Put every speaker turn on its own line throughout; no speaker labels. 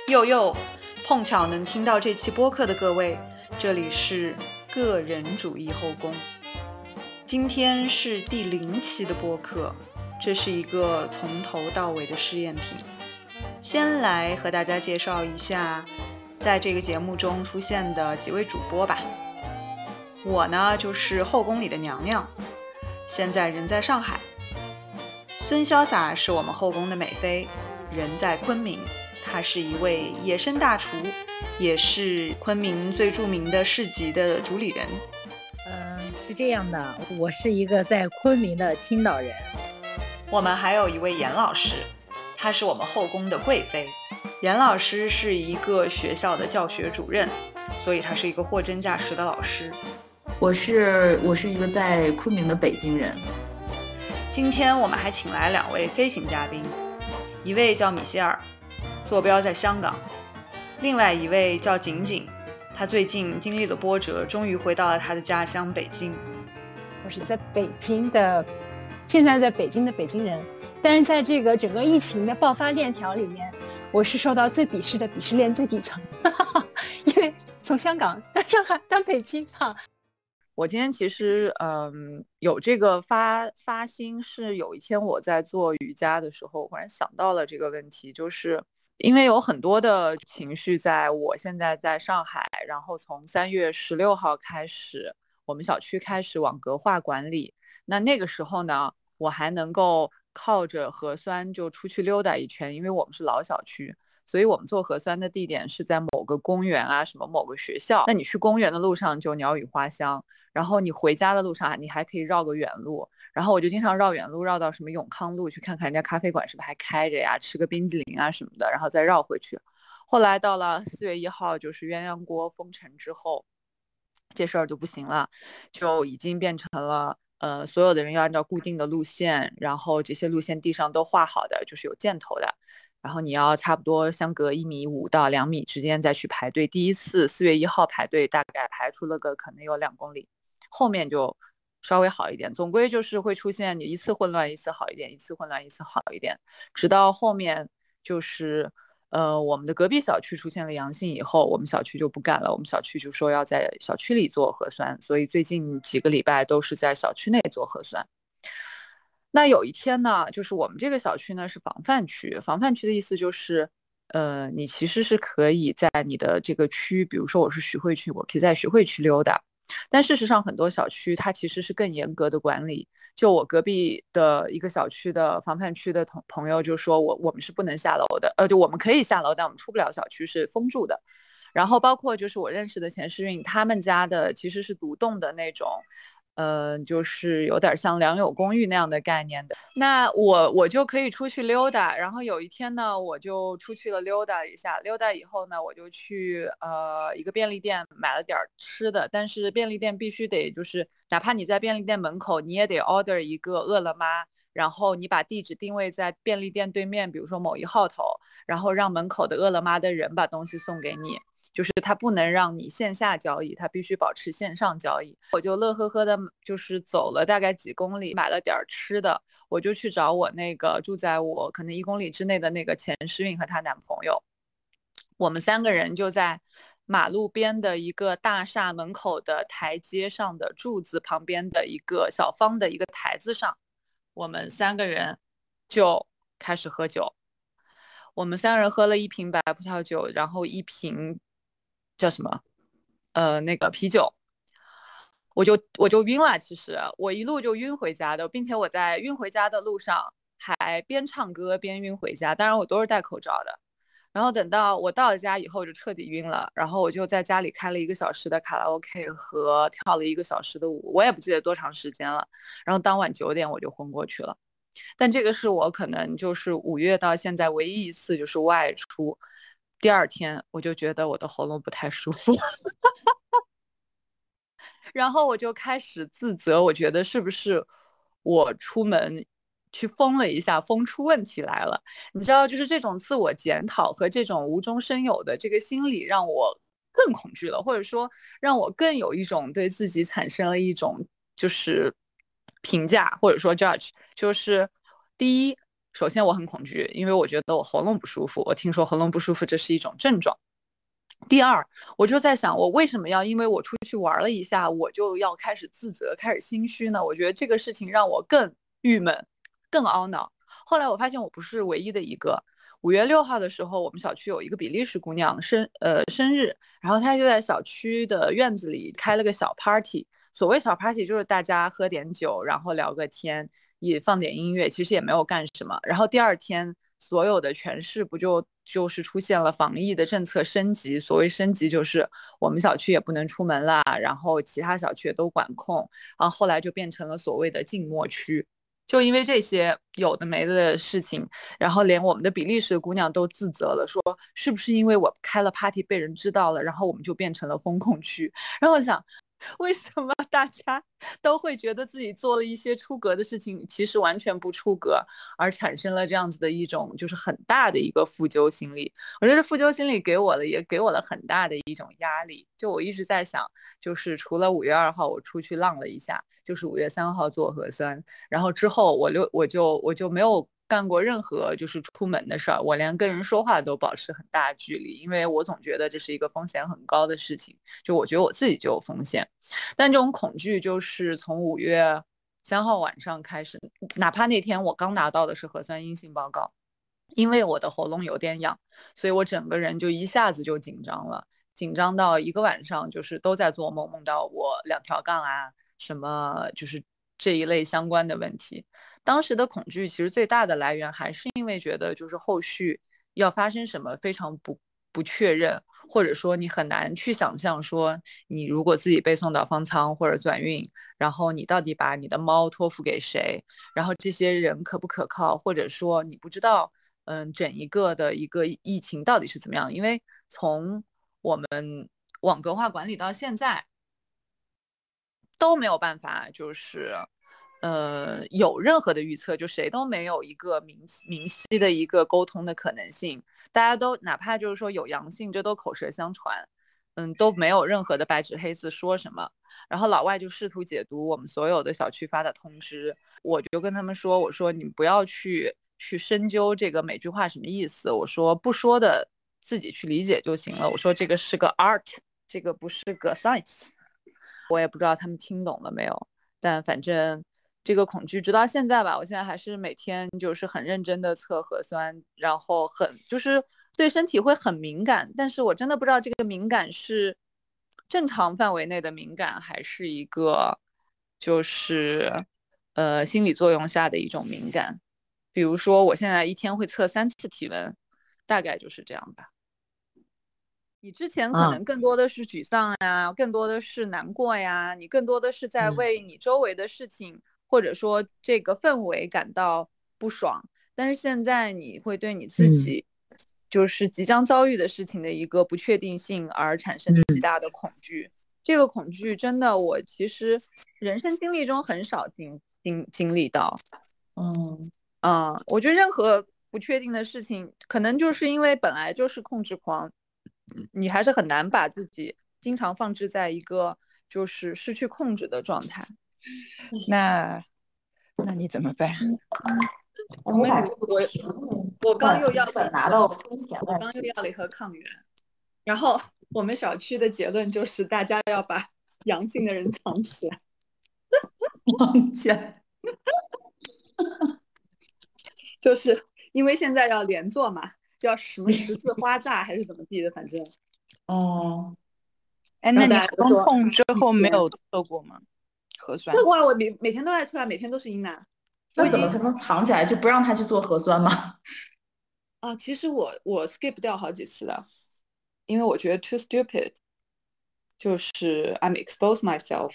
又又，碰巧能听到这期播客的各位，这里是个人主义后宫。今天是第0期的播客，这是一个从头到尾的试验品。先来和大家介绍一下在这个节目中出现的几位主播吧。我呢，就是后宫里的娘娘，现在人在上海。孙潇洒是我们后宫的美妃，人在昆明，她是一位野生大厨，也是昆明最著名的市集的主理人。
是这样的，我是一个在昆明的青岛人。
我们还有一位严老师，她是我们后宫的贵妃。严老师是一个学校的教学主任，所以她是一个货真价实的老师。
我是一个在昆明的北京人。
今天我们还请来2位飞行嘉宾，一位叫米歇尔，坐标在香港；另外一位叫景景，他最近经历了波折，终于回到了他的家乡北京。
我是在北京的，现在在北京的北京人，但是在这个整个疫情的爆发链条里面，我是受到最鄙视的鄙视链最底层，因为从香港到上海到北京哈。
我今天其实有这个发心，是有一天我在做瑜伽的时候，忽然想到了这个问题，就是因为有很多的情绪在我现在在上海，然后从3月16号开始，我们小区开始网格化管理，那个时候呢，我还能够靠着核酸就出去溜达一圈，因为我们是老小区，所以我们做核酸的地点是在某个公园啊，什么某个学校。那你去公园的路上就鸟语花香，然后你回家的路上你还可以绕个远路，然后我就经常绕远路，绕到什么永康路去看看人家咖啡馆是不是还开着呀，吃个冰激凌啊什么的，然后再绕回去。后来到了4月1号，就是鸳鸯锅封城之后，这事儿就不行了，就已经变成了所有的人要按照固定的路线，然后这些路线地上都画好的，就是有箭头的，然后你要差不多相隔1.5米到2米之间再去排队。第一次4月1号排队大概排出了个可能有2公里，后面就稍微好一点，总归就是会出现你一次混乱一次好一点，一次混乱一次好一点，直到后面就是我们的隔壁小区出现了阳性以后，我们小区就不干了，我们小区就说要在小区里做核酸，所以最近几个礼拜都是在小区内做核酸。那有一天呢，就是我们这个小区呢是防范区，防范区的意思就是你其实是可以在你的这个区，比如说我是徐汇区，我可以在徐汇区溜达，但事实上很多小区它其实是更严格的管理。就我隔壁的一个小区的防范区的朋友就说我们是不能下楼的，就我们可以下楼，但我们出不了小区，是封住的。然后包括就是我认识的钱诗韵，他们家的其实是独栋的那种就是有点像良友公寓那样的概念的。那我就可以出去溜达，然后有一天呢，我就出去了溜达一下，溜达以后呢，我就去一个便利店买了点吃的，但是便利店必须得就是哪怕你在便利店门口，你也得 order 一个饿了么，然后你把地址定位在便利店对面，比如说某一号头，然后让门口的饿了么的人把东西送给你，就是他不能让你线下交易，他必须保持线上交易。我就乐呵呵的就是走了大概几公里，买了点吃的，我就去找我那个住在我可能1公里之内的那个钱诗韵和她男朋友，我们3个人就在马路边的一个大厦门口的台阶上的柱子旁边的一个小方的一个台子上，我们3个人就开始喝酒。我们3个人喝了1瓶白葡萄酒，然后1瓶叫什么那个啤酒，我就晕了。其实我一路就晕回家的，并且我在晕回家的路上还边唱歌边晕回家，当然我都是戴口罩的。然后等到我到了家以后就彻底晕了，然后我就在家里开了1个小时的卡拉 OK 和跳了1个小时的舞，我也不记得多长时间了，然后当晚9点我就昏过去了。但这个是我可能就是5月到现在唯一一次就是外出，第2天我就觉得我的喉咙不太舒服然后我就开始自责，我觉得是不是我出门去疯了一下，疯出问题来了。你知道，就是这种自我检讨和这种无中生有的这个心理让我更恐惧了，或者说让我更有一种对自己产生了一种就是评价或者说 judge， 就是第一首先我很恐惧，因为我觉得我喉咙不舒服，我听说喉咙不舒服这是一种症状。第二，我就在想，我为什么要因为我出去玩了一下，我就要开始自责、开始心虚呢？我觉得这个事情让我更郁闷、更懊恼。后来我发现我不是唯一的一个。5月6号的时候，我们小区有一个比利时姑娘生日，然后她就在小区的院子里开了个小 party。所谓小 party 就是大家喝点酒，然后聊个天，也放点音乐，其实也没有干什么。然后第二天，所有的全市不就是出现了防疫的政策升级。所谓升级就是我们小区也不能出门啦，然后其他小区也都管控，然后后来就变成了所谓的静默区。就因为这些有的没的事情，然后连我们的比利时姑娘都自责了，说是不是因为我开了 party 被人知道了，然后我们就变成了风控区。然后我想，为什么大家都会觉得自己做了一些出格的事情，其实完全不出格，而产生了这样子的一种就是很大的一个负疚心理。我觉得负疚心理也给我了很大的一种压力。就我一直在想，就是除了5月2号我出去浪了一下，就是5月3号做核酸，然后之后我就没有干过任何就是出门的事儿，我连跟人说话都保持很大距离，因为我总觉得这是一个风险很高的事情，就我觉得我自己就有风险。但这种恐惧就是从5月3号晚上开始，哪怕那天我刚拿到的是核酸阴性报告，因为我的喉咙有点痒，所以我整个人就一下子就紧张了，紧张到一个晚上就是都在做梦，梦到我2条杠啊，什么就是这一类相关的问题。当时的恐惧其实最大的来源还是因为觉得就是后续要发生什么非常不确认，或者说你很难去想象说你如果自己被送到方舱或者转运，然后你到底把你的猫托付给谁，然后这些人可不可靠，或者说你不知道整一个的一个疫情到底是怎么样。因为从我们网格化管理到现在都没有办法就是有任何的预测，就谁都没有一个明晰的一个沟通的可能性，大家都哪怕就是说有阳性，这都口舌相传，都没有任何的白纸黑字说什么。然后老外就试图解读我们所有的小区发的通知，我就跟他们说，我说你们不要去深究这个每句话什么意思，我说不说的自己去理解就行了，我说这个是个 art， 这个不是个 science。 我也不知道他们听懂了没有，但反正这个恐惧直到现在吧，我现在还是每天就是很认真的测核酸，然后就是对身体会很敏感，但是我真的不知道这个敏感是正常范围内的敏感，还是一个就是心理作用下的一种敏感。比如说我现在一天会测3次体温，大概就是这样吧。你之前可能更多的是沮丧呀，更多的是难过呀，你更多的是在为你周围的事情或者说这个氛围感到不爽，但是现在你会对你自己就是即将遭遇的事情的一个不确定性而产生极大的恐惧。这个恐惧真的我其实人生经历中很少经历到。我觉得任何不确定的事情可能就是因为本来就是控制狂，你还是很难把自己经常放置在一个就是失去控制的状态。那你怎么办？我刚又要
拿到风险，
我刚又要了一盒抗原，然后我们小区的结论就是大家要把阳性的人藏起来。
藏起来。
就是因为现在要连坐嘛，叫什么十字花炸还是怎么地的，反正。
哎，那你封控之后没有测过吗？核酸？
测过啊，我每天都在测啊，每天都是阴的。
那怎么才能藏起来？就不让他去做核酸吗？
其实我 skip 掉好几次了，因为我觉得 too stupid， 就是 I'm expose myself。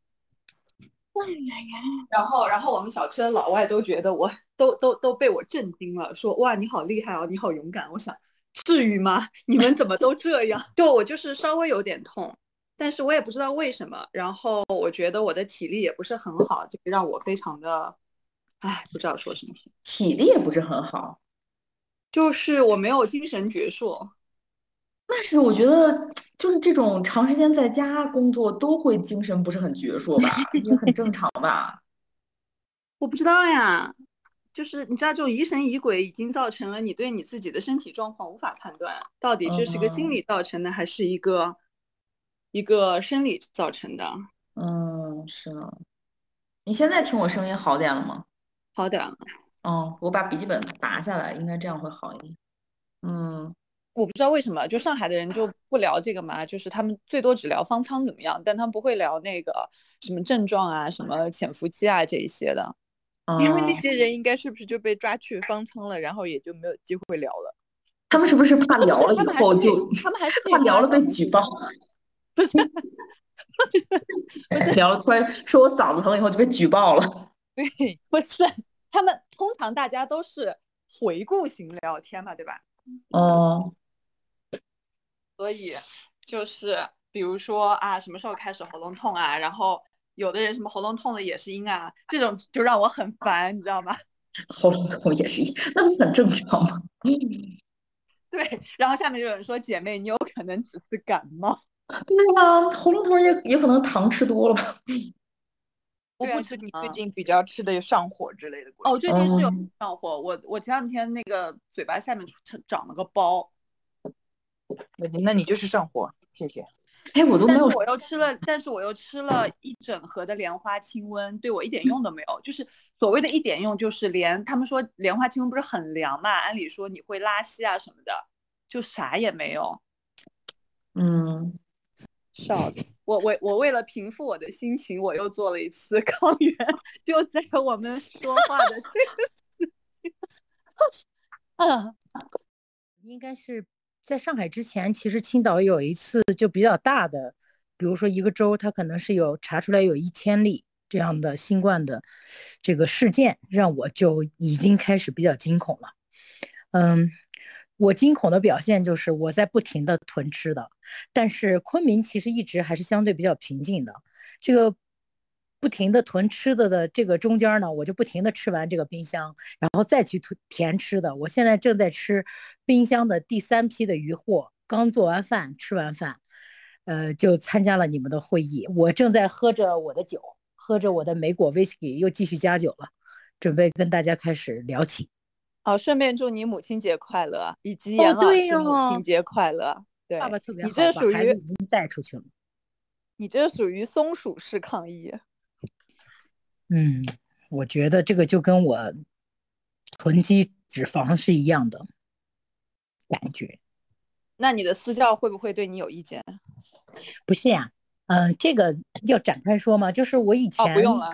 然后我们小区的老外都觉得我都被我震惊了，说哇你好厉害哦，你好勇敢。我想至于吗？你们怎么都这样？就我就是稍微有点痛，但是我也不知道为什么。然后我觉得我的体力也不是很好，这个让我非常的不知道说什么。
体力也不是很好，
就是我没有精神矍铄。
但是我觉得就是这种长时间在家工作都会精神不是很矍铄吧，也很正常吧。
我不知道呀， 就是你知道，这种疑神疑鬼已经造成了你对你自己的身体状况无法判断，到底这是个经理造成的，还是一个生理造成的。
是呢。你现在听我声音好点了吗？
好点了。
我把笔记本拔下来，应该这样会好一点。
我不知道为什么，就上海的人就不聊这个嘛，就是他们最多只聊方舱怎么样，但他们不会聊那个什么症状啊、什么潜伏期啊这一些的。
因为那些人应该是不是就被抓去方舱了，然后也就没有机会聊了。
他们是不是怕聊了以后就
他们还是
怕聊了被举报？聊了突然说我嗓子疼以后就被举报了。
对，不是，他们通常大家都是回顾型聊天嘛，对吧？所以就是比如说啊，什么时候开始喉咙痛啊，然后有的人什么喉咙痛了也是阴啊，这种就让我很烦，你知道吗？
喉咙痛也是阴，那不是很正常吗？
对，然后下面就有人说，姐妹，你有可能只是感冒。
对啊，喉咙痛也可能糖吃多了吧。
我不知你最近比较吃的上火之类的。
最近是有上火，我前两天那个嘴巴下面长了个包。
那你就是上火，谢谢。
我都没有。
但是我又吃了一整盒的莲花清瘟，对我一点用都没有。就是所谓的一点用，就是他们说莲花清瘟不是很凉嘛，按理说你会拉稀啊什么的，就啥也没有。笑的。我为了平复我的心情，我又做了一次抗原，就在我们说话的这
个应该是在上海之前，其实青岛有一次就比较大的，比如说一个州，它可能是查出来有1000例这样的新冠的这个事件，让我就已经开始比较惊恐了。我惊恐的表现就是我在不停的囤吃的，但是昆明其实一直还是相对比较平静的。这个不停的囤吃的这个中间呢，我就不停的吃完这个冰箱，然后再去填吃的。我现在正在吃冰箱的第3批的鱼货，刚做完饭，吃完饭，就参加了你们的会议。我正在喝着我的酒，喝着我的莓果 whisky， 又继续加酒了，准备跟大家开始聊起。
顺便祝你母亲节快乐，以及严老师母亲节快乐。对，
爸爸特别好，
你这属于
孩子已经带出去了。
你这属于松鼠式抗议。
我觉得这个就跟我囤积脂肪是一样的感觉。
那你的私教会不会对你有意见？
不是呀，这个要展开说吗？就是我以前
不用了。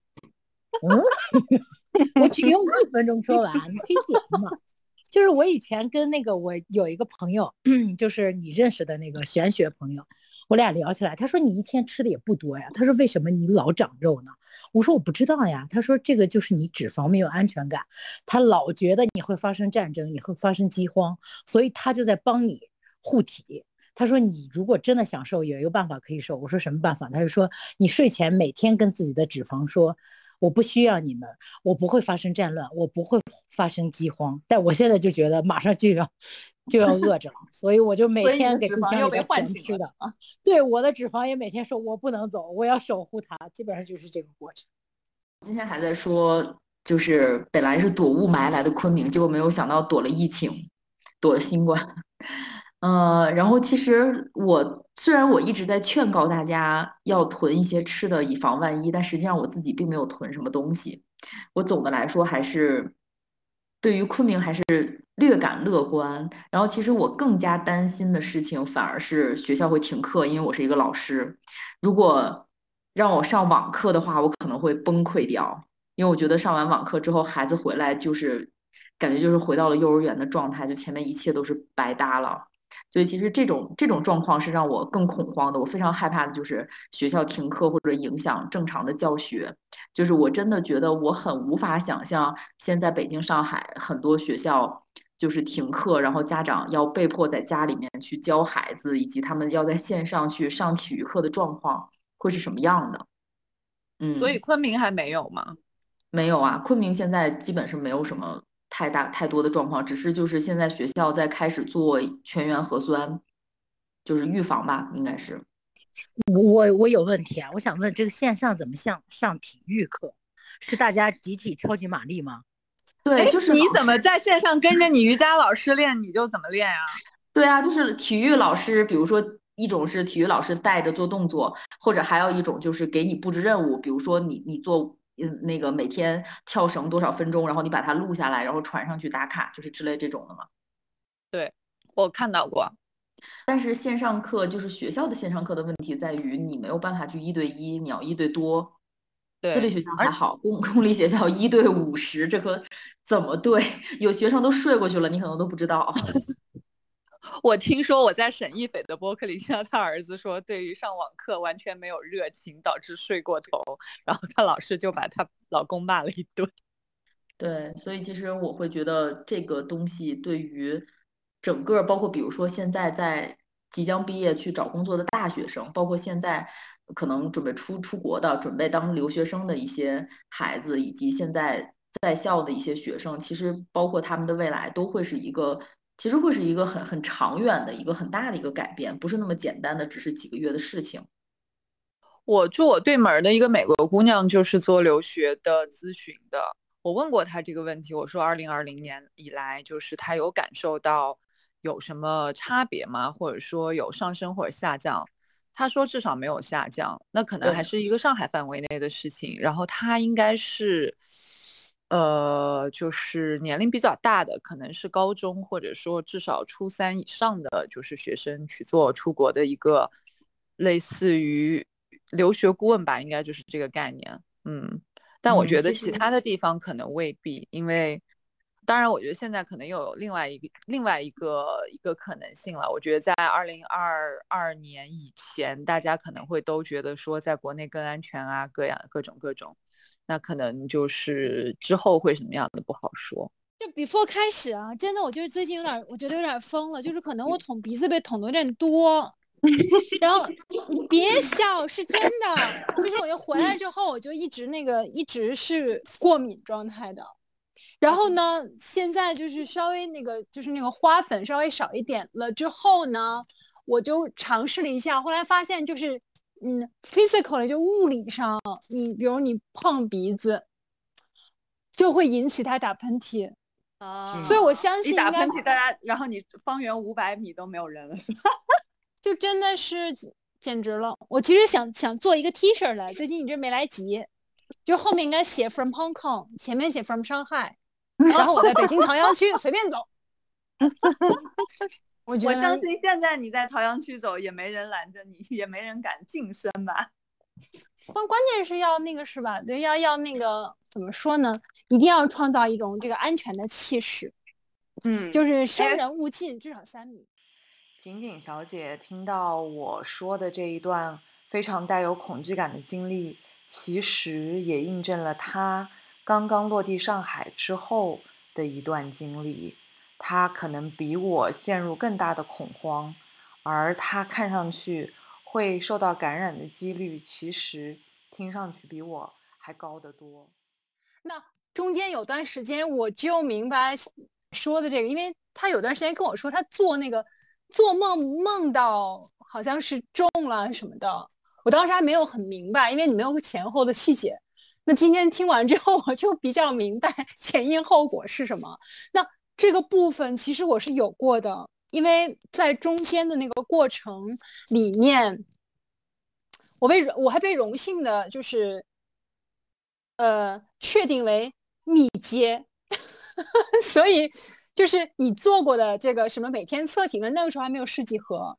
我只用1分钟说完，你可以剪嘛。就是我以前跟我有一个朋友，就是你认识的那个玄学朋友，我俩聊起来，他说你一天吃的也不多呀，他说为什么你老长肉呢？我说我不知道呀，他说这个就是你脂肪没有安全感，他老觉得你会发生战争，你会发生饥荒，所以他就在帮你护体。他说你如果真的想瘦，有一个办法可以瘦。我说什么办法？他就说你睡前每天跟自己的脂肪说，我不需要你们，我不会发生战乱，我不会发生饥荒。但我现在就觉得马上就要饿着了，所以我就每天给冰箱里边全吃的。对，我的脂肪也每天说我不能走，我要守护它，基本上就是这个过程。
今天还在说，就是本来是躲雾霾来的昆明，结果没有想到躲了疫情，躲了新冠。然后其实虽然我一直在劝告大家要囤一些吃的以防万一，但实际上我自己并没有囤什么东西。我总的来说还是对于昆明还是略感乐观。然后其实我更加担心的事情反而是学校会停课，因为我是一个老师。如果让我上网课的话，我可能会崩溃掉，因为我觉得上完网课之后，孩子回来感觉就是回到了幼儿园的状态，就前面一切都是白搭了。所以其实这种状况是让我更恐慌的。我非常害怕的就是学校停课或者影响正常的教学。就是我真的觉得我很无法想象，现在北京、上海很多学校就是停课，然后家长要被迫在家里面去教孩子，以及他们要在线上去上体育课的状况会是什么样的。
所以昆明还没有吗？
没有啊，昆明现在基本是没有什么太多的状况，只是就是现在学校在开始做全员核酸，就是预防吧，应该是。
我有问题啊，我想问这个线上怎么上体育课？是大家集体超级玛丽吗？
对，就是
你
老师
怎么在线上跟着你瑜伽老师练，你就怎么练呀？
对啊，就是体育老师，比如说一种是体育老师带着做动作，或者还有一种就是给你布置任务，比如说你做那个每天跳绳多少分钟，然后你把它录下来，然后传上去打卡，就是之类这种的嘛。
对，我看到过。
但是线上课就是学校的线上课的问题在于你没有办法去1对1，你要1对多。私立
对，
学校还好，公立学校1对50，这可怎么对？有学生都睡过去了，你可能都不知道。
我听说我在沈一斐的播客里听到他儿子说，对于上网课完全没有热情，导致睡过头，然后他老师就把她老公骂了一顿。
对，所以其实我会觉得这个东西对于整个，包括比如说现在在即将毕业去找工作的大学生，包括现在可能准备出国的、准备当留学生的一些孩子，以及现在在校的一些学生，其实包括他们的未来都会是一个，其实会是一个很长远的一个很大的一个改变，不是那么简单的只是几个月的事情。
我住我对门的一个美国姑娘就是做留学的咨询的，我问过她这个问题，我说2020年以来，就是她有感受到有什么差别吗？或者说有上升或者下降？她说至少没有下降，那可能还是一个上海范围内的事情。然后她应该是，就是年龄比较大的，可能是高中或者说至少初3以上的，就是学生去做出国的一个类似于留学顾问吧，应该就是这个概念。但我觉得其他的地方可能未必，因为当然我觉得现在可能又有另外一个可能性了。我觉得在2022年以前，大家可能会都觉得说在国内更安全啊，各种，那可能就是之后会什么样的不好说。
就 before 开始啊，真的，我觉得最近我觉得有点疯了，就是可能我捅鼻子被捅的有点多，然后你别笑，是真的，就是我又回来之后，我就一直是过敏状态的，然后呢，现在就是稍微就是那个花粉稍微少一点了之后呢，我就尝试了一下，后来发现就是physically 就物理上，你比如你碰鼻子，就会引起他打喷嚏。所以我相信
一打喷嚏，大家，然后你方圆500米都没有人了，是吧？
就真的是简直了。我其实想做一个 T 恤来，最近一直没来及，就后面应该写 From Hong Kong， 前面写 From Shanghai， 然后我在北京朝阳区随便走。我
相信现在你在朝阳区走，也没人拦着你，也没人敢近身吧。
关键是要那个是吧？对，要那个怎么说呢？一定要创造一种这个安全的气势。就是生人勿近，至少3米。
锦锦小姐听到我说的这一段非常带有恐惧感的经历，其实也印证了她刚刚落地上海之后的一段经历。她可能比我陷入更大的恐慌，而她看上去会受到感染的几率，其实听上去比我还高得多。
那中间有段时间我就明白说的这个，因为他有段时间跟我说他做梦到好像是中了什么的，我当时还没有很明白，因为你没有前后的细节。那今天听完之后，我就比较明白前因后果是什么。那这个部分其实我是有过的，因为在中间的那个过程里面，我还被荣幸的就是确定为密接。所以就是你做过的这个什么每天测体温，那个时候还没有试剂盒，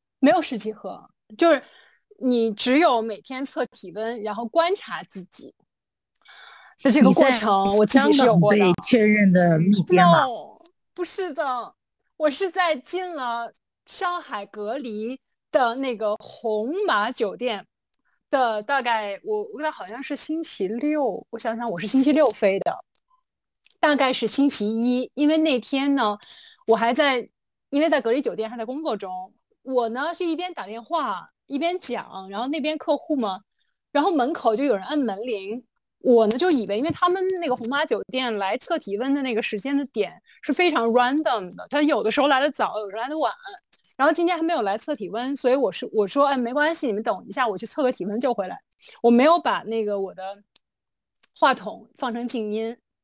就是你只有每天测体温，然后观察自己的这个过程，我自己是有过的。
被确认的密接吗？
No， 不是的，我是在进了上海隔离的那个红马酒店的大概我好像是星期六，我想想，我是星期六飞的。大概是星期1，因为那天呢，我因为在隔离酒店还在工作中，我呢是一边打电话一边讲，然后那边客户嘛，然后门口就有人按门铃，我呢就以为，因为他们那个红马酒店来测体温的那个时间的点是非常 random 的，他有的时候来的早，有时候来的晚，然后今天还没有来测体温，所以我说哎没关系，你们等一下，我去测个体温就回来，我没有把那个我的话筒放成静音。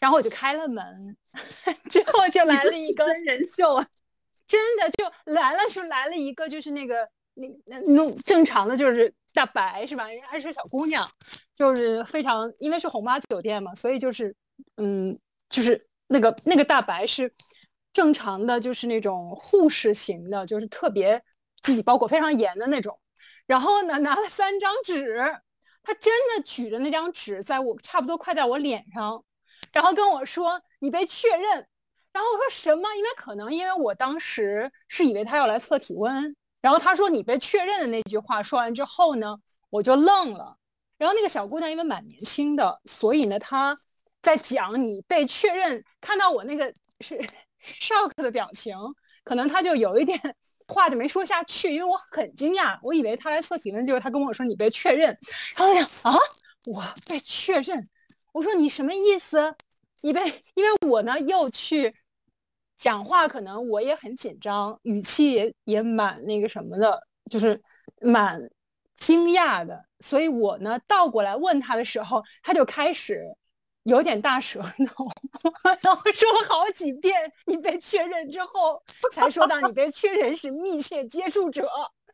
然后我就开了门，之后就来了一个
真人秀啊，
真的就来了一个就是那正常的就是大白是吧？还是小姑娘，就是非常因为是红妈酒店嘛，所以就是就是那个大白是正常的，就是那种护士型的，就是特别自己包裹非常严的那种。然后呢，拿了3张纸，他真的举着那张纸，在我差不多快在我脸上，然后跟我说：“你被确认。”然后我说什么？因为我当时是以为他要来测体温，然后他说你被确认的那句话说完之后呢，我就愣了。然后那个小姑娘因为蛮年轻的，所以呢，她在讲你被确认，看到我那个是 shock 的表情，可能她就有一点话就没说下去，因为我很惊讶，我以为他来测体温，结果他跟我说你被确认，然后我想啊，我被确认，我说你什么意思？因为我呢又去讲话，可能我也很紧张，语气也蛮那个什么的，就是蛮惊讶的，所以我呢倒过来问他的时候，他就开始有点大舌头，然后说了好几遍你被确认之后，才说到你被确认是密切接触者。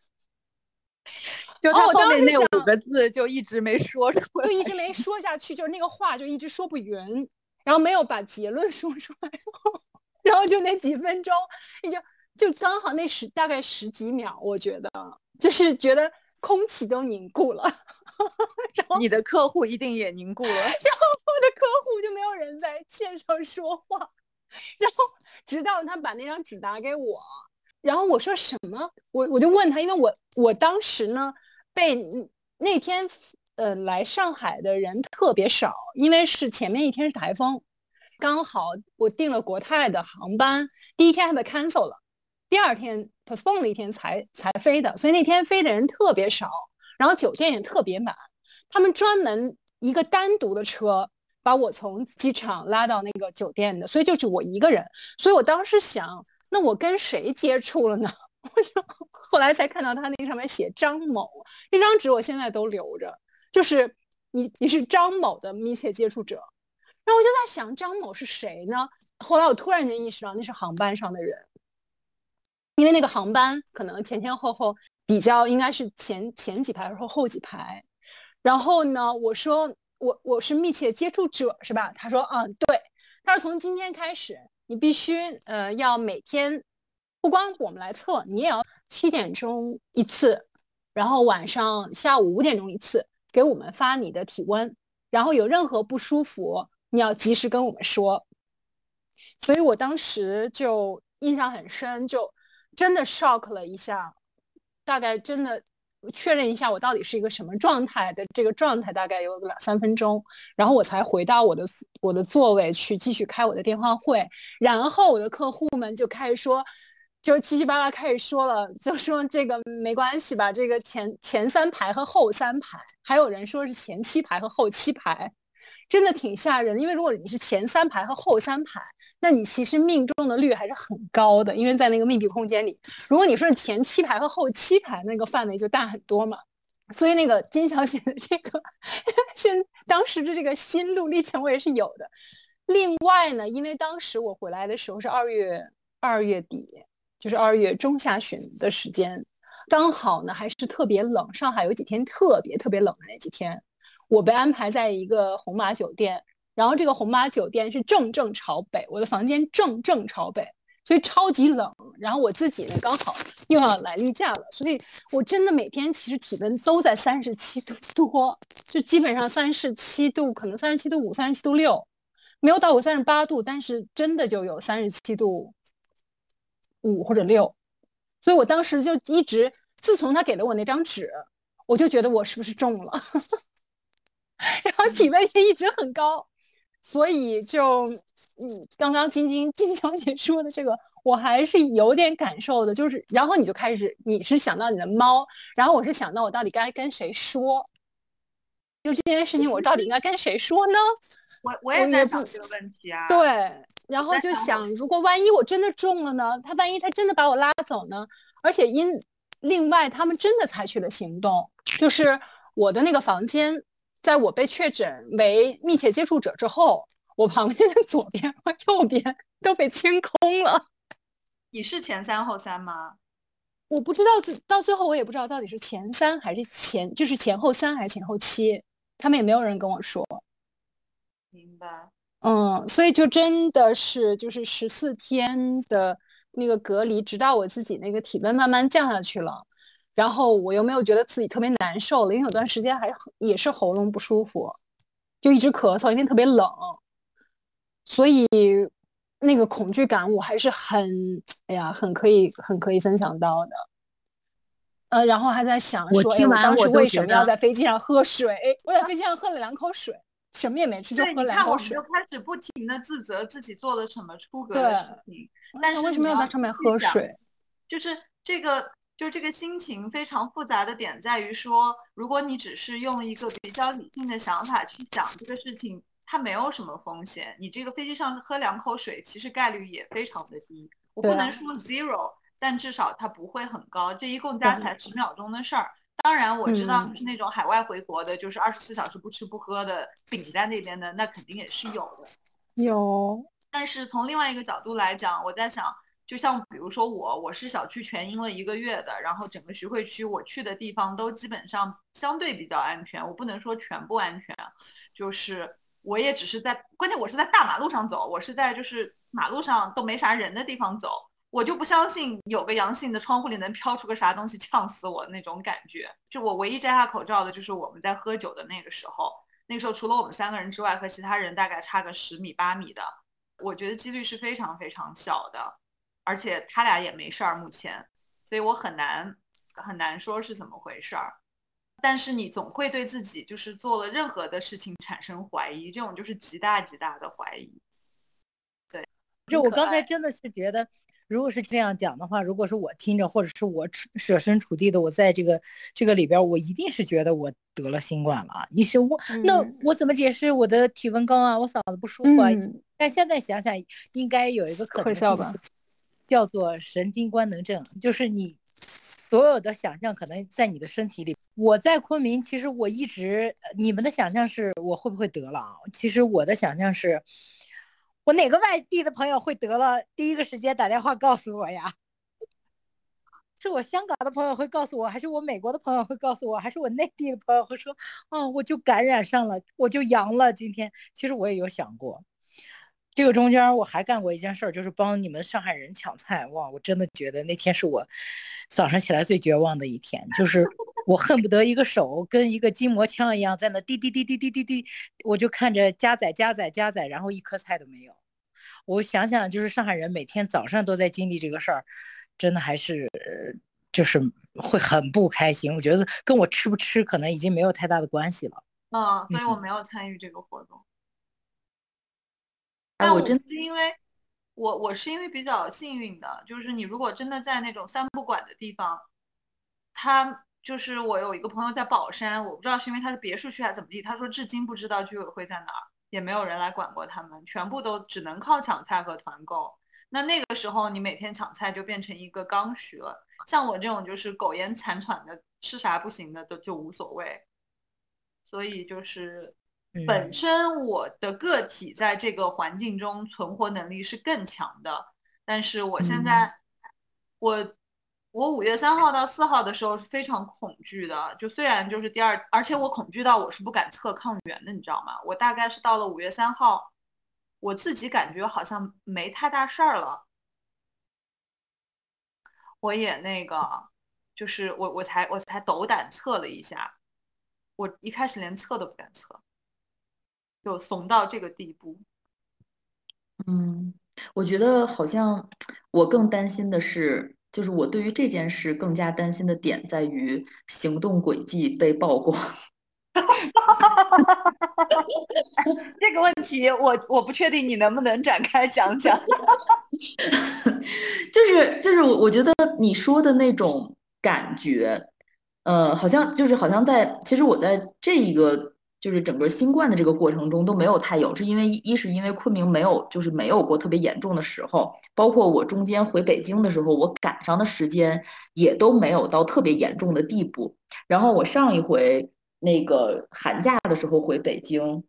就他后面那5个字就一直没说出来，
就一直没说下去，就是那个话就一直说不匀，然后没有把结论说出来，然后就那几分钟，就刚好那大概10几秒，我觉得就是觉得空气都凝固了。然后
你的客户一定也凝固了，然后我
的客户就没有人在线上说话，然后直到他把那张纸拿给我，然后我说什么，我就问他，因为我当时呢被那天来上海的人特别少，因为是前面一天是台风，刚好我订了国泰的航班，第一天还被 cancel 了，第2天 postpone 了1天才飞的，所以那天飞的人特别少，然后酒店也特别满，他们专门一个单独的车把我从机场拉到那个酒店的，所以就只我一个人，所以我当时想，那我跟谁接触了呢？我就后来才看到他那个上面写张某，那张纸我现在都留着，就是你是张某的密切接触者。然后我就在想，张某是谁呢？后来我突然间意识到那是航班上的人，因为那个航班可能前前后后比较应该是前几排或后几排。然后呢，我说我是密切接触者是吧？他说对，他说从今天开始你必须要每天不光我们来测，你也要7点钟一次，然后晚上下午5点钟一次给我们发你的体温，然后有任何不舒服你要及时跟我们说。所以我当时就印象很深，就真的 shock 了一下，大概真的确认一下我到底是一个什么状态的，这个状态大概有2、3分钟，然后我才回到我的座位去继续开我的电话会，然后我的客户们就开始说，就七七八八开始说了，就说这个没关系吧，这个前3排和后3排，还有人说是前7排和后7排，真的挺吓人，因为如果你是前3排和后3排，那你其实命中的率还是很高的，因为在那个密闭空间里，如果你说是前7排和后7排，那个范围就大很多嘛。所以那个金小姐的这个当时的这个心路历程我也是有的。另外呢，因为当时我回来的时候是2月底，就是2月中下旬的时间，刚好呢还是特别冷，上海有几天特别特别冷的那几天，我被安排在一个红马酒店，然后这个红马酒店是正朝北，我的房间正朝北，所以超级冷。然后我自己呢刚好又要来例假了，所以我真的每天其实体温都在37度多，就基本上37度，可能37度5、37度6，没有到过38度，但是真的就有37度5或者6。所以我当时就一直，自从他给了我那张纸，我就觉得我是不是中了，然后体温也一直很高，所以就刚刚金小姐说的这个，我还是有点感受的，就是然后你就开始，你是想到你的猫，然后我是想到我到底该跟谁说，就这件事情我到底应该跟谁说呢？
我也在想这个问题啊。
对，然后就想，如果万一我真的中了呢？万一他真的把我拉走呢？而且另外他们真的采取了行动，就是我的那个房间，在我被确诊为密切接触者之后， 我旁边的左边和右边都被清空了。
你是前3后3吗？
我不知道，到最后我也不知道到底是前3还是就是前后3还是前后7，他们也没有人跟我说。
明白。
所以就真的是就是14天的那个隔离，直到我自己那个体温慢慢降下去了，然后我又没有觉得自己特别难受了，因为有段时间也是喉咙不舒服，就一直咳嗽，因为特别冷，所以那个恐惧感我还是很可以分享到的。然后还在想说，我当时为什么要在飞机上喝水？我在飞机上喝了2口水，什么也没吃，就喝了2口水。
我们就开始不停的自责自己做了什么出格的事情，但是
为什么要在上面喝水？
就是这个心情非常复杂的点在于说，如果你只是用一个比较理性的想法去想这个事情，它没有什么风险。你这个飞机上喝2口水，其实概率也非常的低。我不能说 zero，但至少它不会很高。这一共加起来10秒钟的事儿。当然我知道，就是那种海外回国的，就是24小时不吃不喝的饼在那边的，那肯定也是有的。
有。
但是从另外一个角度来讲，我在想，就像比如说我是小区全阴了1个月的，然后整个徐汇区我去的地方都基本上相对比较安全，我不能说全部安全，就是我也只是关键我是在大马路上走，我是在就是马路上都没啥人的地方走，我就不相信有个阳性的窗户里能飘出个啥东西呛死我那种感觉。就我唯一摘下口罩的就是我们在喝酒的那个时候，那个时候除了我们3个人之外，和其他人大概差个10米8米的，我觉得几率是非常非常小的，而且他俩也没事儿目前，所以我很难说是怎么回事儿。但是你总会对自己就是做了任何的事情产生怀疑，这种就是极大极大的怀疑。对，
就我刚才真的是觉得，如果是这样讲的话，如果是我听着，或者是我设身处地的，我在这个里边，我一定是觉得我得了新冠了。你是那我怎么解释我的体温高啊，我嗓子不舒服啊？但现在想想，应该有一个可能性吧，叫做神经官能症，就是你所有的想象可能在你的身体里。我在昆明，其实我一直，你们的想象是我会不会得了啊？其实我的想象是，我哪个外地的朋友会得了，第一个时间打电话告诉我呀？是我香港的朋友会告诉我，还是我美国的朋友会告诉我，还是我内地的朋友会说，我就感染上了，我就阳了。今天其实我也有想过，这个中间我还干过一件事，就是帮你们上海人抢菜。哇，我真的觉得那天是我早上起来最绝望的一天，就是我恨不得一个手跟一个筋膜枪一样在那滴滴滴滴滴滴滴，我就看着加载，然后一颗菜都没有。我想想，就是上海人每天早上都在经历这个事儿，真的还是就是会很不开心。我觉得跟我吃不吃可能已经没有太大的关系了。
所以我没有参与这个活动。
但
我真是因为我是因为比较幸运的，就是你如果真的在那种3不管的地方，他就是我有一个朋友在宝山，我不知道是因为他是别墅区还是怎么地，他说至今不知道居委会在哪儿，也没有人来管过他们，全部都只能靠抢菜和团购。那个时候你每天抢菜就变成一个刚需了，像我这种就是苟延残喘的吃啥不行的就无所谓。所以就是本身我的个体在这个环境中存活能力是更强的，但是我现在我5月3号到4号的时候是非常恐惧的，就虽然就是而且我恐惧到我是不敢测抗原的，你知道吗？我大概是到了5月3号，我自己感觉好像没太大事儿了，我也那个就是我才斗胆测了一下，我一开始连测都不敢测，就怂到这个地步。
我觉得好像我更担心的是，就是我对于这件事更加担心的点在于行动轨迹被曝光。
这个问题我不确定你能不能展开讲讲。
就是我觉得你说的那种感觉，好像其实我在这一个就是整个新冠的这个过程中都没有太有，是因为是因为昆明没有过特别严重的时候，包括我中间回北京的时候，我赶上的时间也都没有到特别严重的地步。然后我上一回那个寒假的时候回北京，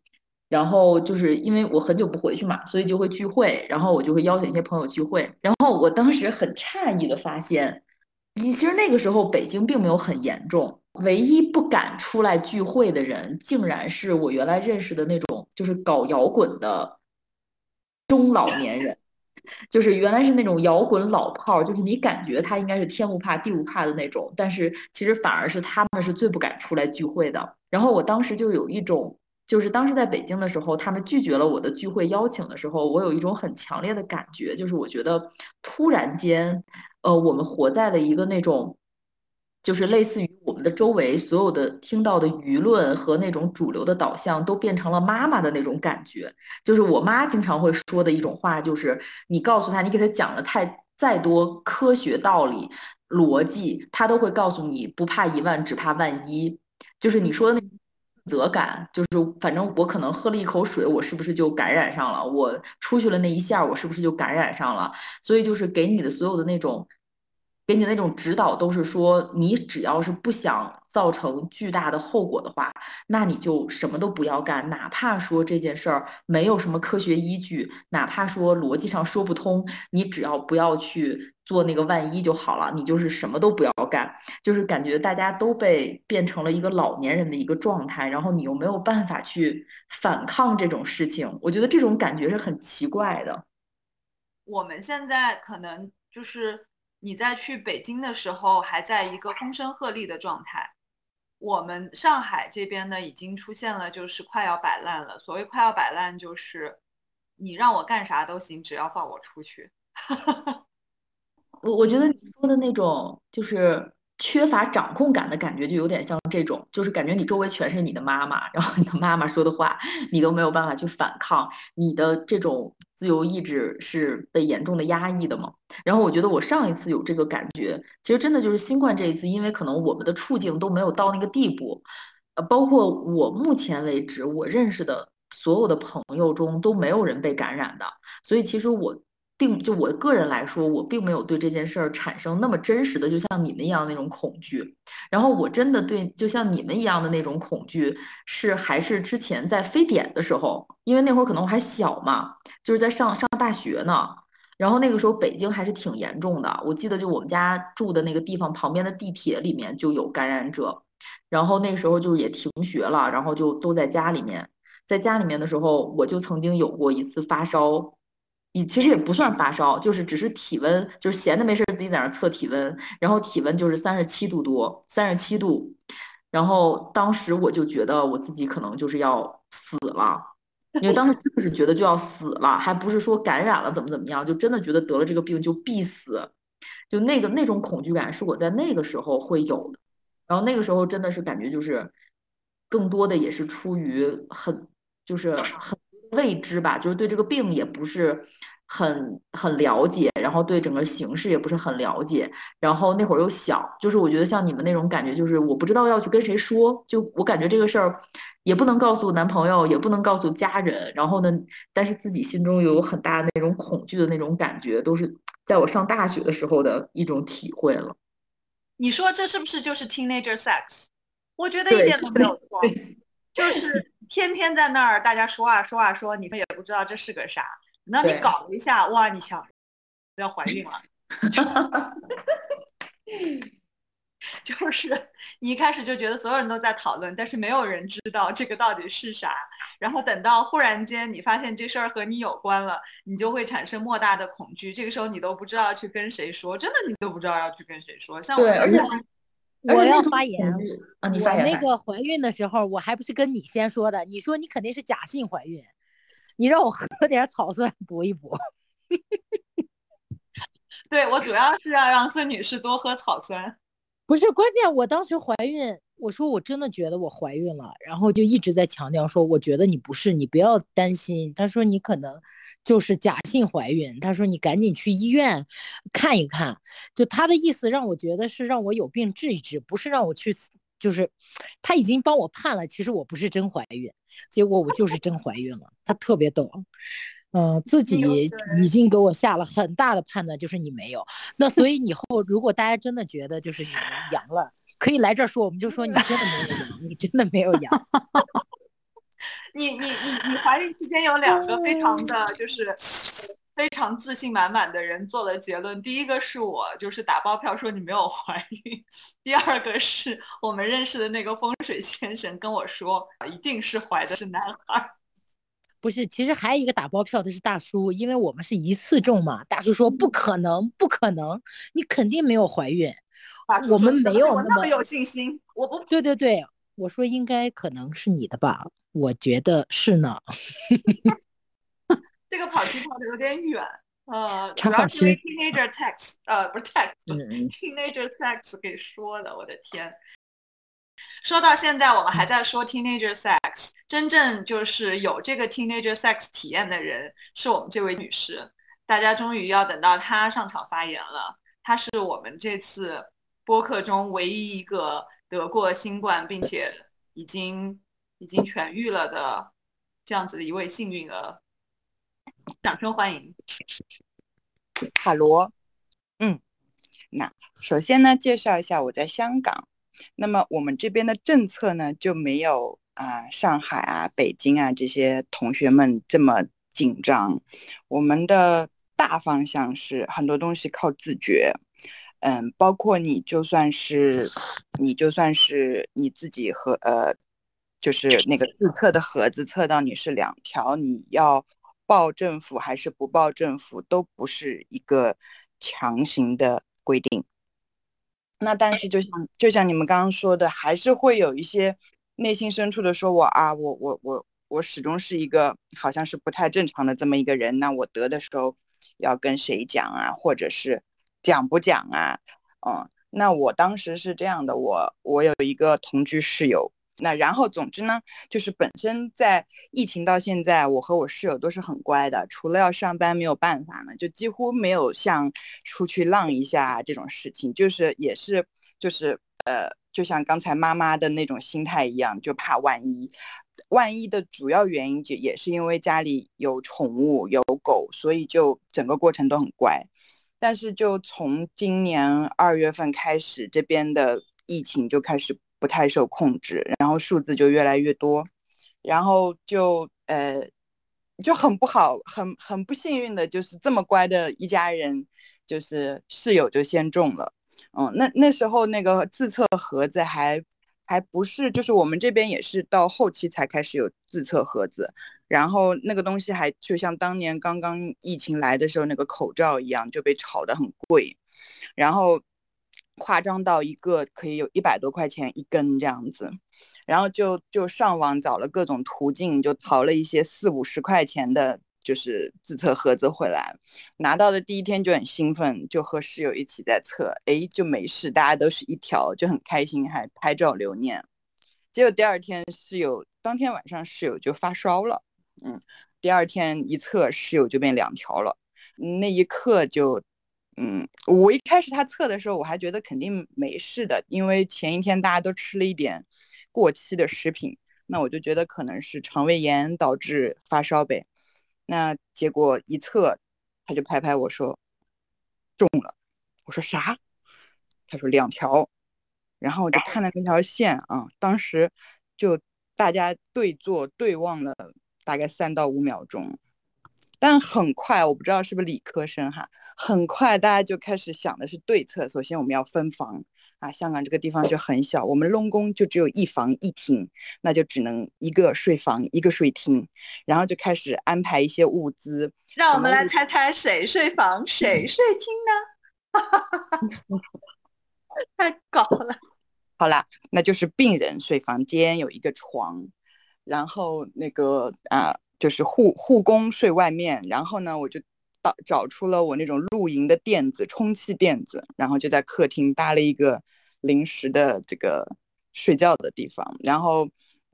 然后就是因为我很久不回去嘛，所以就会聚会，然后我就会邀请一些朋友聚会。然后我当时很诧异的发现，其实那个时候北京并没有很严重，唯一不敢出来聚会的人，竟然是我原来认识的那种就是搞摇滚的中老年人。就是原来是那种摇滚老炮儿，就是你感觉他应该是天不怕地不怕的那种，但是其实反而是他们是最不敢出来聚会的。然后我当时就有一种，就是当时在北京的时候，他们拒绝了我的聚会邀请的时候，我有一种很强烈的感觉，就是我觉得突然间，我们活在了一个那种。就是类似于我们的周围所有的听到的舆论和那种主流的导向都变成了妈妈的那种感觉，就是我妈经常会说的一种话，就是你告诉她，你给她讲了再多科学道理、逻辑，她都会告诉你不怕一万，只怕万一。就是你说的那责感，就是反正我可能喝了一口水，我是不是就感染上了？我出去了那一下，我是不是就感染上了？所以就是给你的所有的那种。给你的那种指导都是说，你只要是不想造成巨大的后果的话，那你就什么都不要干，哪怕说这件事儿没有什么科学依据，哪怕说逻辑上说不通，你只要不要去做那个万一就好了，你就是什么都不要干，就是感觉大家都被变成了一个老年人的一个状态，然后你又没有办法去反抗这种事情，我觉得这种感觉是很奇怪的。
我们现在可能就是你在去北京的时候还在一个风声鹤唳的状态，我们上海这边呢已经出现了就是快要摆烂了。所谓快要摆烂，就是你让我干啥都行，只要放我出去。
我觉得你说的那种就是缺乏掌控感的感觉，就有点像这种，就是感觉你周围全是你的妈妈，然后你的妈妈说的话，你都没有办法去反抗，你的这种自由意志是被严重的压抑的嘛。然后我觉得我上一次有这个感觉，其实真的就是新冠这一次，因为可能我们的处境都没有到那个地步，包括我目前为止我认识的所有的朋友中都没有人被感染的，所以其实就我个人来说，我并没有对这件事儿产生那么真实的，就像你们一样那种恐惧。然后我真的对，就像你们一样的那种恐惧，还是之前在非典的时候，因为那会儿可能我还小嘛，就是在上大学呢。然后那个时候北京还是挺严重的，我记得就我们家住的那个地方旁边的地铁里面就有感染者，然后那个时候就也停学了，然后就都在家里面。在家里面的时候，我就曾经有过一次发烧，其实也不算发烧，就是只是体温，就是闲的没事自己在那测体温，然后体温就是37度多，37度，然后当时我就觉得我自己可能就是要死了，因为当时真的是觉得就要死了，还不是说感染了怎么样，就真的觉得得了这个病就必死，就那种恐惧感是我在那个时候会有的。然后那个时候真的是感觉就是更多的也是出于就是很未知吧，就是对这个病也不是很了解，然后对整个形势也不是很了解，然后那会儿又小，就是我觉得像你们那种感觉，就是我不知道要去跟谁说，就我感觉这个事儿也不能告诉男朋友，也不能告诉家人，然后呢，但是自己心中有很大的那种恐惧的那种感觉，都是在我上大学的时候的一种体会了。
你说这是不是就是 teenager sex？ 我觉得一
对，
点都没有错，就是天天在那儿大家说啊说啊说，你们也不知道这是个啥，等到你
对
搞一下，哇，你想要怀孕了，就是你一开始就觉得所有人都在讨论，但是没有人知道这个到底是啥。然后等到忽然间你发现这事儿和你有关了，你就会产生莫大的恐惧。这个时候你都不知道去跟谁说，真的你都不知道要去跟谁说。像我
对，
现在，
我要
而且那种
发言。
恐惧啊，你
我
发言
那个怀孕的时候，我还不是跟你先说的，你说你肯定是假性怀孕，你让我喝点草酸补一补。
对，我主要是要让孙女士多喝草酸。
不是关键，我当时怀孕，我说我真的觉得我怀孕了，然后就一直在强调说，我觉得你不是，你不要担心。他说你可能就是假性怀孕，他说你赶紧去医院看一看。就他的意思让我觉得是让我有病治一治，不是让我去，就是他已经帮我判了，其实我不是真怀孕，结果我就是真怀孕了。他特别懂。自己已经给我下了很大的判断，就是你没有。那所以以后如果大家真的觉得就是你们阳了，可以来这儿说，我们就说你真的没有阳，你真的没有阳。
你怀孕期间有2个非常的就是非常自信满满的人做了结论，第一个是我，就是打包票说你没有怀孕，第二个是我们认识的那个风水先生跟我说一定是怀的是男孩。
不是，其实还有一个打包票的是大叔，因为我们是一次中嘛。大叔说不可能，不可能，你肯定没有怀孕。我们没有
那么有信心，我不。
对对对，我说应该可能是你的吧，我觉得是呢。
这个跑题跑的有点远，主
插画
要是因为
师，
teenager text，不是 text，teenager text 给说的，我的天。说到现在，我们还在说 teenager sex，真正就是有这个 teenager sex 体验的人是我们这位女士。大家终于要等到她上场发言了。她是我们这次播客中唯一一个得过新冠并且已经痊愈了的这样子的一位幸运儿。掌声欢迎。
哈罗，那首先呢，介绍一下我在香港。那么我们这边的政策呢，就没有上海啊、北京啊这些同学们这么紧张。我们的大方向是很多东西靠自觉，包括你就算是你自己和就是那个自测的盒子测到你是2条，你要报政府还是不报政府，都不是一个强行的规定。那但是就像你们刚刚说的，还是会有一些内心深处的说我始终是一个好像是不太正常的这么一个人。那我得的时候要跟谁讲啊，或者是讲不讲啊？那我当时是这样的，我有一个同居室友。那然后总之呢，就是本身在疫情到现在，我和我室友都是很乖的，除了要上班没有办法呢，就几乎没有像出去浪一下这种事情，就是也是就是就像刚才妈妈的那种心态一样，就怕万一的主要原因也是因为家里有宠物有狗，所以就整个过程都很乖。但是就从今年2月份开始，这边的疫情就开始不太受控制，然后数字就越来越多，然后就很不好，很不幸运的，就是这么乖的一家人，就是室友就先中了。那时候那个自测盒子还不是，就是我们这边也是到后期才开始有自测盒子，然后那个东西还就像当年刚刚疫情来的时候那个口罩一样，就被炒得很贵，然后夸张到一个可以有100多块钱一根这样子，然后就上网找了各种途径，就淘了一些40-50块钱的就是自测盒子回来，拿到的第一天就很兴奋，就和室友一起在测，就没事，大家都是1条，就很开心，还拍照留念。结果第二天当天晚上室友就发烧了，第二天一测室友就变2条了，那一刻就我一开始他测的时候我还觉得肯定没事的，因为前一天大家都吃了一点过期的食品，那我就觉得可能是肠胃炎导致发烧呗。那结果一测，他就拍拍我说中了，我说啥？他说2条，然后我就看了那条线啊，当时就大家对坐对望了大概3到5秒钟，但很快，我不知道是不是理科生哈，很快大家就开始想的是对策。首先我们要分房啊，香港这个地方就很小，我们龙宫就只有1房1厅，那就只能1个睡房1个睡厅，然后就开始安排一些物资。
让我们来猜猜谁睡房谁睡厅呢？太搞了。
好啦，那就是病人睡房间有1个床，然后那个就是护工睡外面，然后呢我就找出了我那种露营的垫子，充气垫子，然后就在客厅搭了一个临时的这个睡觉的地方。然后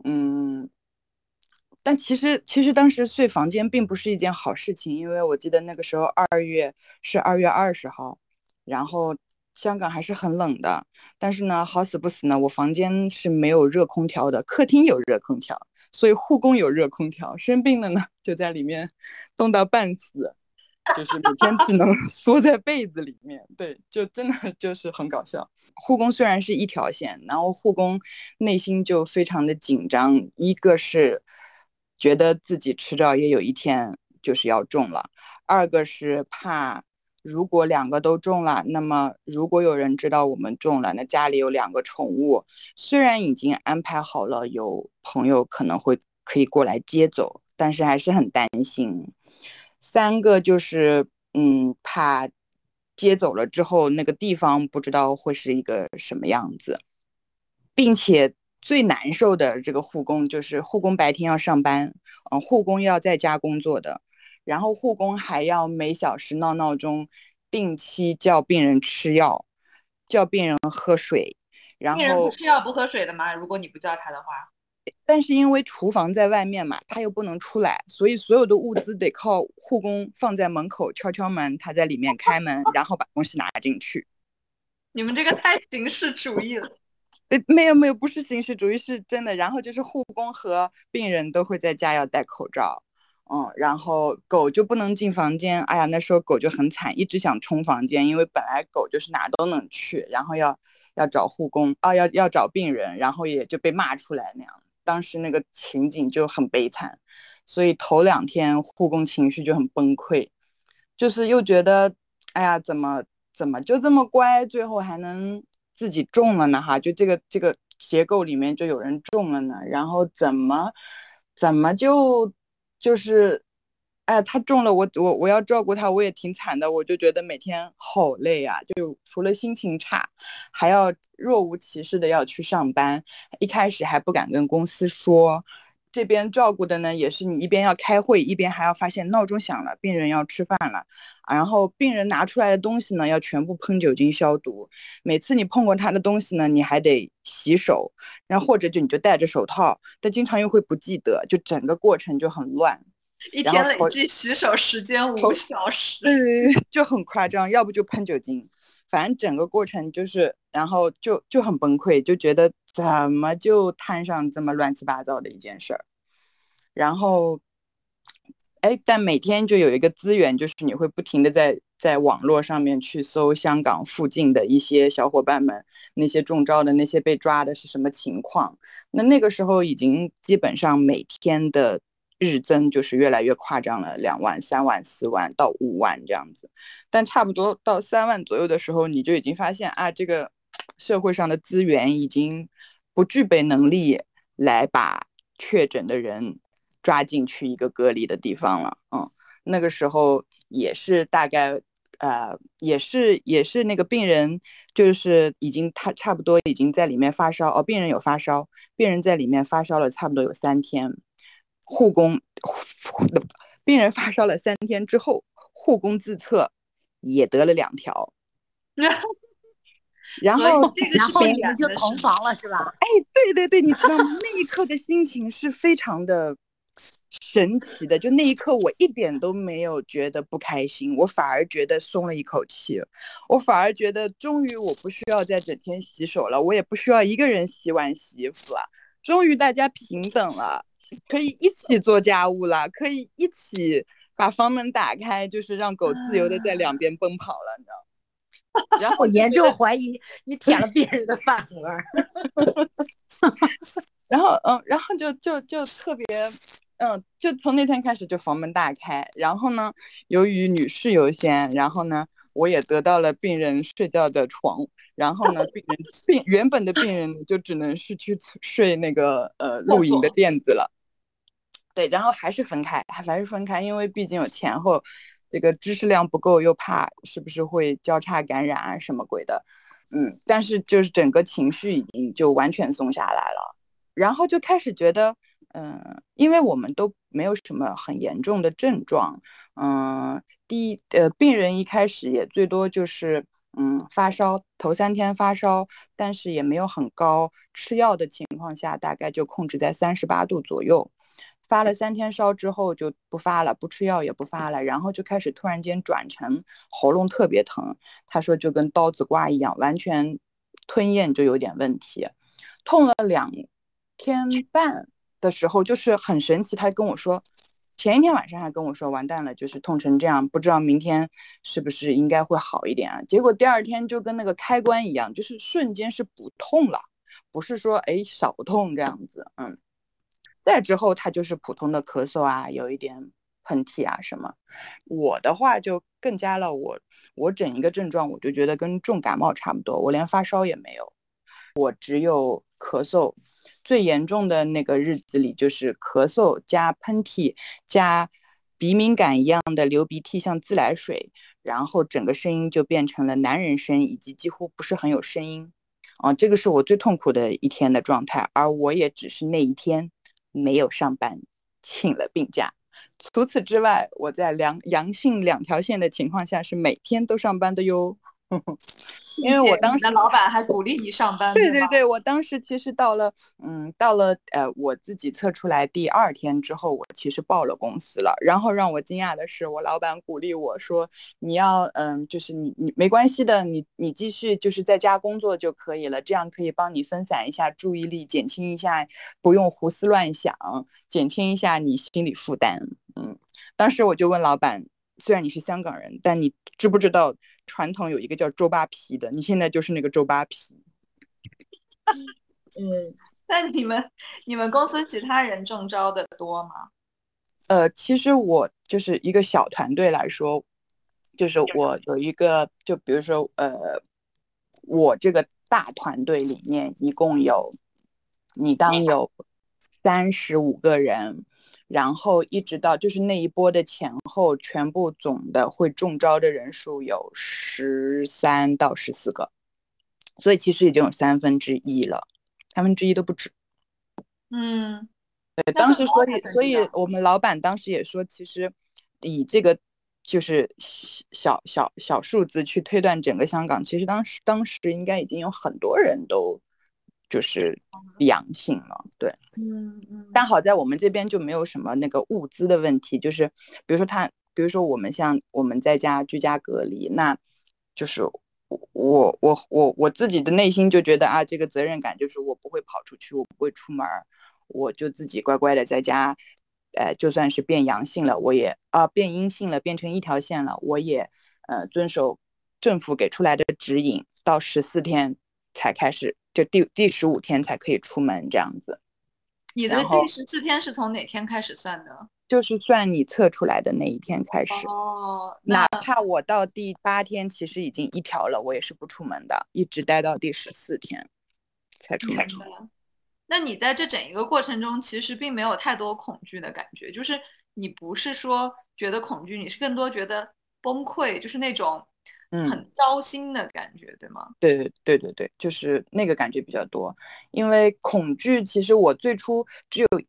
但其实当时睡房间并不是一件好事情，因为我记得那个时候2月20号，然后香港还是很冷的，但是呢好死不死呢，我房间是没有热空调的，客厅有热空调，所以护工有热空调，生病了呢就在里面冻到半死，就是每天只能缩在被子里面。对，就真的就是很搞笑。护工虽然是1条线，然后护工内心就非常的紧张，一个是觉得自己迟早也有一天就是要中了；二个是怕如果两个都中了，那么如果有人知道我们中了，那家里有两个宠物，虽然已经安排好了有朋友可以过来接走，但是还是很担心。三个就是怕接走了之后那个地方不知道会是一个什么样子，并且最难受的这个护工就是护工白天要上班，护工要在家工作的，然后护工还要每小时闹闹钟，定期叫病人吃药，叫病人喝水，然
病人不
后
吃药不喝水的吗？如果你不叫他的话。
但是因为厨房在外面嘛，他又不能出来，所以所有的物资得靠护工放在门口敲敲门，他在里面开门，然后把东西拿进去。
你们这个太形式主义了。
没有，不是形式主义，是真的。然后就是护工和病人都会在家要戴口罩，然后狗就不能进房间。哎呀，那时候狗就很惨，一直想冲房间，因为本来狗就是哪都能去，然后要找护工啊，要找病人，然后也就被骂出来那样。当时那个情景就很悲惨，所以头2天护工情绪就很崩溃，就是又觉得，哎呀，怎么就这么乖，最后还能自己中了呢？哈，就这个结构里面就有人中了呢，然后怎么就是，哎呀，他中了，我要照顾他，我也挺惨的，我就觉得每天好累啊，就除了心情差，还要若无其事的要去上班，一开始还不敢跟公司说。这边照顾的呢，也是你一边要开会，一边还要发现闹钟响了，病人要吃饭了，然后病人拿出来的东西呢，要全部喷酒精消毒。每次你碰过他的东西呢，你还得洗手，然后或者你就戴着手套，但经常又会不记得，就整个过程就很乱。
一天累计洗手时间5小时，
就很夸张，要不就喷酒精，反正整个过程就是，然后就很崩溃，就觉得怎么就摊上这么乱七八糟的一件事儿。然后但每天就有一个资源，就是你会不停的在网络上面去搜香港附近的一些小伙伴们，那些中招的，那些被抓的是什么情况。那个时候已经基本上每天的日增就是越来越夸张了，2万、3万、4万到5万这样子。但差不多到3万左右的时候，你就已经发现啊，这个社会上的资源已经不具备能力来把确诊的人抓进去一个隔离的地方了。那个时候也是大概也是那个病人就是已经他差不多已经在里面发烧，病人有发烧，病人在里面发烧了差不多有3天，病人发烧了3天之后，护工自测也得了2条。然后
你们就同房了是吧？
对，你知道吗？那一刻的心情是非常的神奇的，就那一刻我一点都没有觉得不开心，我反而觉得松了一口气，我反而觉得终于我不需要再整天洗手了，我也不需要一个人洗碗洗衣服了，终于大家平等了，可以一起做家务了，可以一起把房门打开，就是让狗自由的在两边奔跑了，你知道吗？然后
我严重怀疑你舔了别人的饭盒。
然后就特别，就从那天开始就房门大开。然后呢，由于女士优先，然后呢，我也得到了病人睡觉的床。然后呢，原本的病人就只能是去睡那个露营的垫子了。对，然后还是分开，因为毕竟有前后。这个知识量不够，又怕是不是会交叉感染啊什么鬼的，但是就是整个情绪已经就完全松下来了，然后就开始觉得，因为我们都没有什么很严重的症状，病人一开始也最多就是发烧，头3天发烧，但是也没有很高，吃药的情况下大概就控制在38度左右。发了3天烧之后就不发了，不吃药也不发了，然后就开始突然间转成喉咙特别疼，他说就跟刀子刮一样，完全吞咽就有点问题，痛了2天半的时候就是很神奇，他跟我说前一天晚上还跟我说完蛋了，就是痛成这样，不知道明天是不是应该会好一点啊，结果第2天就跟那个开关一样，就是瞬间是不痛了，不是说少痛这样子， 再之后他就是普通的咳嗽啊，有一点喷嚏啊什么。我的话就更加了，我整一个症状我就觉得跟重感冒差不多，我连发烧也没有，我只有咳嗽。最严重的那个日子里就是咳嗽加喷嚏加鼻敏感一样的流鼻涕，像自来水，然后整个声音就变成了男人声，以及几乎不是很有声音。这个是我最痛苦的一天的状态，而我也只是那一天没有上班，请了病假。除此之外，我在阳性2条线的情况下是每天都上班的哟。因为我当时
你的老板还鼓励你上班，
对对对，我当时其实到了我自己测出来第2天之后，我其实报了公司了。然后让我惊讶的是，我老板鼓励我说，你要就是你没关系的，你继续就是在家工作就可以了，这样可以帮你分散一下注意力，减轻一下不用胡思乱想，减轻一下你心理负担。当时我就问老板，虽然你是香港人，但你知不知道传统有一个叫周扒皮的？你现在就是那个周扒皮。
那你们公司其他人中招的多吗？
其实我就是一个小团队来说，就是我有一个，就比如说我这个大团队里面一共有35个人。然后一直到就是那一波的前后，全部总的会中招的人数有13到14个，所以其实已经有1/3了，1/3都不止。对，当时所以我们老板当时也说，其实以这个就是小数字去推断整个香港，其实当时应该已经有很多人都就是阳性了，对。但好在我们这边就没有什么那个物资的问题，就是比如说我们在家居家隔离，那就是我自己的内心就觉得啊，这个责任感就是我不会跑出去，我不会出门，我就自己乖乖的在家，就算是变阳性了，我也变阴性了，变成1条线了，我也遵守政府给出来的指引，到14天才开始，就第15天才可以出门这样子。
你的第14天是从哪天开始算的？
就是算你测出来的那一天开始。哪怕我到第8天其实已经1条了，我也是不出门的，一直待到第14天才出门。
那你在这整一个过程中其实并没有太多恐惧的感觉，就是你不是说觉得恐惧，你是更多觉得崩溃，就是那种很糟心的感觉，对吗？
对，就是那个感觉比较多。因为恐惧其实我最初只有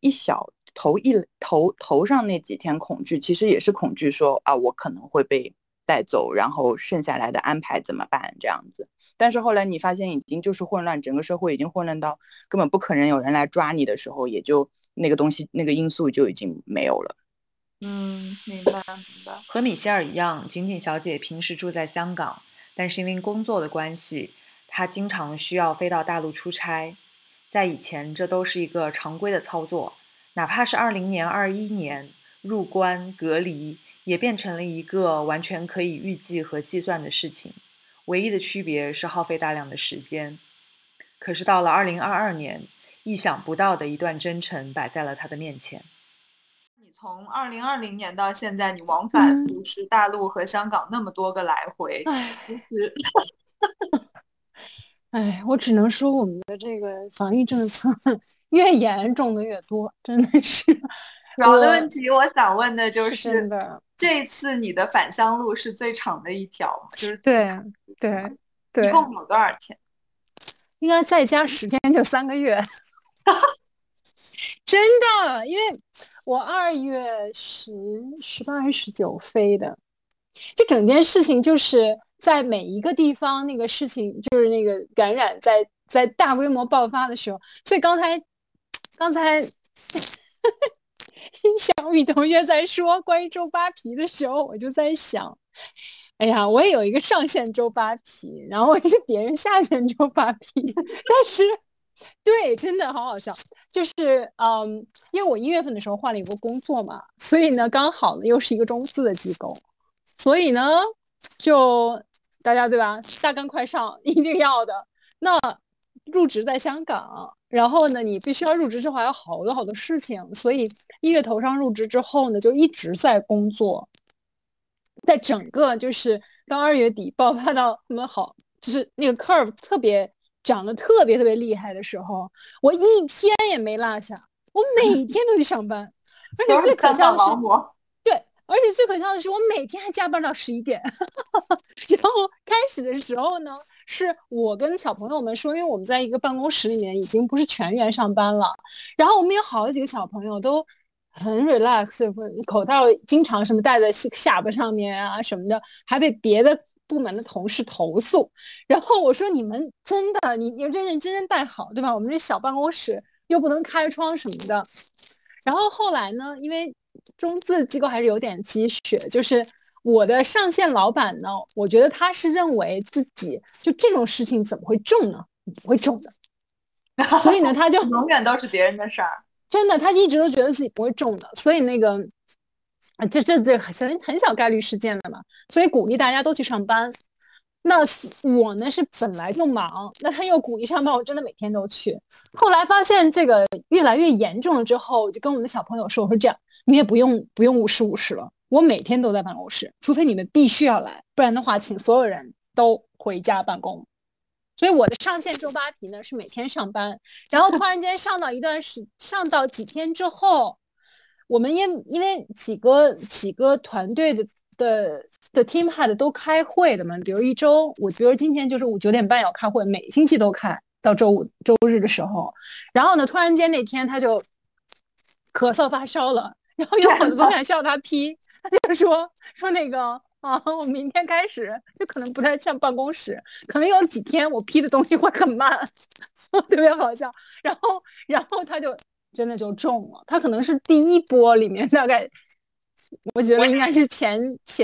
头上那几天恐惧，其实也是恐惧说我可能会被带走，然后剩下来的安排怎么办这样子。但是后来你发现已经就是混乱，整个社会已经混乱到根本不可能有人来抓你的时候，也就那个东西那个因素就已经没有了。
明白。
和米歇尔一样，景景小姐平时住在香港，但是因为工作的关系，她经常需要飞到大陆出差。在以前，这都是一个常规的操作，哪怕是20年、21年入关隔离，也变成了一个完全可以预计和计算的事情。唯一的区别是耗费大量的时间。可是到了2022年，意想不到的一段征程摆在了他的面前。
你从2020年到现在，你往返就是大陆和香港那么多个来回，就是
我只能说我们的这个防疫政策越严重的越多，真的是。
主要的问题，我想问的就是
真的，
这次你的返乡路是最长的一条，就是
对，
一共有多少天？
应该在家时间就3个月。真的，因为我2月18还是19飞的，这整件事情就是在每一个地方那个事情就是那个感染在大规模爆发的时候，所以刚才小米同学在说关于周扒皮的时候，我就在想，哎呀，我也有一个上线周扒皮，然后我是别人下线周扒皮，但是对，真的好好笑。就是因为我1月份的时候换了一个工作嘛，所以呢刚好呢又是一个中资的机构，所以呢就大家对吧，大干快上一定要的。那入职在香港， 然后呢，你必须要入职之后还有好多好多事情，所以1月头上入职之后呢，就一直在工作，在整个就是到2月底爆发到什么好，就是那个 curve 特别长得特别特别厉害的时候，我一天也没落下，我每天都去上班，而且最可笑的是，对，而且最可笑的是我每天还加班到11点，然后开始的时候呢。是我跟小朋友们说，因为我们在一个办公室里面已经不是全员上班了，然后我们有好几个小朋友都很 relax， 口罩经常什么戴在下巴上面啊什么的，还被别的部门的同事投诉。然后我说你们真的，你认真戴好，对吧？我们这小办公室又不能开窗什么的。然后后来呢，因为中资的机构还是有点积雪，就是我的上线老板呢，我觉得他是认为自己就这种事情怎么会中呢？不会中的，所以呢，他就
永远都是别人的事儿。
真的，他一直都觉得自己不会中的，所以那个这很小概率事件的嘛，所以鼓励大家都去上班。那我呢是本来就忙，那他又鼓励上班，我真的每天都去。后来发现这个越来越严重了之后，我就跟我们的小朋友说：“我说这样，你们也不用50-50了，我每天都在办公室，除非你们必须要来，不然的话，请所有人都回家办公。”所以我的上线周扒皮呢是每天上班，然后突然间上到几天之后，我们因为几个团队的 team head 都开会的嘛，比如比如今天就是9点半要开会，每星期都开到周五周日的时候，然后呢，突然间那天他就咳嗽发烧了，然后有很多东西需要他批，他就说那个我明天开始就可能不太像办公室，可能有几天我批的东西会很慢，特别好笑。然后他就真的就中了，他可能是第一波里面大概。我觉得应该是前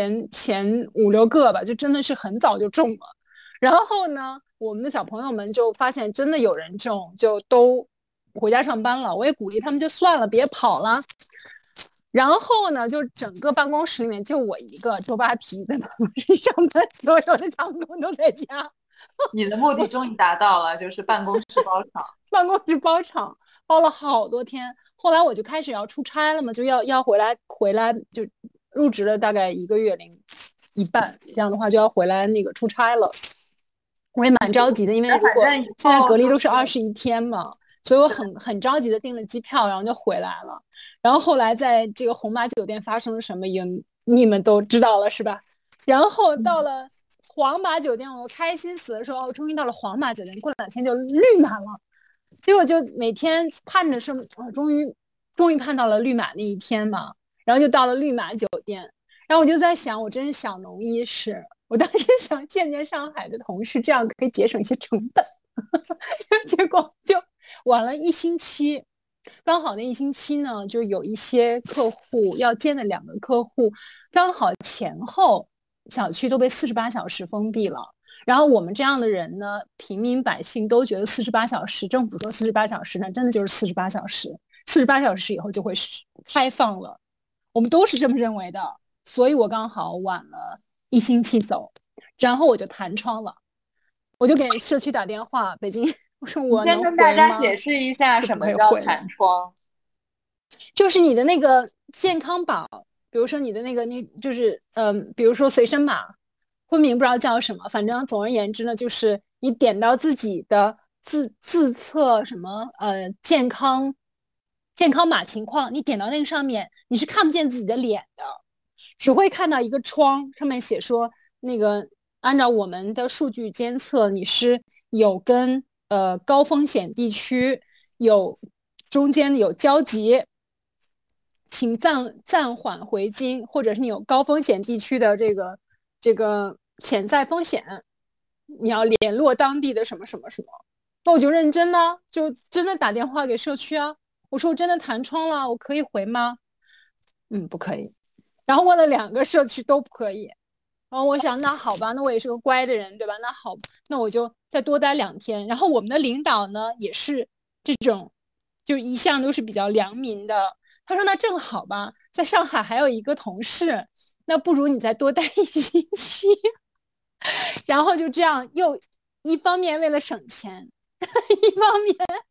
5-6个吧，就真的是很早就中了。然后呢，我们的小朋友们就发现真的有人中，就都回家上班了。我也鼓励他们就算了，别跑了。然后呢，就整个办公室里面就我一个周扒皮在办公室上班，所有的长工都在家。
你的目的终于达到了，就是办公室包场。
办公室包场包了好多天。后来我就开始要出差了嘛，就要回来就入职了大概1个月零一半，这样的话就要回来那个出差了。我也蛮着急的，因为如果现在隔离都是21天嘛，所以我很着急的订了机票，然后就回来了。然后后来在这个红马酒店发生了什么，你们都知道了是吧？然后到了黄马酒店，我开心死了，说我终于到了黄马酒店，过2天就绿马了。结果就每天盼着终于盼到了绿马那一天嘛，然后就到了绿马酒店，然后我就在想，我真是小农医师，我当时想见上海的同事，这样可以节省一些成本，结果就晚了1星期，刚好那1星期呢，就有一些客户要见的2个客户，刚好前后小区都被48小时封闭了。然后我们这样的人呢，平民百姓都觉得48小时，政府说48小时呢，真的就是48小时，48小时以后就会开放了，我们都是这么认为的。所以我刚好晚了1星期走，然后我就弹窗了，我就给社区打电话，北京，我说我能回吗？
先跟大家解释一下什么叫弹窗，
就是你的那个健康宝，比如说你的那个就是比如说随身码。昆明不知道叫什么，反正总而言之呢，就是你点到自己的自测什么健康码情况，你点到那个上面，你是看不见自己的脸的，只会看到一个窗，上面写说那个按照我们的数据监测，你是有跟高风险地区中间有交集，请暂缓回京，或者是你有高风险地区的这个潜在风险，你要联络当地的什么什么什么。那我就认真呢，就真的打电话给社区啊，我说我真的弹窗了，我可以回吗？不可以。然后问了2个社区都不可以。然后我想，那好吧，那我也是个乖的人，对吧？那好，那我就再多待2天。然后我们的领导呢，也是这种，就一向都是比较良民的。他说，那正好吧，在上海还有一个同事。那不如你再多待1星期，然后就这样，又一方面为了省钱，一方面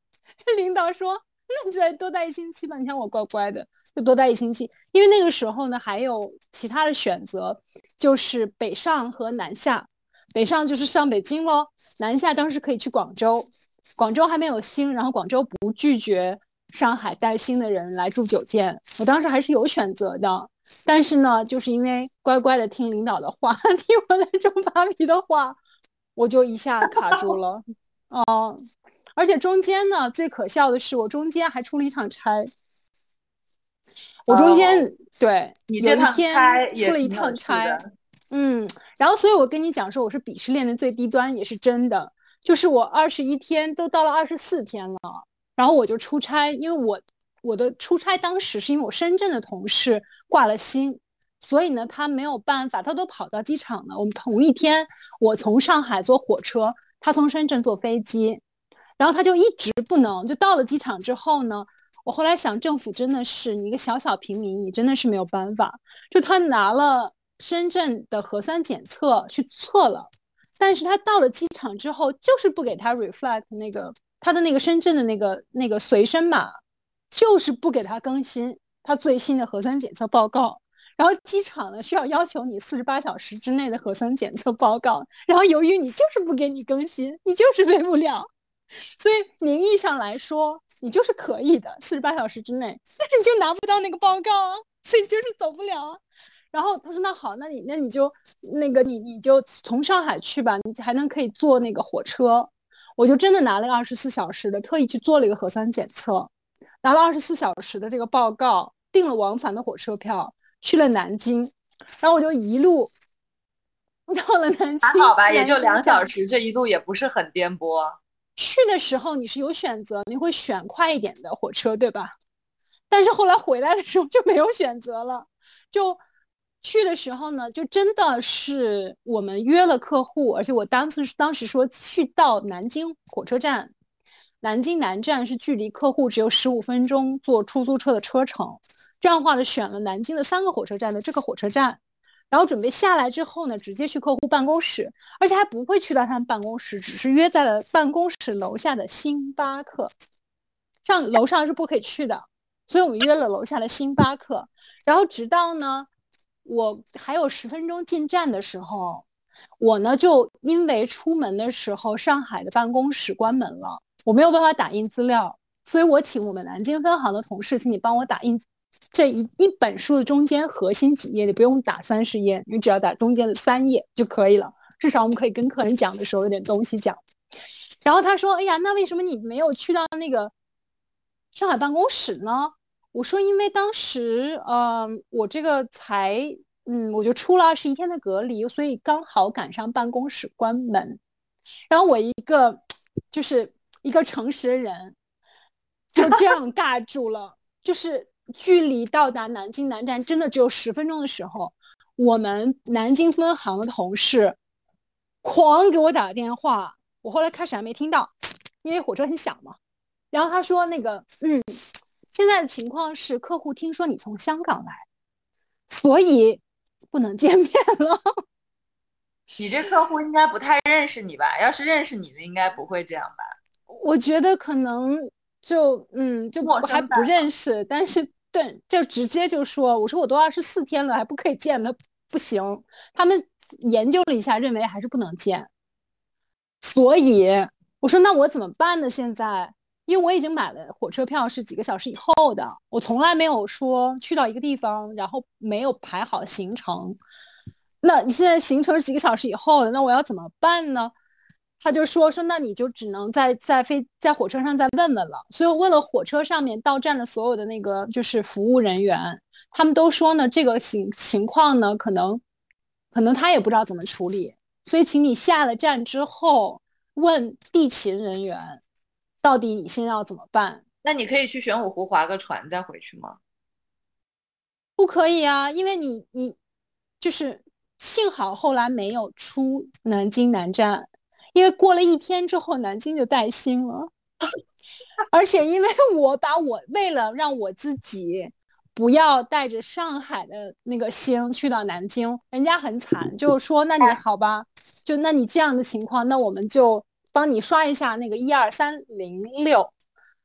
领导说，那你再多待1星期吧。你看我乖乖的，就多待1星期。因为那个时候呢，还有其他的选择，就是北上和南下。北上就是上北京咯，南下当时可以去广州。广州还没有星，然后广州不拒绝上海带星的人来住酒店。我当时还是有选择的，但是呢，就是因为乖乖的听领导的话，听我那种芭比的话，我就一下卡住了。而且中间呢，最可笑的是，我中间还出了一趟差。我中间、对
你这趟差也
出了一趟差，然后所以我跟你讲说，我是鄙视链的最低端，也是真的。就是我21天都到了24天了，然后我就出差，因为我的出差当时是因为我深圳的同事挂了星，所以呢他没有办法，他都跑到机场了。我们同一天，我从上海坐火车，他从深圳坐飞机，然后他就一直不能，就到了机场之后呢，我后来想，政府真的是你一个小小平民，你真的是没有办法。就他拿了深圳的核酸检测去测了，但是他到了机场之后，就是不给他 reflect 他的那个深圳的那个随身码，就是不给他更新他最新的核酸检测报告。然后机场呢需要求你48小时之内的核酸检测报告，然后由于你就是不给你更新，你就是背不了，所以名义上来说你就是可以的，48小时之内，但是你就拿不到那个报告啊，所以就是走不了。然后他说那好，那你就你就从上海去吧，你还可以坐那个火车。我就真的拿了个24小时的，特意去做了一个核酸检测，拿了24小时的这个报告，订了往返的火车票，去了南京，然后我就一路到了南京。
还好吧，也就2小时，这一路也不是很颠簸。
去的时候你是有选择，你会选快一点的火车，对吧？但是后来回来的时候就没有选择了。就去的时候呢，就真的是我们约了客户，而且我当时说去到南京火车站，南京南站是距离客户只有15分钟坐出租车的车程。这样的话呢，选了南京的3个火车站的这个火车站，然后准备下来之后呢，直接去客户办公室，而且还不会去到他们办公室，只是约在了办公室楼下的星巴克。楼上是不可以去的，所以我们约了楼下的星巴克。然后直到呢，我还有10分钟进站的时候，我呢就因为出门的时候上海的办公室关门了，我没有办法打印资料，所以我请我们南京分行的同事，请你帮我打印这一本书的中间核心几页，你不用打30页，你只要打中间的3页就可以了，至少我们可以跟客人讲的时候有点东西讲。然后他说，哎呀，那为什么你没有去到那个上海办公室呢？我说因为当时我这个我就出了21天的隔离，所以刚好赶上办公室关门。然后我就是一个诚实的人就这样尬住了。就是距离到达南京南站真的只有10分钟的时候，我们南京分行的同事狂给我打电话，我后来开始还没听到，因为火车很响嘛。然后他说现在的情况是客户听说你从香港来，所以不能见面了。
你这客户应该不太认识你吧？要是认识你的，应该不会这样吧？
我觉得可能就还不认识，但是对，就直接就说，我说我都24天了，还不可以见，那不行。他们研究了一下，认为还是不能见。所以我说那我怎么办呢？现在因为我已经买了火车票，是几个小时以后的，我从来没有说去到一个地方然后没有排好行程。那你现在行程是几个小时以后了，那我要怎么办呢？他就说那你就只能在火车上再问问了。所以我问了火车上面到站的所有的那个就是服务人员，他们都说呢这个情况呢可能他也不知道怎么处理，所以请你下了站之后问地勤人员到底你现在要怎么办。
那你可以去玄武湖划个船再回去吗？
不可以啊，因为你就是幸好后来没有出南京南站，因为过了1天之后南京就带星了。而且因为我为了让我自己不要带着上海的那个星去到南京，人家很惨，就是说那你好吧，那你这样的情况，那我们就帮你刷一下那个12306，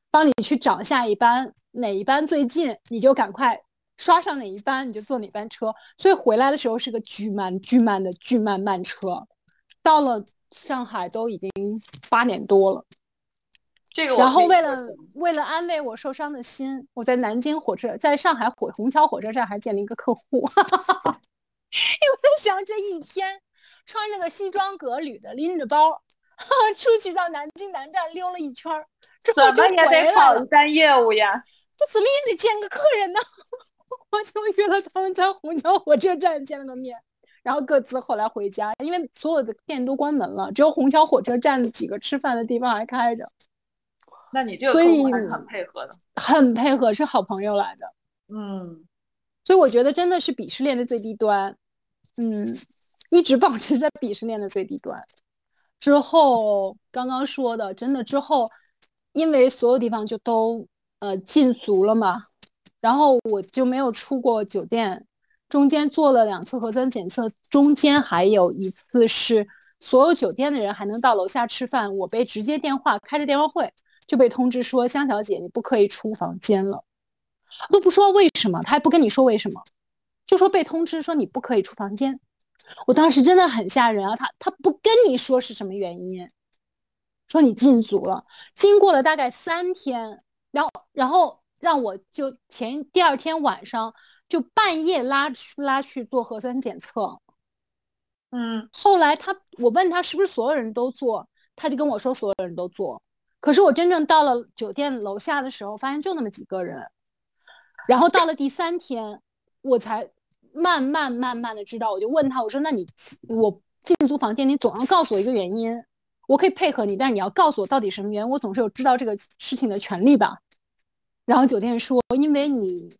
帮你去找下一班，哪一班最近，你就赶快刷上哪一班，你就坐哪班车。所以回来的时候是个巨慢慢车，到了上海都已经8点多了。
这个
然后为了安慰我受伤的心，我在南京火车，在上海虹桥火车站还见了一个客户，因为我在想这一天穿着个西装革履的，拎着包出去到南京南站溜了一圈，之后就回来了。怎么也得
跑一单业务呀，
这怎么也得见个客人呢。我就约了他们在虹桥火车站见了个面，然后各自后来回家，因为所有的店都关门了，只有虹桥火车站的几个吃饭的地方还开着。
那你这个客户还是很配合的，
很配合，是好朋友来的。所以我觉得真的是鄙视链的最低端，一直保持在鄙视链的最低端。之后刚刚说的，真的之后，因为所有地方就都禁足了嘛，然后我就没有出过酒店，中间做了2次核酸检测，中间还有一次是所有酒店的人还能到楼下吃饭，我被直接开着电话会。就被通知说，香小姐你不可以出房间了，都不说为什么，他还不跟你说为什么，就说被通知说你不可以出房间。我当时真的很吓人啊，他不跟你说是什么原因，说你禁足了。经过了大概3天，然后让我就第二天晚上就半夜拉去做核酸检测。后来我问他是不是所有人都做，他就跟我说所有人都做。可是我真正到了酒店楼下的时候，发现就那么几个人。然后到了第3天，我才慢慢的知道。我就问他，我说：“那我进足房间，你总要告诉我一个原因，我可以配合你，但是你要告诉我到底什么原因，我总是有知道这个事情的权利吧。”然后酒店说：“因为你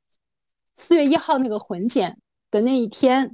4月1号那个混检的那一天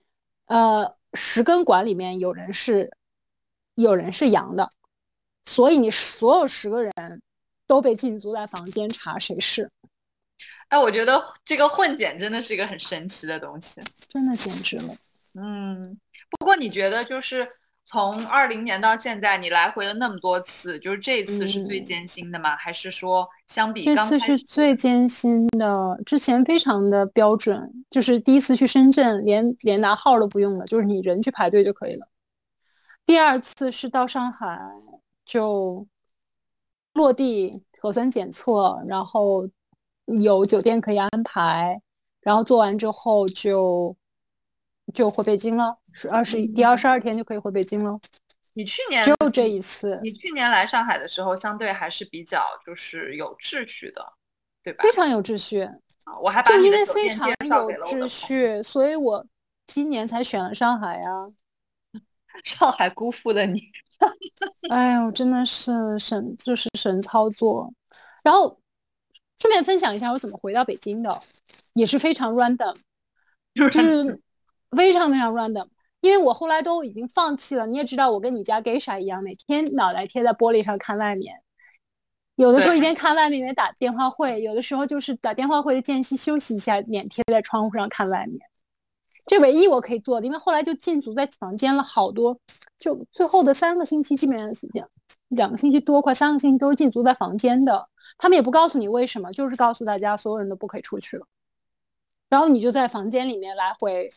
，10根管里面有人是阳的。”所以你所有10个人都被禁足在房间查谁是。
哎，我觉得这个混检真的是一个很神奇的东西，
真的简直了。
不过你觉得就是从20年到现在，你来回了那么多次，就是这一次是最艰辛的吗？还是说相比刚开始
这次是最艰辛的？之前非常的标准，就是第一次去深圳，连拿号都不用了，就是你人去排队就可以了。第2次是到上海。就落地核酸检测，然后有酒店可以安排，然后做完之后就回北京了，第22天就可以回北京了。
你去年
只有这一次。
你去年来上海的时候，相对还是比较就是有秩序的，对吧？
非常有秩序。
我还把你的酒
非常有秩序，所以我今年才选了上海呀。
上海辜负了你。
哎呦，真的是神操作。然后顺便分享一下我怎么回到北京的，也是非常 random， 就是非常非常 random。因为我后来都已经放弃了，你也知道我跟你家 geisha 一样，每天脑袋贴在玻璃上看外面，有的时候一边看外面一边打电话会，有的时候就是打电话会的间隙休息一下，脸贴在窗户上看外面。这唯一我可以做的，因为后来就禁足在房间了好多，就最后的3个星期基本上是这样，2个星期多，快3个星期都是禁足在房间的。他们也不告诉你为什么，就是告诉大家所有人都不可以出去了。然后你就在房间里面来回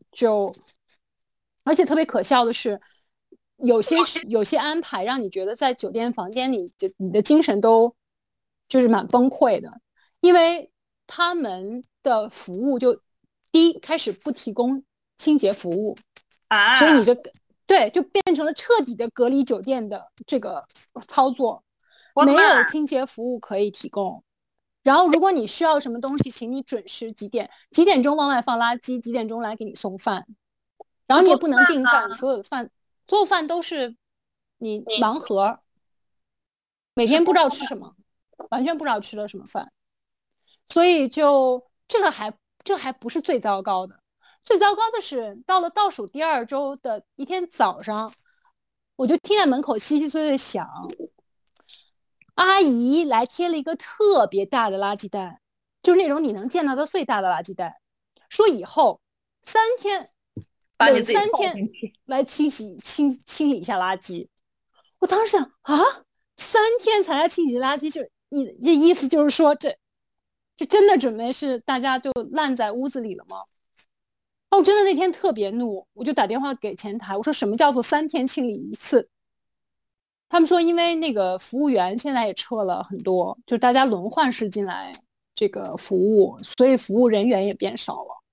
而且特别可笑的是，有些安排让你觉得在酒店房间里你的精神都就是蛮崩溃的，因为他们的服务就第一开始不提供清洁服务啊，所以你就变成了彻底的隔离酒店的这个操作，没有清洁服务可以提供。然后如果你需要什么东西，请你准时几点钟往外放垃圾，几点钟来给你送饭。然后你也不能订饭，所有饭都是你盲盒，每天不知道吃什么，完全不知道吃了什么饭。所以就这还不是最糟糕的，最糟糕的是到了倒数第2周的一天早上，我就听在门口稀稀碎碎响，阿姨来贴了一个特别大的垃圾袋，就是那种你能见到的最大的垃圾袋，说以后3天每3天来清理一下垃圾。我当时想啊，3天才来清洗垃圾，就你这意思就是说，这真的准备是大家就烂在屋子里了吗？哦，真的那天特别怒，我就打电话给前台，我说什么叫做3天清理一次？他们说因为那个服务员现在也撤了很多，就大家轮换式进来这个服务，所以服务人员也变少了。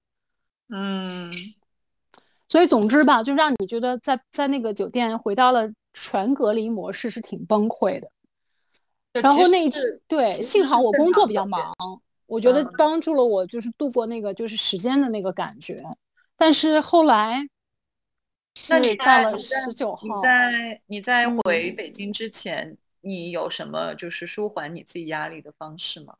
所以总之吧，就让你觉得在那个酒店回到了全隔离模式是挺崩溃的。然后那一天，对，幸好我工作比较忙，我觉得帮助了我，就是度过那个就是时间的那个感觉。但是后来是到了19号，
你在回北京之前，你有什么就是舒缓你自己压力的方式吗？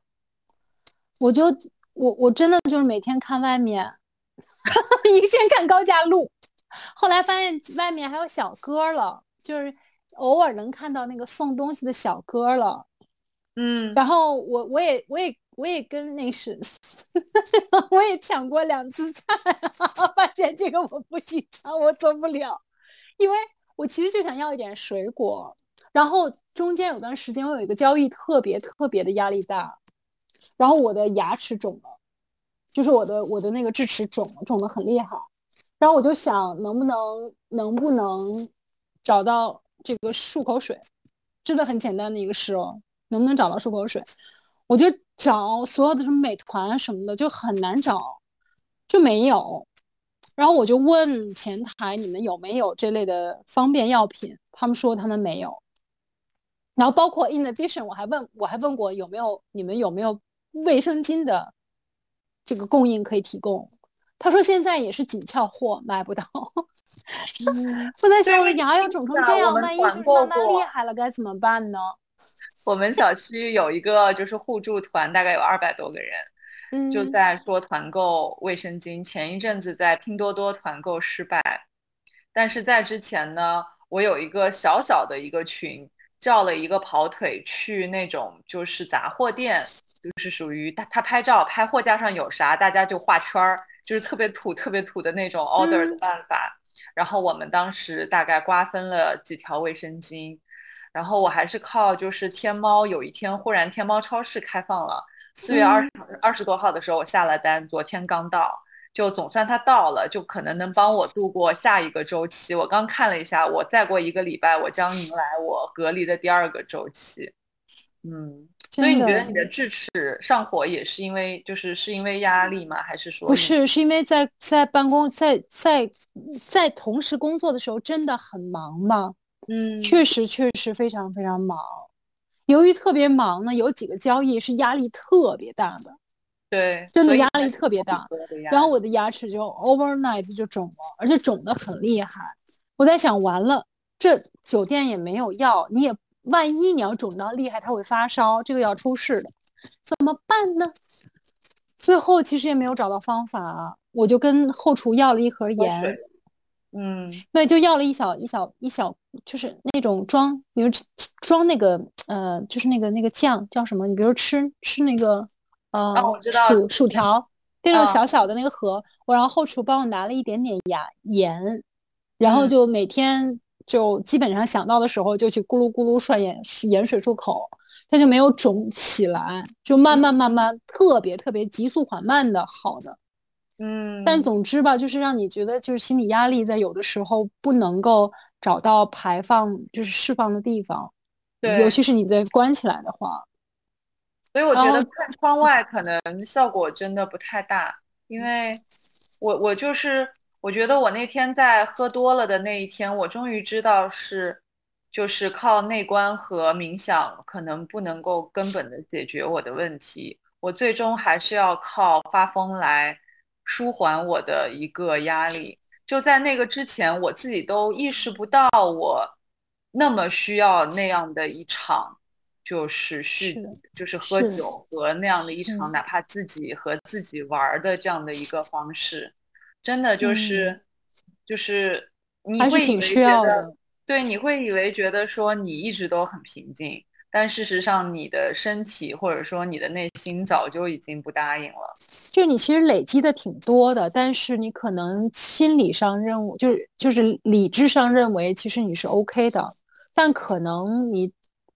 我真的就是每天看外面，先看高架路，后来发现外面还有小哥了，就是偶尔能看到那个送东西的小哥了。然后我也跟那是，我也抢过2次菜，发现这个我不经常，我做不了，因为我其实就想要一点水果。然后中间有段时间我有一个交易特别特别的压力大，然后我的牙齿肿了，就是我的那个智齿肿得很厉害。然后我就想能不能找到这个漱口水，真的很简单的一个事哦。能不能找到漱口水？我就找所有的什么美团什么的，就很难找，就没有。然后我就问前台你们有没有这类的方便药品，他们说他们没有。然后包括 in addition， 我还问过你们有没有卫生巾的这个供应可以提供，他说现在也是紧俏货，买不到。我在想我的牙要肿成这样，万一就是慢慢厉害了该怎么办呢？
我们小区有一个就是互助团，大概有200多个人，就在说团购卫生巾。前一阵子在拼多多团购失败，但是在之前呢，我有一个小小的一个群，叫了一个跑腿去那种就是杂货店，就是属于他拍照拍货架上有啥，大家就画圈儿，就是特别土的那种 order 的办法。然后我们当时大概瓜分了几条卫生巾。然后我还是靠就是天猫，有一天忽然天猫超市开放了，4月20多号的时候我下了单，昨天刚到，就总算它到了，就可能能帮我度过下一个周期。我刚看了一下，我再过1个礼拜我将迎来我隔离的第2个周期。所以你觉得你的智齿上火也是因为是因为压力吗？还是说
不是？是因为在办公在同时工作的时候真的很忙嘛？确实非常非常忙。由于特别忙呢，有几个交易是压力特别大的，
对，
真的压力特别大。然后我的牙齿就 overnight 就肿了，而且肿得很厉害。我在想，完了，这酒店也没有药，万一你要肿到厉害，它会发烧，这个要出事的，怎么办呢？最后其实也没有找到方法，我就跟后厨要了一盒盐。对，就要了一小，就是那种比如装那个就是那个酱叫什么？你比如吃那个
我知道
薯条那种小小的那个盒，然后后厨帮我拿了一点点盐，然后就每天就基本上想到的时候就去咕噜咕噜涮盐水漱口，它就没有肿起来，就慢慢特别特别急速缓慢的好的。但总之吧，就是让你觉得就是心理压力在有的时候不能够找到排放就是释放的地方，尤其是你在关起来的话。
所以我觉得看窗外可能效果真的不太大，因为我觉得我那天在喝多了的那一天，我终于知道就是靠内观和冥想可能不能够根本的解决我的问题，我最终还是要靠发疯来舒缓我的一个压力。就在那个之前，我自己都意识不到我那么需要那样的一场，就是喝酒和那样的一场，哪怕自己和自己玩的这样的一个方式，真的就是你会以为觉得，对，你会以为觉得说你一直都很平静。但事实上，你的身体或者说你的内心早就已经不答应了。
就你其实累积的挺多的，但是你可能心理上就是理智上认为其实你是 OK 的，但可能你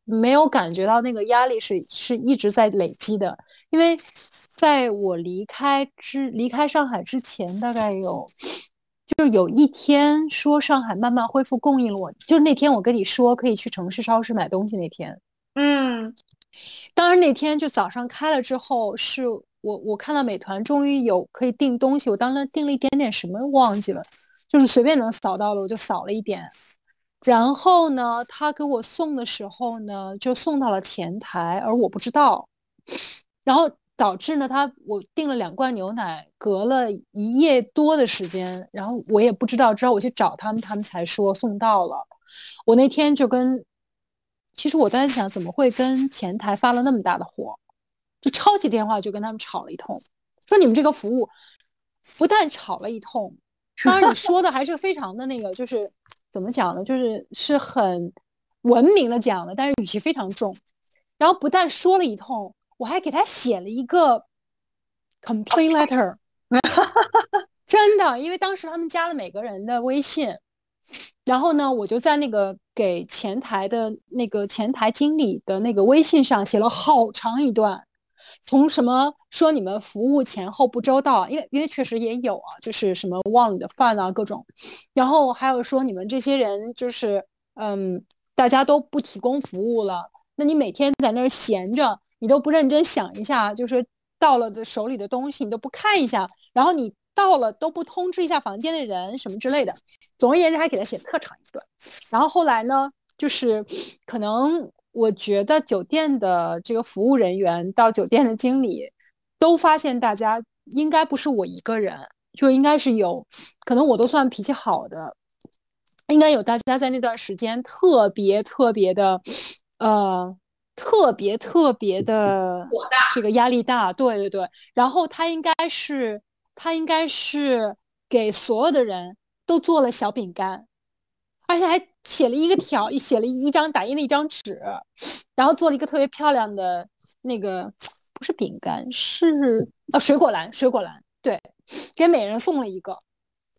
没有感觉到那个压力是一直在累积的，因为在我离开上海之前，大概有一天说上海慢慢恢复供应了就是那天我跟你说可以去城市超市买东西那天。当然那天就早上开了之后，是我看到美团终于有可以订东西，我当时订了一点点什么忘记了，就是随便能扫到了我就扫了一点。然后呢，他给我送的时候呢，就送到了前台，而我不知道，然后导致呢，我订了2罐牛奶，隔了1夜多的时间，然后我也不知道，直到我去找他们，他们才说送到了。我那天其实我在想，怎么会跟前台发了那么大的火，就抄起电话就跟他们吵了一通，说你们这个服务不但吵了一通，当然你说的还是非常的那个，就是怎么讲呢，是很文明的讲的，但是语气非常重。然后不但说了一通，我还给他写了一个 complaint letter， 真的，因为当时他们加了每个人的微信，然后呢，我就在那个给前台的那个前台经理的那个微信上写了好长一段，从什么说你们服务前后不周到，因为确实也有啊，就是什么忘了你的饭啊各种，然后还有说你们这些人就是大家都不提供服务了，那你每天在那儿闲着，你都不认真想一下，就是到了的手里的东西你都不看一下，然后你到了都不通知一下房间的人什么之类的。总而言之，还给他写特长一段。然后后来呢，就是可能我觉得酒店的这个服务人员到酒店的经理都发现大家应该不是我一个人，就应该是可能我都算脾气好的，应该有大家在那段时间特别特别的特别特别的这个压力大，对对对。然后他应该是给所有的人都做了小饼干，而且还写了一张打印了一张纸，然后做了一个特别漂亮的那个不是饼干是水果篮，对，给每人送了一个。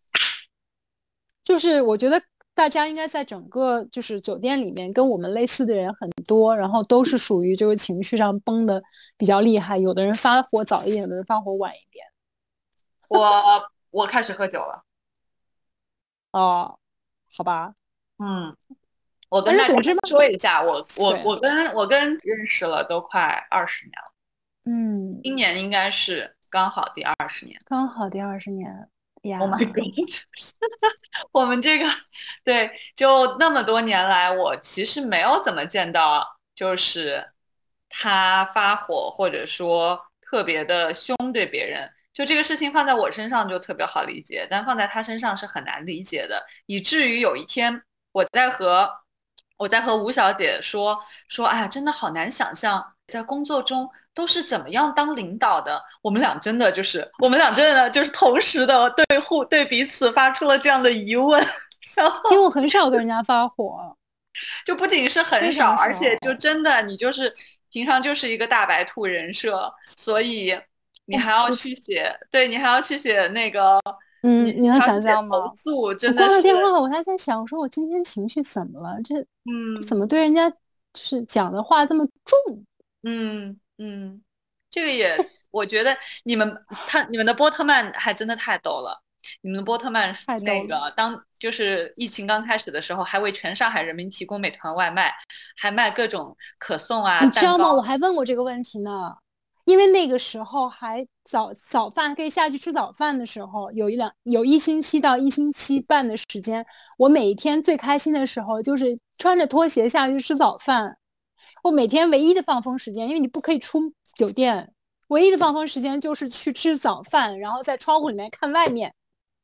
就是我觉得大家应该在整个就是酒店里面跟我们类似的人很多，然后都是属于这个情绪上崩的比较厉害，有的人发火早一点，有的人发火晚一点。
我开始喝酒了。
哦，好吧。
我跟大家说一下，我跟认识了都快20年了。今年应该是刚好第20年。
刚好第20年。
Oh my god！ 我们这个对，就那么多年来，我其实没有怎么见到，就是他发火或者说特别的凶对别人。就这个事情放在我身上就特别好理解，但放在他身上是很难理解的，以至于有一天我在和吴小姐说，哎，真的好难想象在工作中都是怎么样当领导的。我们俩真的就是同时的对彼此发出了这样的疑问。
因为我很少跟人家发火，
就不仅是很少，而且就真的你就是平常就是一个大白兔人设，所以你还要去写，对，你还要去写那个。
你能想象吗？
真的是。
我挂了电话，我还在想，我说我今天情绪怎么了？怎么对人家就是讲的话这么重？
这个也，我觉得你们的波特曼还真的太逗了。你们的波特曼那个就是疫情刚开始的时候，还为全上海人民提供美团外卖，还卖各种可颂啊。
你知道吗？我还问过这个问题呢。因为那个时候还早饭可以下去吃早饭的时候，有1星期到1星期半的时间，我每一天最开心的时候就是穿着拖鞋下去吃早饭。我每天唯一的放风时间，因为你不可以出酒店，唯一的放风时间就是去吃早饭，然后在窗户里面看外面。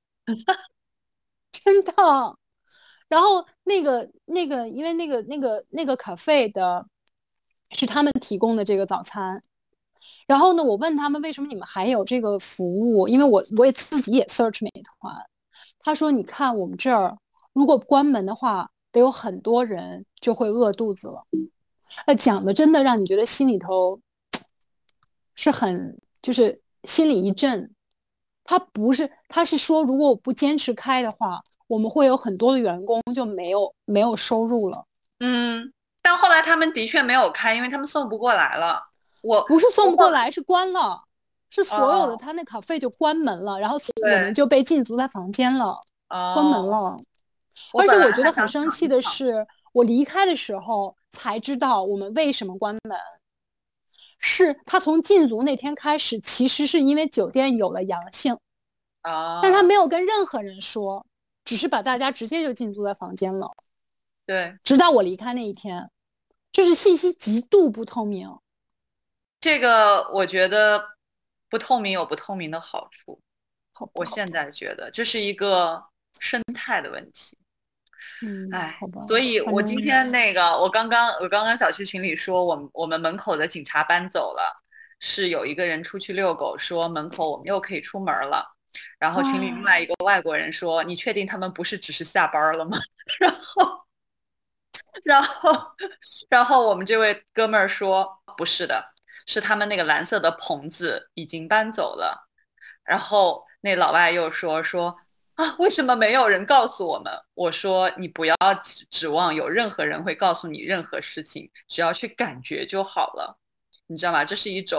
真的。然后那个，因为那个cafe的是他们提供的这个早餐。然后呢，我问他们为什么你们还有这个服务，因为我也自己也 search 美团。他说你看我们这儿如果关门的话，得有很多人就会饿肚子了。讲的真的让你觉得心里头是很就是心里一震。他是说如果我不坚持开的话，我们会有很多的员工就没有收入了。
但后来他们的确没有开，因为他们送不过来了。
不是送不过来，是关了，是所有的
哦
他那咖啡就关门了，然后我
对
们就被禁足在房间了，关门
哦，
了。而且
本来
我觉得很
还想
生气的
尝一尝
是，我离开的时候才知道我们为什么关门，是他从禁足那天开始，其实是因为酒店有了阳性，但是他
啊，
没有跟任何人说，只是把大家直接就禁足在房间了，
对，
直到我离开那一天，就是信息极度不透明。
这个我觉得不透明有不透明的好处。
好吧，
我现在觉得这是一个生态的问题。哎，
好吧，
所以
反正
我今天我刚刚小区群里说，我们门口的警察搬走了，是有一个人出去遛狗，说门口我们又可以出门了。然后群里另外一个外国人说：“你确定他们不是只是下班了吗？”然后，然后，然后我们这位哥们儿说：“不是的，是他们那个蓝色的棚子已经搬走了。”然后那老外又说啊，为什么没有人告诉我们？我说你不要指望有任何人会告诉你任何事情，只要去感觉就好了，你知道吗？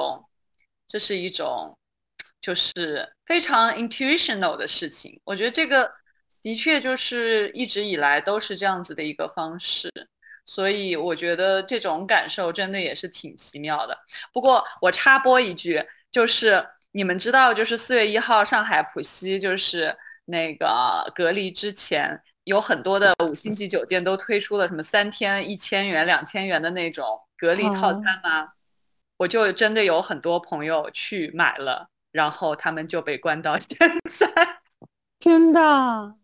这是一种就是非常 intuitional 的事情。我觉得这个的确就是一直以来都是这样子的一个方式。所以我觉得这种感受真的也是挺奇妙的。不过我插播一句，就是你们知道，就是4月1号上海浦西就是那个隔离之前，有很多的5星级酒店都推出了什么3天1000元、2000元的那种隔离套餐吗？我就真的有很多朋友去买了，然后他们就被关到现在。
真的，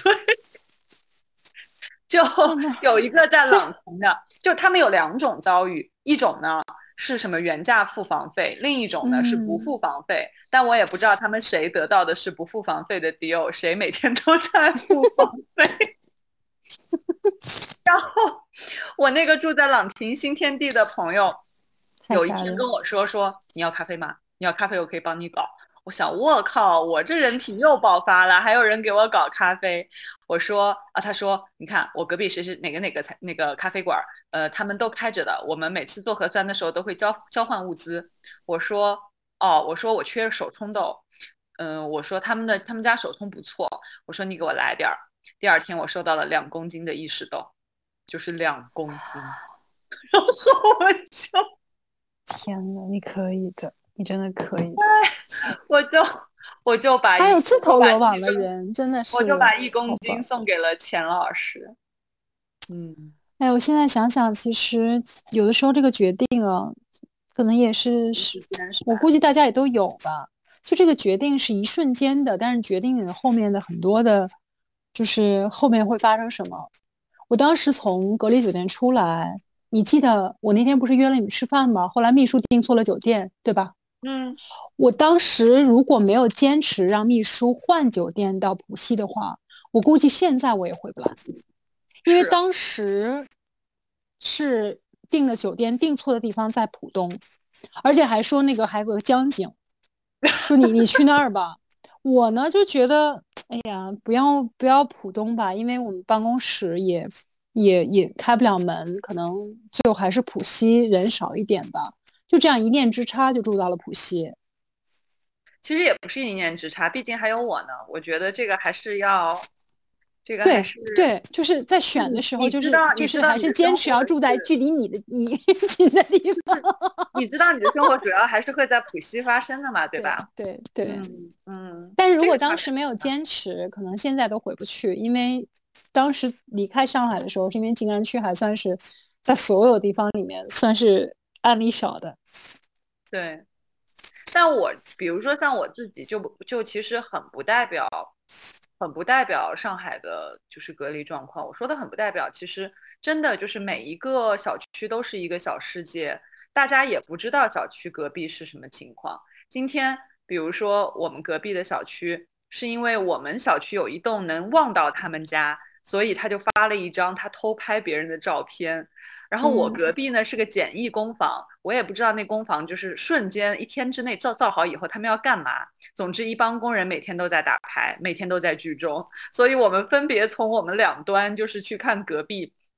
就有一个在朗城的，就他们有2种遭遇，一种呢是什么原价付房费，另一种呢是不付房费。但我也不知道他们谁得到的是不付房费的 deal， 谁每天都在付房费。然后我那个住在朗廷新天地的朋友，有一天跟我说你要咖啡吗？你要咖啡我可以帮你搞。我想我靠，我这人品又爆发了，还有人给我搞咖啡。我说啊，他说你看我隔壁谁是哪个咖啡馆，他们都开着的，我们每次做核酸的时候都会交换物资。我说哦，我说我缺手冲豆，我说他们家手冲不错，我说你给我来点儿。第二天我收到了2公斤的意式豆，就是2公斤，然后我就
天哪，你可以的，你真的可以。
我就把
还有自投罗网的人，真的是，
我就把1公斤送给了钱老师。
哎，我现在想想，其实有的时候这个决定啊，可能也是我估计大家也都有吧。就这个决定是一瞬间的，但是决定了后面的很多的，就是后面会发生什么。我当时从隔离酒店出来，你记得我那天不是约了你们吃饭吗？后来秘书订错了酒店，对吧？我当时如果没有坚持让秘书换酒店到浦西的话，我估计现在我也回不来，因为当时是订的酒店订错的地方在浦东，而且还说那个还有个江景，说你去那儿吧。我呢就觉得，哎呀，不要浦东吧，因为我们办公室也开不了门，可能就还是浦西人少一点吧。就这样一念之差就住到了浦西。
其实也不是一念之差，毕竟还有我呢。我觉得这个还是要，这个还是
对，就是在选的时候，就是还是坚持要住在距离你近的地方。
你知道你的生活主要还是会在浦西发生的嘛，对吧？
对，
但
是如果当时没有坚持，可能现在都回不去，因为当时离开上海的时候，这边静安区还算是在所有地方里面算是案例少的。
对，但我比如说像我自己就其实很不代表上海的就是隔离状况。我说的很不代表，其实真的就是每一个小区都是一个小世界，大家也不知道小区隔壁是什么情况。今天比如说我们隔壁的小区，是因为我们小区有一栋能望到他们家，所以他就发了一张他偷拍别人的照片。然后我隔壁呢是个简易工坊，我也不知道那工坊就是瞬间1天之内造好以后他们要干嘛。总之一帮工人每天都在打牌，每天都在聚众，所以我们分别从我们2端就是去看隔壁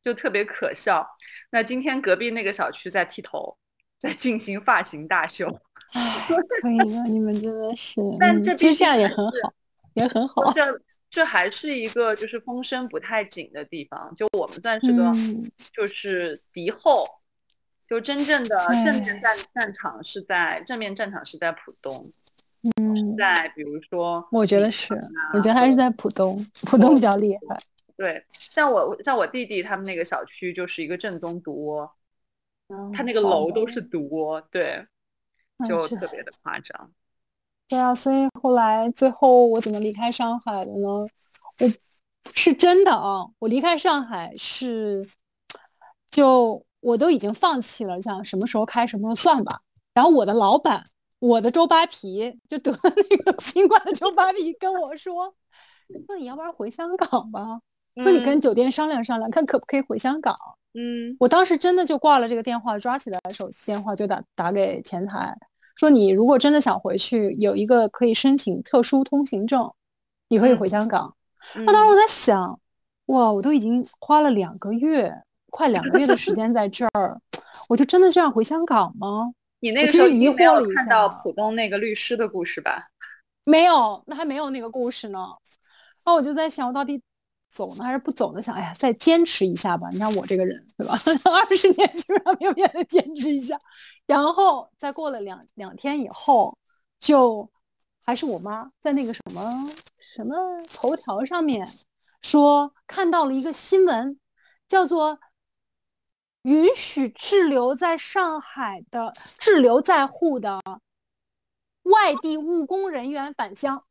就特别可笑。那今天隔壁那个小区在剃头，在进行发型大秀。
唉，可以的，你们真的是，
但这
其实这样也
毕竟还是
很好，也很好。
这还是一个就是风声不太紧的地方，就我们算是个就是敌后，就真正的正面战场是在浦东，在比如说
我觉得是，我觉得还是在浦东比较厉害。
对，像我弟弟他们那个小区就是一个正宗毒窝，他那个楼都是毒窝，对，就特别的夸张。
对啊，所以后来最后我怎么离开上海的呢？我是真的啊，我离开上海是，就我都已经放弃了，想什么时候开什么时候算吧。然后我的老板，我的周扒皮就得了那个新冠的周扒皮跟我说你要不然回香港吧，说你跟酒店商量商量，看可不可以回香港。我当时真的就挂了这个电话，抓起来手机电话就打给前台。说你如果真的想回去，有一个可以申请特殊通行证，你可以回香港。那当时我在想，哇，我都已经花了快2个月的时间在这儿，我就真的这样回香港吗？
你那个时候
疑惑了一下，
看到浦东那个律师的故事吧？
没有，那还没有那个故事呢。然后我就在想，我到底走呢还是不走呢？想，哎呀，再坚持一下吧。你看我这个人，对吧？20年基本上没有变得坚持一下。然后再过了两天以后，就还是我妈在那个什么头条上面说看到了一个新闻，叫做允许滞留在上海的滞留在沪的外地务工人员返乡。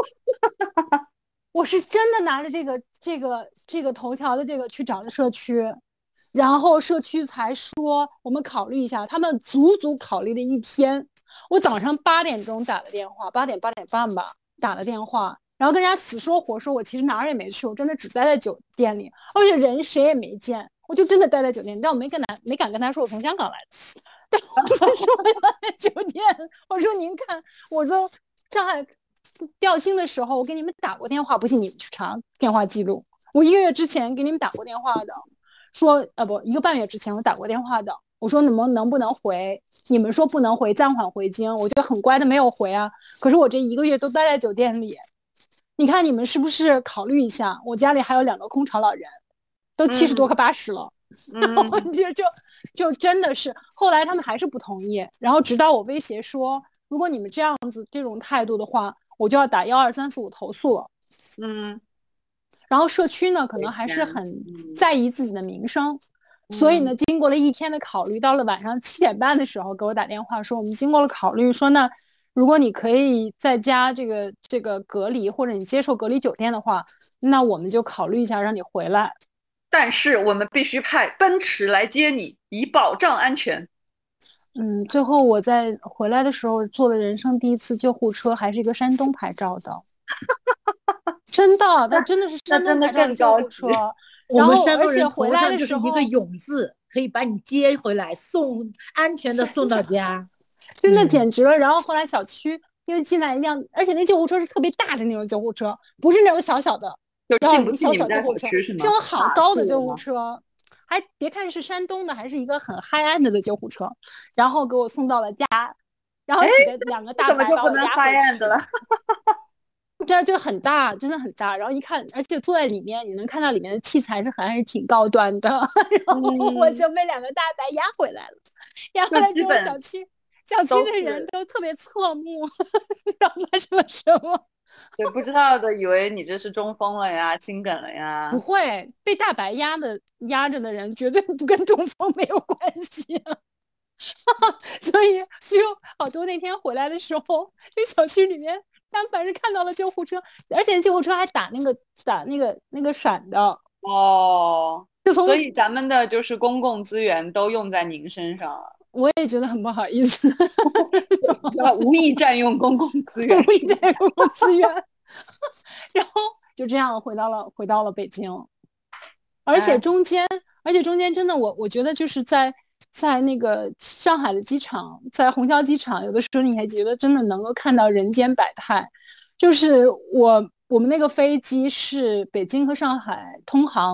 我是真的拿着这个头条的这个去找的社区，然后社区才说我们考虑一下，他们足足考虑了1天。我早上8点钟打了电话，8点半吧打了电话，然后跟人家死说活说，我其实哪儿也没去，我真的只待在酒店里，而且人谁也没见，我就真的待在酒店里，但我没敢跟他说我从香港来的，但我就说我在酒店，我说您看，我说上海调薪的时候我给你们打过电话，不信你们去查电话记录，我1个月之前给你们打过电话的，说不1个半月之前我打过电话的，我说你们能不能回，你们说不能回，暂缓回京，我就很乖的没有回啊。可是我这1个月都待在酒店里，你看你们是不是考虑一下，我家里还有2个空巢老人，都70多快80了。然后就真的是，后来他们还是不同意，然后直到我威胁说，如果你们这样子这种态度的话，我就要打12345投诉了。然后社区呢，可能还是很在意自己的名声，所以呢，经过了1天的考虑，到了晚上7点半的时候给我打电话说，我们经过了考虑，说呢，如果你可以在家这个隔离，或者你接受隔离酒店的话，那我们就考虑一下让你回来。
但是我们必须派奔驰来接你，以保障安全。
最后我在回来的时候坐了人生第1次救护车，还是一个山东牌照的。真的，那真的是山东牌照的救护车。
我们山东人头上就是一个勇字，可以把你接回来，安全的送到家，
真的简直了。然后后来小区因为进来一辆，而且那救护车是特别大的那种救护车，不是那种小小的，
进不
小救护车，
是
这种好高的救护车。还别看是山东的，还是一个很嗨暗的救护车，然后给我送到了家，然后挤着2个大白把我压回去了。对，就很大，真的很大。然后一看，而且坐在里面，你能看到里面的器材还是挺高端的。然后我就被2个大白压回来了。压回来之后，小区的人都特别侧目，不知道发生了什么。
对，不知道的以为你这是中风了呀，心梗了呀。
不会，被大白压着的人绝对不跟中风没有关系啊。所以就好多那天回来的时候，这小区里面但凡是看到了救护车，而且救护车还打那个闪的
哦。所以咱们的就是公共资源都用在您身上了。
我也觉得很不好意思，
无意占用公共资源，
无意占用公共资源。然后就这样回到了北京，而且中间真的我觉得就是在那个上海的机场，在虹桥机场，有的时候你还觉得真的能够看到人间百态。就是我们那个飞机是北京和上海通航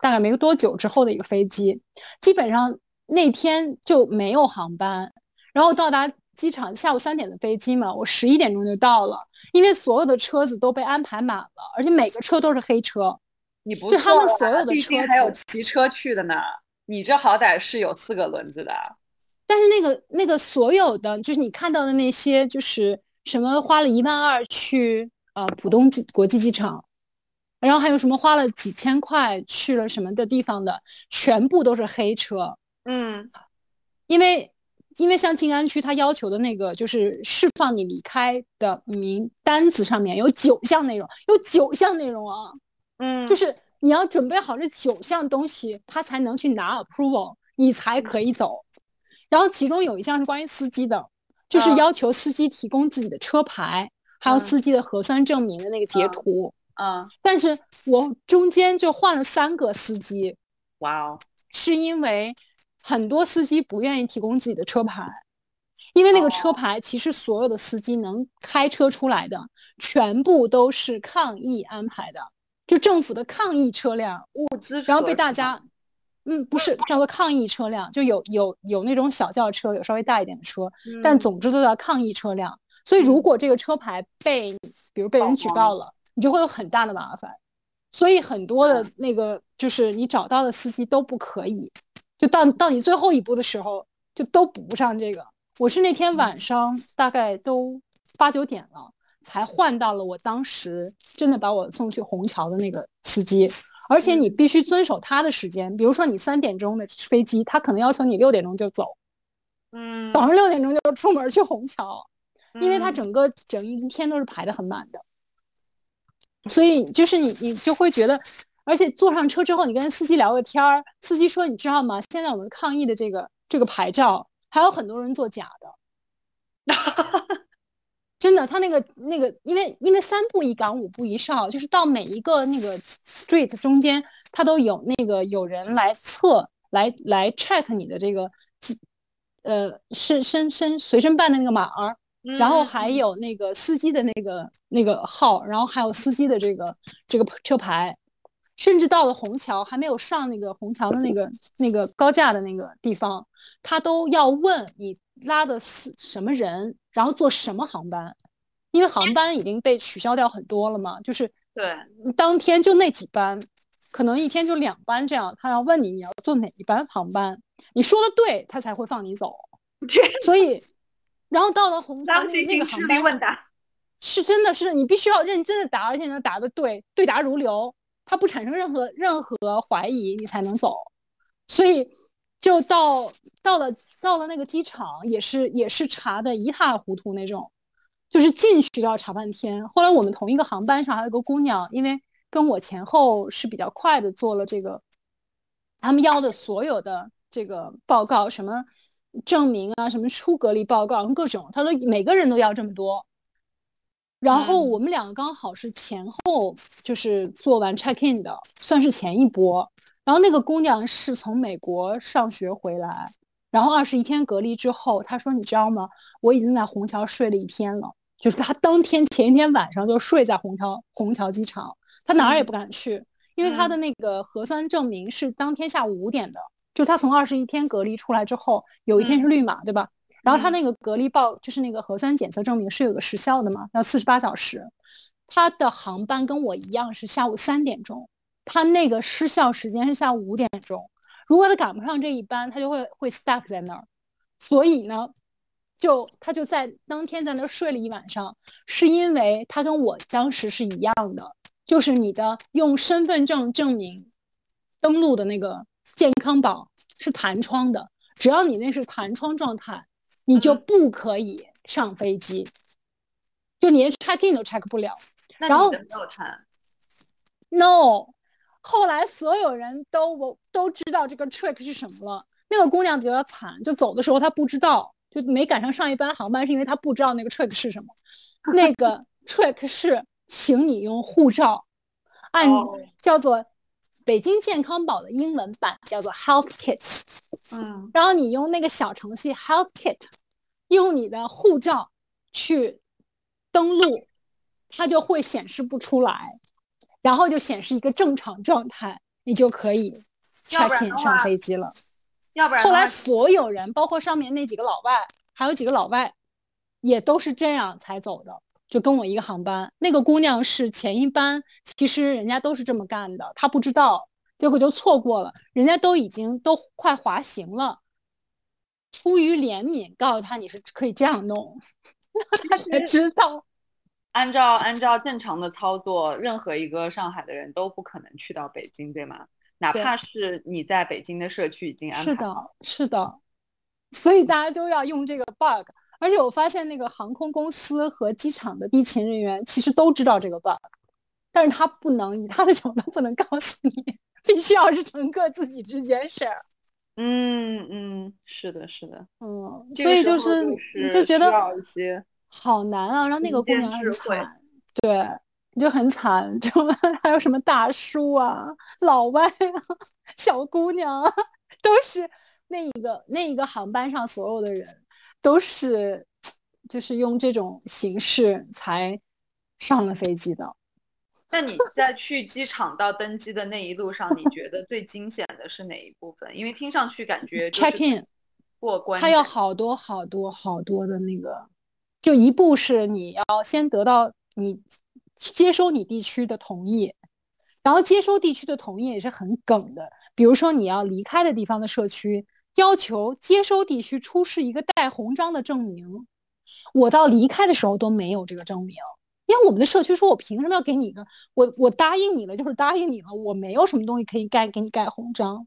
大概没多久之后的一个飞机，基本上那天就没有航班，然后到达机场下午3点的飞机嘛，我11点钟就到了，因为所有的车子都被安排满了，而且每个车都是黑车。
你不
就他们
错
所有的
毕竟
车
还有
子，
骑车去的呢，你这好歹是有4个轮子的。
但是那个所有的就是你看到的那些，就是什么花了12000去浦东国际机场，然后还有什么花了几千块去了什么的地方的，全部都是黑车。
嗯，
因为像静安区，它要求的那个就是释放你离开的名单子上面有9项内容，有9项内容啊。就是你要准备好这9项东西，他才能去拿 approval， 你才可以走。然后其中有一项是关于司机的，就是要求司机提供自己的车牌，还有司机的核酸证明的那个截图。但是我中间就换了3个司机。
哇哦！
是因为很多司机不愿意提供自己的车牌，因为那个车牌其实所有的司机能开车出来的，全部都是抗疫安排的。就政府的抗疫车辆，
物资车，
然后被大家，不是叫做抗疫车辆，就有那种小轿车，有稍微大一点的车，但总之都叫抗疫车辆。所以如果这个车牌比如被人举报了，你就会有很大的麻烦。所以很多的那个就是你找到的司机都不可以，就到你最后一步的时候，就都补不上这个。我是那天晚上大概都8、9点了。才换到了我当时真的把我送去虹桥的那个司机，而且你必须遵守他的时间，比如说你3点钟的飞机，他可能要求你6点钟就走，早上6点钟就出门去虹桥，因为他整一天都是排得很满的，所以就是你就会觉得，而且坐上车之后，你跟司机聊个天儿，司机说你知道吗？现在我们抗疫的这个牌照还有很多人做假的。真的，他那个，因为3步一岗5步一哨，就是到每一个那个 street 中间，他都有那个有人来来 check 你的这个随身办的那个码儿，然后还有那个司机的那个号，然后还有司机的这个车牌，甚至到了虹桥还没有上那个虹桥的那个高架的那个地方，他都要问你拉的什么人，然后坐什么航班，因为航班已经被取消掉很多了嘛，就是
对，
当天就那几班，可能一天就2班这样，他要问你要坐哪一班航班，你说的对，他才会放你走。所以，然后到了虹桥那个航班问答，是真的是你必须要认真的答，而且能答的对答如流，它不产生任何怀疑，你才能走。所以就到了那个机场，也是查的一塌糊涂那种，就是进去都要查半天。后来我们同一个航班上还有个姑娘，因为跟我前后是比较快的做了这个，他们要的所有的这个报告，什么证明啊，什么出隔离报告，各种，他说每个人都要这么多。然后我们2个刚好是前后，就是做完 check in 的，算是前一波。然后那个姑娘是从美国上学回来，然后21天隔离之后，她说：“你知道吗？我已经在虹桥睡了1天了。”就是她前一天晚上就睡在虹桥机场，她哪儿也不敢去，因为她的那个核酸证明是当天下午5点的，就她从21天隔离出来之后，有一天是绿码，对吧？然后他那个隔离报就是那个核酸检测证明是有个时效的嘛，要48小时。他的航班跟我一样是下午3点钟，他那个失效时间是下午5点钟。如果他赶不上这一班，他就会 stuck 在那儿。所以呢，他就在当天在那儿睡了1晚上，是因为他跟我当时是一样的，就是你的用身份证证明登录的那个健康宝是弹窗的，只要你那是弹窗状态。你就不可以上飞机，就你连 check in 都 check 不了。然后
没有谈
，no。后来所有人都知道这个 trick 是什么了。那个姑娘比较惨，就走的时候她不知道，就没赶上上一班航班，是因为她不知道那个 trick 是什么。那个 trick 是请你用护照，叫做北京健康宝的英文版叫做 Health Kit。然后你用那个小程序 Health Kit， 用你的护照去登录，它就会显示不出来，然后就显示一个正常状态。 你就可以
要不
check
然
in 上
的话，
飞机了。
要不然的话，
后来所有人，包括上面那几个老外，还有几个老外，也都是这样才走的，就跟我一个航班。那个姑娘是前一班，其实人家都是这么干的，她不知道，结果就错过了，人家都已经都快滑行了，出于怜悯，告诉她你是可以这样弄，她才知道。
按照正常的操作，任何一个上海的人都不可能去到北京，对吗？哪怕是你在北京的社区已经安排好。
是的，所以大家都要用这个 bug。而且我发现那个航空公司和机场的地勤人员其实都知道这个 bug，但是他不能以他的角度不能告诉你，必须要是乘客自己之间 share。
是的，是的，
所以就是就觉得
需要一些
好难啊，让那个姑娘很惨，对，就很惨，就还有什么大叔啊、老外啊、小姑娘啊，都是那一个航班上所有的人都是就是用这种形式才上了飞机的。
那你在去机场到登机的那一路上，你觉得最惊险的是哪一部分？因为听上去感觉
check in
过关，
它有好多好多好多的那个，就一步是你要先得到你接收你地区的同意，然后接收地区的同意也是很梗的，比如说你要离开的地方的社区要求接收地区出示一个带红章的证明，我到离开的时候都没有这个证明。因为我们的社区说，我凭什么要给你一个？我答应你了，就是答应你了，我没有什么东西可以给你盖红章。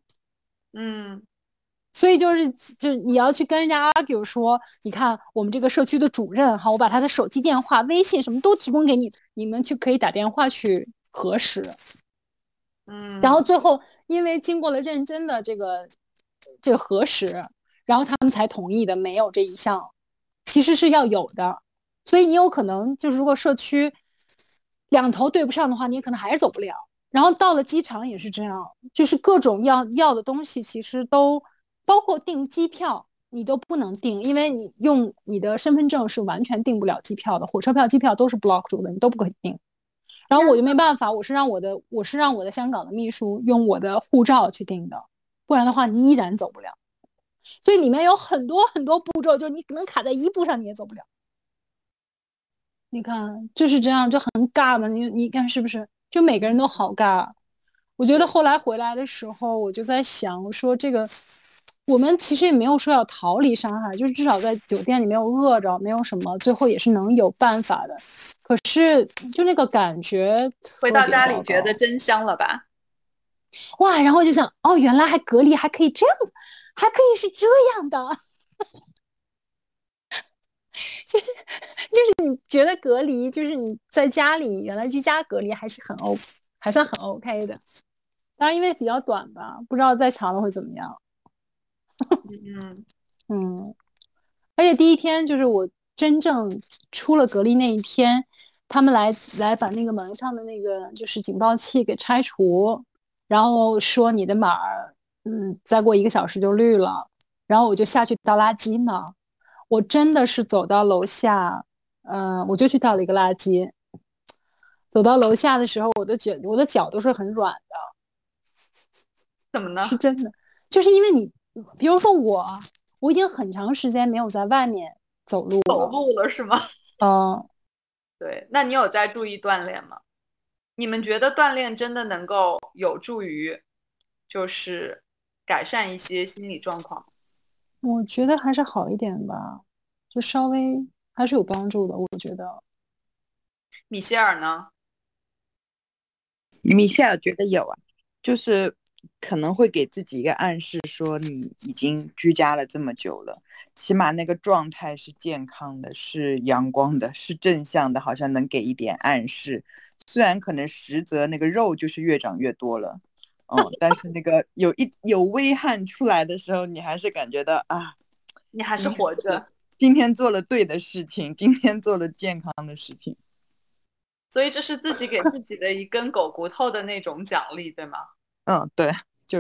所以就是你要去跟人家 argue 说，你看我们这个社区的主任哈，我把他的手机电话、微信什么都提供给你，你们去可以打电话去核实。然后最后因为经过了认真的这个核实，然后他们才同意的，没有这一项，其实是要有的。所以你有可能就是如果社区两头对不上的话，你可能还是走不了。然后到了机场也是这样，就是各种要的东西其实都包括订机票，你都不能订，因为你用你的身份证是完全订不了机票的，火车票、机票都是 block 住的，你都不可以订。然后我就没办法，我是让我的香港的秘书用我的护照去订的，不然的话你依然走不了。所以里面有很多很多步骤，就是你可能卡在一步上你也走不了。你看就是这样，就很尬嘛。你看是不是？就每个人都好尬。我觉得后来回来的时候，我就在想，我说这个我们其实也没有说要逃离上海，就是至少在酒店里没有饿着，没有什么，最后也是能有办法的。可是就那个感觉，
回到家里觉得真香了吧？
哇！然后就想，哦，原来还隔离还可以这样子，还可以是这样的。就是你觉得隔离，就是你在家里原来居家隔离还是还算很 OK 的。当然因为比较短吧，不知道再长了会怎么样。而且第一天就是我真正出了隔离那一天，他们来把那个门上的那个就是警报器给拆除，然后说你的码再过1个小时就绿了，然后我就下去倒垃圾嘛。我真的是走到楼下，我就去倒了一个垃圾。走到楼下的时候，我的脚都是很软的。
怎么呢？
是真的，就是因为你，比如说我已经很长时间没有在外面走路
了是吗？对，那你有在注意锻炼吗？你们觉得锻炼真的能够有助于就是改善一些心理状况？
我觉得还是好一点吧，就稍微还是有帮助的，我觉得。
米歇尔呢？
米歇尔觉得有啊，就是可能会给自己一个暗示，说你已经居家了这么久了，起码那个状态是健康的，是阳光的，是正向的，好像能给一点暗示。虽然可能实则那个肉就是越长越多了，但是那个有微汗出来的时候，你还是感觉到啊，
你还是活着，
今天做了对的事情，今天做了健康的事情。
所以这是自己给自己的一根狗骨头的那种奖励，对吗？
对，就是。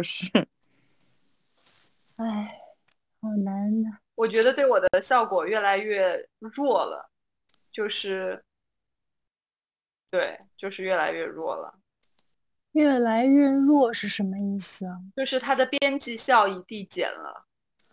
哎，好难呐。
我觉得对我的效果越来越弱了，就是越来越弱了。
越来越弱是什么意思啊？
就是它的边际效益递减了。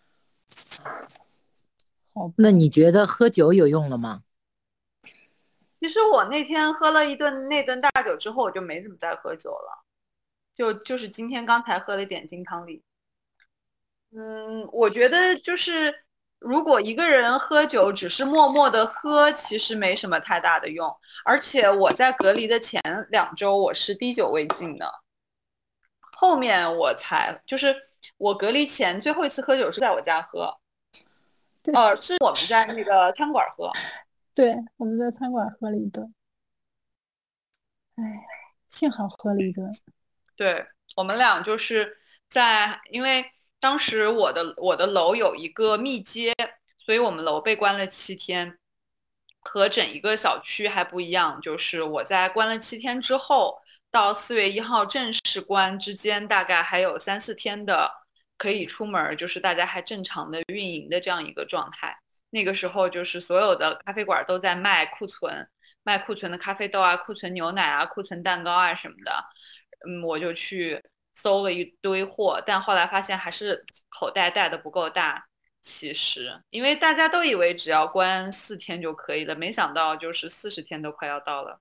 好吧，
那你觉得喝酒有用了吗？
其实我那天喝了那顿大酒之后，我就没怎么再喝酒了，就是今天刚才喝了一点金汤力。我觉得就是如果一个人喝酒只是默默的喝，其实没什么太大的用。而且我在隔离的前2周我是滴酒未进的，后面就是我隔离前最后一次喝酒是在我家喝，是我们在那个餐馆喝。
对，我们在餐馆喝了一顿，哎，幸好喝了一顿。
对，我们俩就是因为当时我的楼有一个密接，所以我们楼被关了7天，和整一个小区还不一样。就是我在关了7天之后，到4月1号正式关之间，大概还有3-4天的可以出门，就是大家还正常的运营的这样一个状态。那个时候就是所有的咖啡馆都在卖库存的咖啡豆啊，库存牛奶啊，库存蛋糕啊什么的。我就去搜了一堆货，但后来发现还是口袋带的不够大。其实，因为大家都以为只要关4天就可以了，没想到就是40天都快要到了，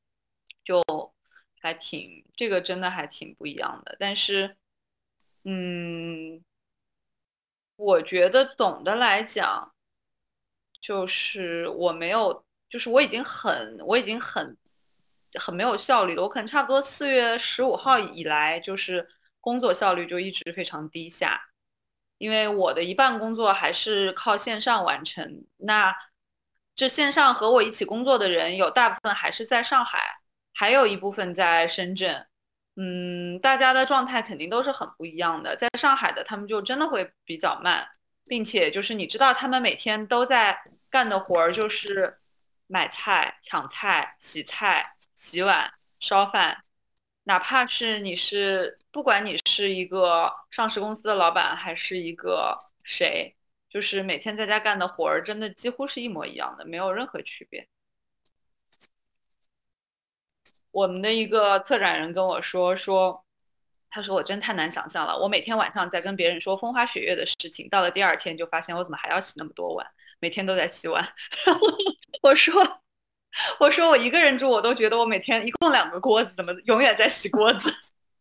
这个真的还挺不一样的。但是，我觉得总的来讲，就是我没有，就是我已经很没有效率了。我可能差不多4月15号以来，就是工作效率就一直非常低下，因为我的一半工作还是靠线上完成。那这线上和我一起工作的人，有大部分还是在上海，还有一部分在深圳。大家的状态肯定都是很不一样的。在上海的他们就真的会比较慢，并且就是你知道他们每天都在干的活儿就是买菜、抢菜、洗菜、洗碗、烧饭，哪怕是不管你是一个上市公司的老板还是一个谁，就是每天在家干的活儿真的几乎是一模一样的，没有任何区别。我们的一个策展人跟我说，他说我真太难想象了，我每天晚上在跟别人说风花雪月的事情，到了第2天就发现我怎么还要洗那么多碗，每天都在洗碗。然后我说我一个人住，我都觉得我每天一共2个锅子，怎么永远在洗锅子？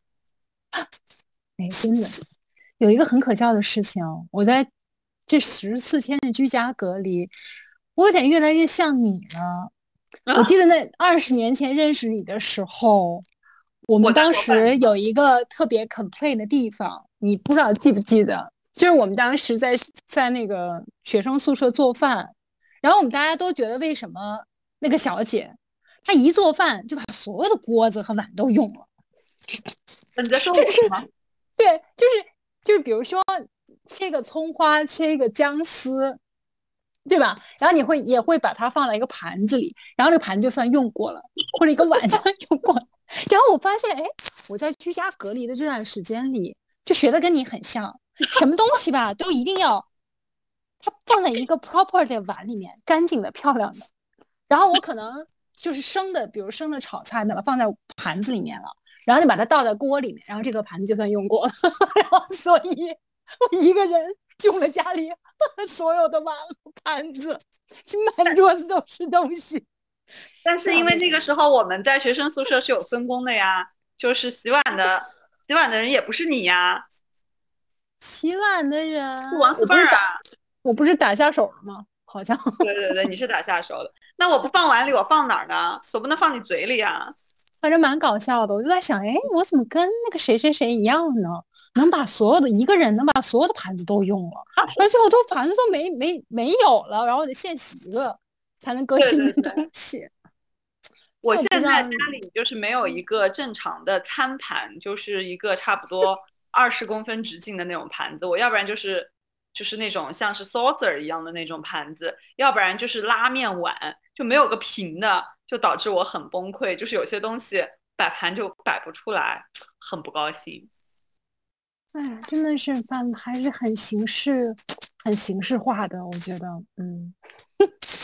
哎，真的有一个很可笑的事情，我在这14天的居家隔离，我有点越来越像你了。我记得那20年前认识你的时候，我们当时有一个特别 complain 的地方，你不知道记不记得？就是我们当时在那个学生宿舍做饭，然后我们大家都觉得为什么那个小姐她一做饭就把所有的锅子和碗都用了。
你在说我吗？
对，就是比如说切个葱花，切一个姜丝，对吧？然后也会把它放在一个盘子里，然后这个盘子就算用过了，或者一个碗就算用过了。然后我发现，哎，我在居家隔离的这段时间里，就学的跟你很像，什么东西吧都一定要它放在一个 proper 的碗里面，干净的、漂亮的。然后我可能就是比如生的炒菜呢，放在盘子里面了，然后就把它倒在锅里面，然后这个盘子就算用过了。然后所以我一个人用了家里所有的碗和盘子，满桌子都是东西。
但是因为那个时候我们在学生宿舍是有分工的呀，就是洗碗的人也不是你呀，
洗碗的人
是王四妹啊。
我不是打下手了吗？好像
对，你是打下手的。那我不放碗里，我放哪儿呢？总不能放你嘴里啊。
反正蛮搞笑的。我就在想，哎，我怎么跟那个谁谁谁一样呢？一个人能把所有的盘子都用了，而且我都盘子都没有了，然后我得现洗一个才能搁新的东西。
我现在家里就是没有一个正常的餐盘，就是一个差不多20公分直径的那种盘子。我要不然就是那种像是 saucer 一样的那种盘子，要不然就是拉面碗，就没有个平的，就导致我很崩溃。就是有些东西摆盘就摆不出来，很不高兴。
哎，真的是还是很形式化的，我觉得，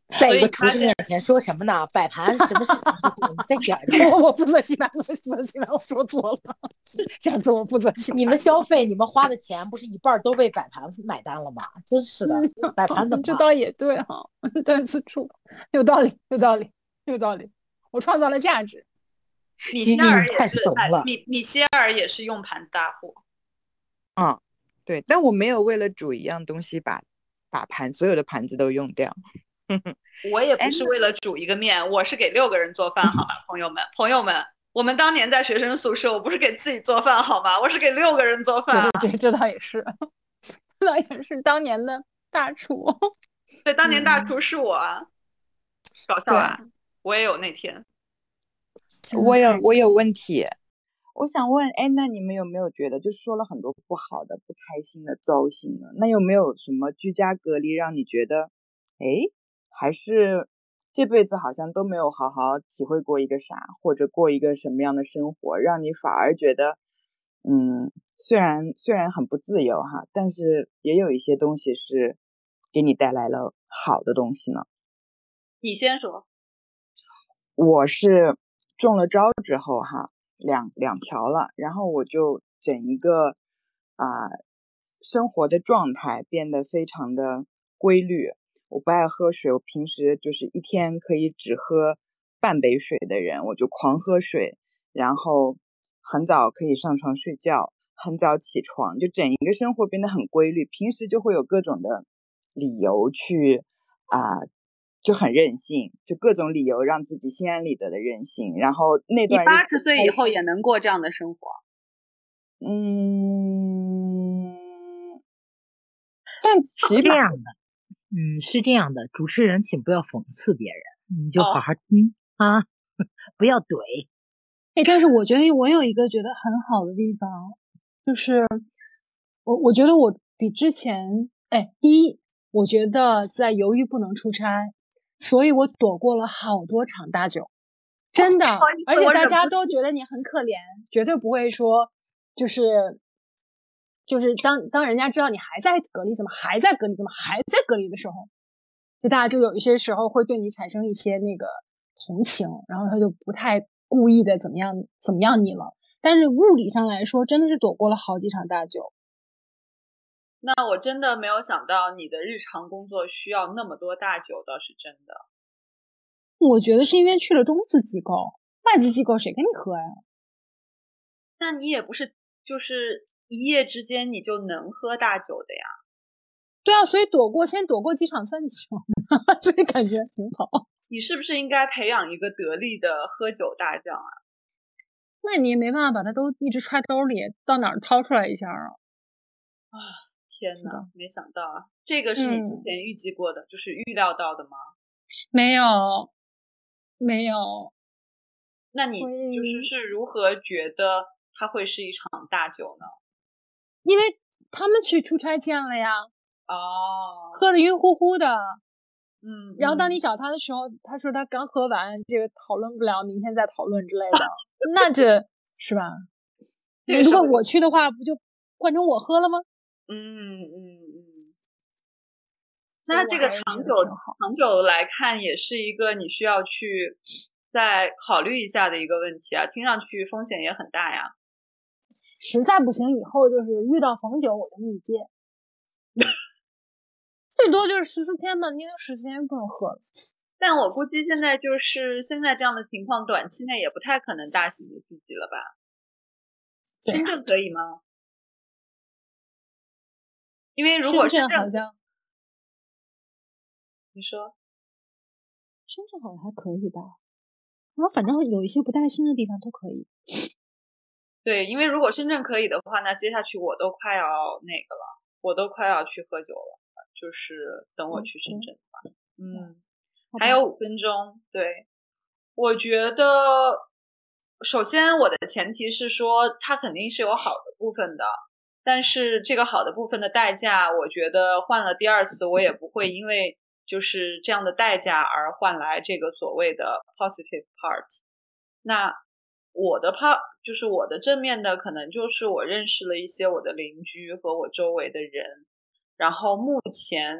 在一个厨师面前说什么呢？摆盘什么事情？你再讲一遍。
我负责洗盘，我负责洗盘，我说错了，下次我负责洗盘。
你们消费，你们花的钱不是一半都被摆盘买单了吗？真是的，摆盘怎么？
这倒也对哈，对，此处有道理，有道理，有道理。我创造了价值。
米歇尔也
太
是
怂了。
米歇尔也是用盘子大户。
嗯，对，但我没有为了煮一样东西把所有的盘子都用掉。
我也不是为了煮一个面，我是给6个人做饭，好吗？朋友们，我们当年在学生宿舍，我不是给自己做饭好吗？我是给6个人做饭啊。
对，这倒也是，这倒也是当年的大厨。
对，当年大厨是我啊，搞笑啊！我也有那天。
我有问题，我想问，那你们有没有觉得，就说了很多不好的、不开心的、糟心的，那有没有什么居家隔离让你觉得，还是这辈子好像都没有好好体会过一个啥，或者过一个什么样的生活，让你反而觉得，虽然很不自由哈，但是也有一些东西是给你带来了好的东西呢？
你先说。
我是中了招之后哈，两条了，然后我就整一个生活的状态变得非常的规律。我不爱喝水，我平时就是一天可以只喝半杯水的人，我就狂喝水，然后很早可以上床睡觉，很早起床，就整一个生活变得很规律。平时就会有各种的理由去就很任性，就各种理由让自己心安理得的任性。然后那段
你80岁以后也能过这样的生活？
但
是这样的，是这样的，主持人请不要讽刺别人，你就好好听啊，不要怼。
但是我觉得我有一个觉得很好的地方，就是我觉得我比之前，第一，我觉得在由于不能出差，所以我躲过了好多场大酒，真的，而且大家都觉得你很可怜，绝对不会说就是当人家知道你还在隔离，怎么还在隔离的时候，就大家就有一些时候会对你产生一些那个同情，然后他就不太故意的怎么样你了。但是物理上来说，真的是躲过了好几场大酒。
那我真的没有想到你的日常工作需要那么多大酒，倒是真的。
我觉得是因为去了中资机构，外资机构谁跟你喝呀？
那你也不是就是一夜之间你就能喝大酒的呀。
对啊，所以先躲过几场算几场，所以感觉挺好。
你是不是应该培养一个得力的喝酒大将啊？
那你也没办法把它都一直揣兜里，到哪儿掏出来一下啊？
天哪，没想到啊！这个是你之前预计过的，就是预料到的吗？
没有。
那你是如何觉得它会是一场大酒呢？
因为他们去出差见了呀。喝得晕乎乎的。然后当你找他的时候，他说他刚喝完，这个讨论不了，明天再讨论之类的。那这是吧？如果我去的话，不就换成我喝了吗？
那这个长久来看，也是一个你需要去再考虑一下的一个问题啊，听上去风险也很大呀。
实在不行，以后就是遇到逢酒我就密接，最多就是14天嘛，你有14天不能喝了。
但我估计现在这样的情况，短期内也不太可能大型的聚集了吧？深圳可以吗？因为如果
深圳好像，
你说，
深圳好像还可以吧？然后反正有一些不带新的地方都可以。
对，因为如果深圳可以的话，那接下去我都快要那个了，我都快要去喝酒了，就是等我去深圳的话。还有5分钟。对，我觉得首先我的前提是说它肯定是有好的部分的，但是这个好的部分的代价，我觉得换了第2次我也不会因为就是这样的代价而换来这个所谓的 positive part。 那我的 part 就是我的正面的，可能就是我认识了一些我的邻居和我周围的人，然后目前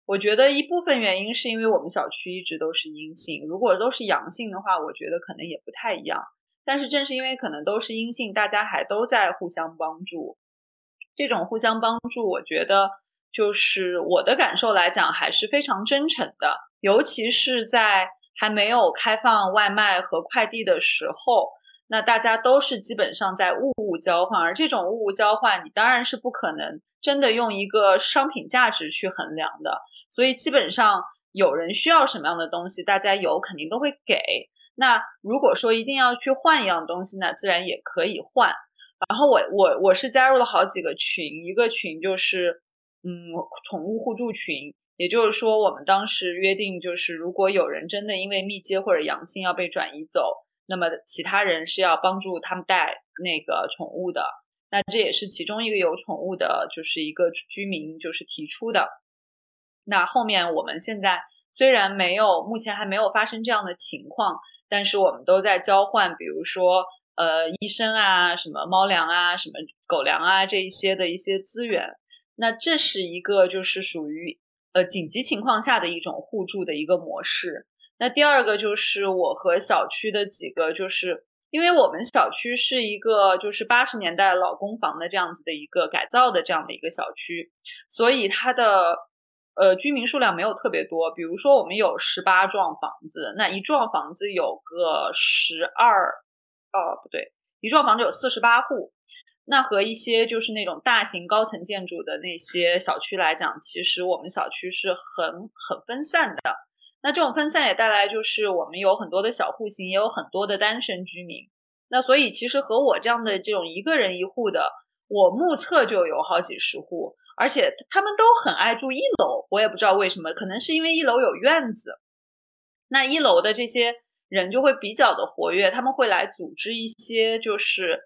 我觉得一部分原因是因为我们小区一直都是阴性，如果都是阳性的话，我觉得可能也不太一样。但是正是因为可能都是阴性，大家还都在互相帮助，这种互相帮助，我觉得就是我的感受来讲还是非常真诚的，尤其是在还没有开放外卖和快递的时候，那大家都是基本上在物物交换，而这种物物交换你当然是不可能真的用一个商品价值去衡量的，所以基本上有人需要什么样的东西，大家有肯定都会给。那如果说一定要去换一样东西呢，自然也可以换。然后我是加入了好几个群，一个群就是宠物互助群，也就是说我们当时约定就是如果有人真的因为密接或者阳性要被转移走，那么其他人是要帮助他们带那个宠物的。那这也是其中一个有宠物的就是一个居民就是提出的。那后面我们现在虽然目前还没有发生这样的情况，但是我们都在交换，比如说医生啊，什么猫粮啊，什么狗粮啊，这一些的一些资源。那这是一个就是属于紧急情况下的一种互助的一个模式。那第二个就是我和小区的几个，就是因为我们小区是一个就是80年代老公房的这样子的一个改造的这样的一个小区，所以它的居民数量没有特别多。比如说我们有18幢房子，那一幢房子有个一幢房子有48户。那和一些就是那种大型高层建筑的那些小区来讲，其实我们小区是很分散的。那这种分散也带来就是我们有很多的小户型，也有很多的单身居民。那所以其实和我这样的这种一个人一户的，我目测就有好几十户，而且他们都很爱住1楼，我也不知道为什么，可能是因为1楼有院子。那1楼的这些人就会比较的活跃，他们会来组织一些就是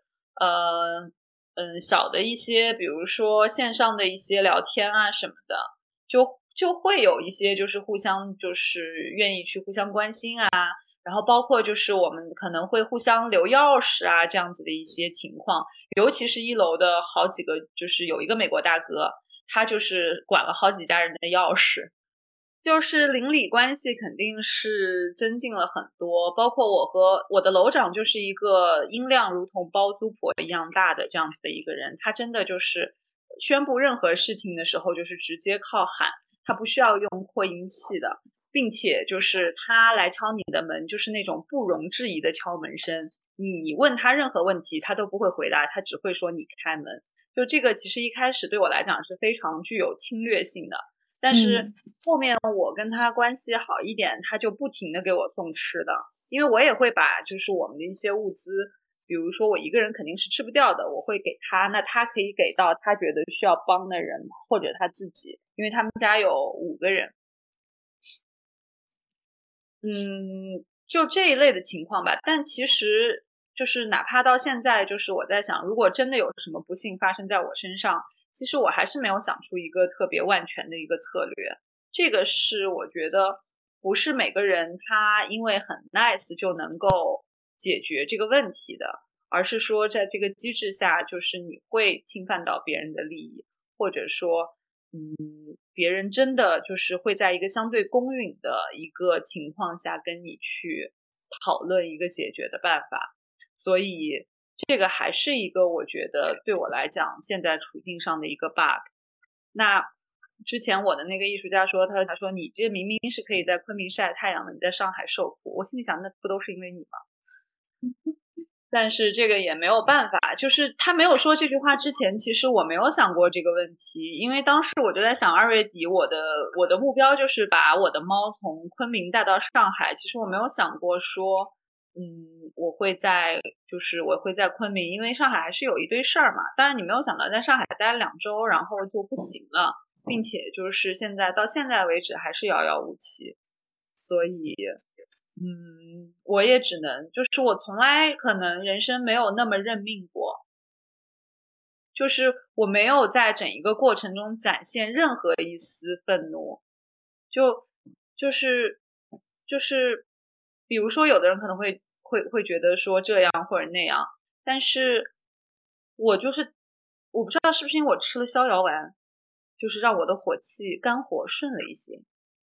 小的一些比如说线上的一些聊天啊什么的，就会有一些就是互相就是愿意去互相关心啊，然后包括就是我们可能会互相留钥匙啊这样子的一些情况。尤其是1楼的好几个，就是有一个美国大哥，他就是管了好几家人的钥匙，就是邻里关系肯定是增进了很多。包括我和我的楼长就是一个音量如同包租婆一样大的这样子的一个人，他真的就是宣布任何事情的时候就是直接靠喊，他不需要用扩音器的，并且就是他来敲你的门就是那种不容置疑的敲门声，你问他任何问题他都不会回答，他只会说你开门。就这个其实一开始对我来讲是非常具有侵略性的，但是后面我跟他关系好一点，他就不停的给我送吃的，因为我也会把就是我们的一些物资，比如说我一个人肯定是吃不掉的，我会给他，那他可以给到他觉得需要帮的人或者他自己，因为他们家有5个人。就这一类的情况吧。但其实就是哪怕到现在，就是我在想，如果真的有什么不幸发生在我身上，其实我还是没有想出一个特别万全的一个策略。这个是我觉得不是每个人他因为很 nice 就能够解决这个问题的，而是说在这个机制下，就是你会侵犯到别人的利益，或者说别人真的就是会在一个相对公允的一个情况下跟你去讨论一个解决的办法。所以这个还是一个我觉得对我来讲现在处境上的一个 bug。 那之前我的那个艺术家说，他说你这明明是可以在昆明晒太阳的，你在上海受苦。我心里想，那不都是因为你吗？但是这个也没有办法，就是他没有说这句话之前，其实我没有想过这个问题。因为当时我就在想2月底我的目标就是把我的猫从昆明带到上海，其实我没有想过说我会在昆明，因为上海还是有一堆事儿嘛。当然你没有想到在上海待了2周然后就不行了，并且就是到现在为止还是遥遥无期。所以我也只能就是我从来可能人生没有那么认命过，就是我没有在整一个过程中展现任何一丝愤怒，就是比如说有的人可能会觉得说这样或者那样，但是我不知道是不是因为我吃了逍遥丸， 就是让我的火气肝火顺了一些。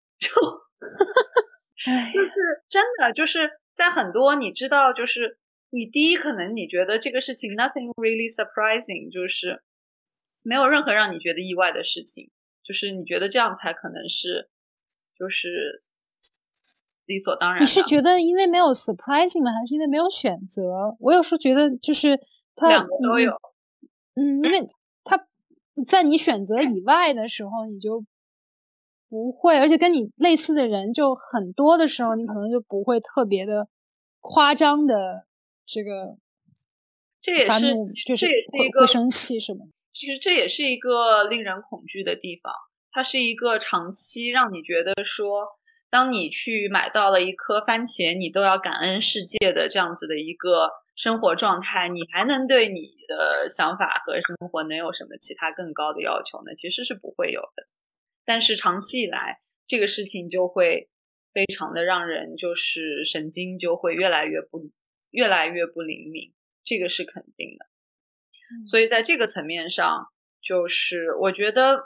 就是真的就是在很多你知道，就是你第一可能你觉得这个事情 nothing really surprising， 就是没有任何让你觉得意外的事情，就是你觉得这样才可能是就是理所当然的。
你是觉得因为没有 surprising 吗？还是因为没有选择？我有时候觉得就是它
两个都有。
因为它在你选择以外的时候，你就不会，而且跟你类似的人就很多的时候，你可能就不会特别的夸张的这个发怒，就是会生气什么的。
其实这也是一个令人恐惧的地方，它是一个长期让你觉得说，当你去买到了一颗番茄，你都要感恩世界的这样子的一个生活状态，你还能对你的想法和生活能有什么其他更高的要求呢？其实是不会有的。但是长期以来，这个事情就会非常的让人就是神经就会越来越不灵敏，这个是肯定的。所以在这个层面上，就是我觉得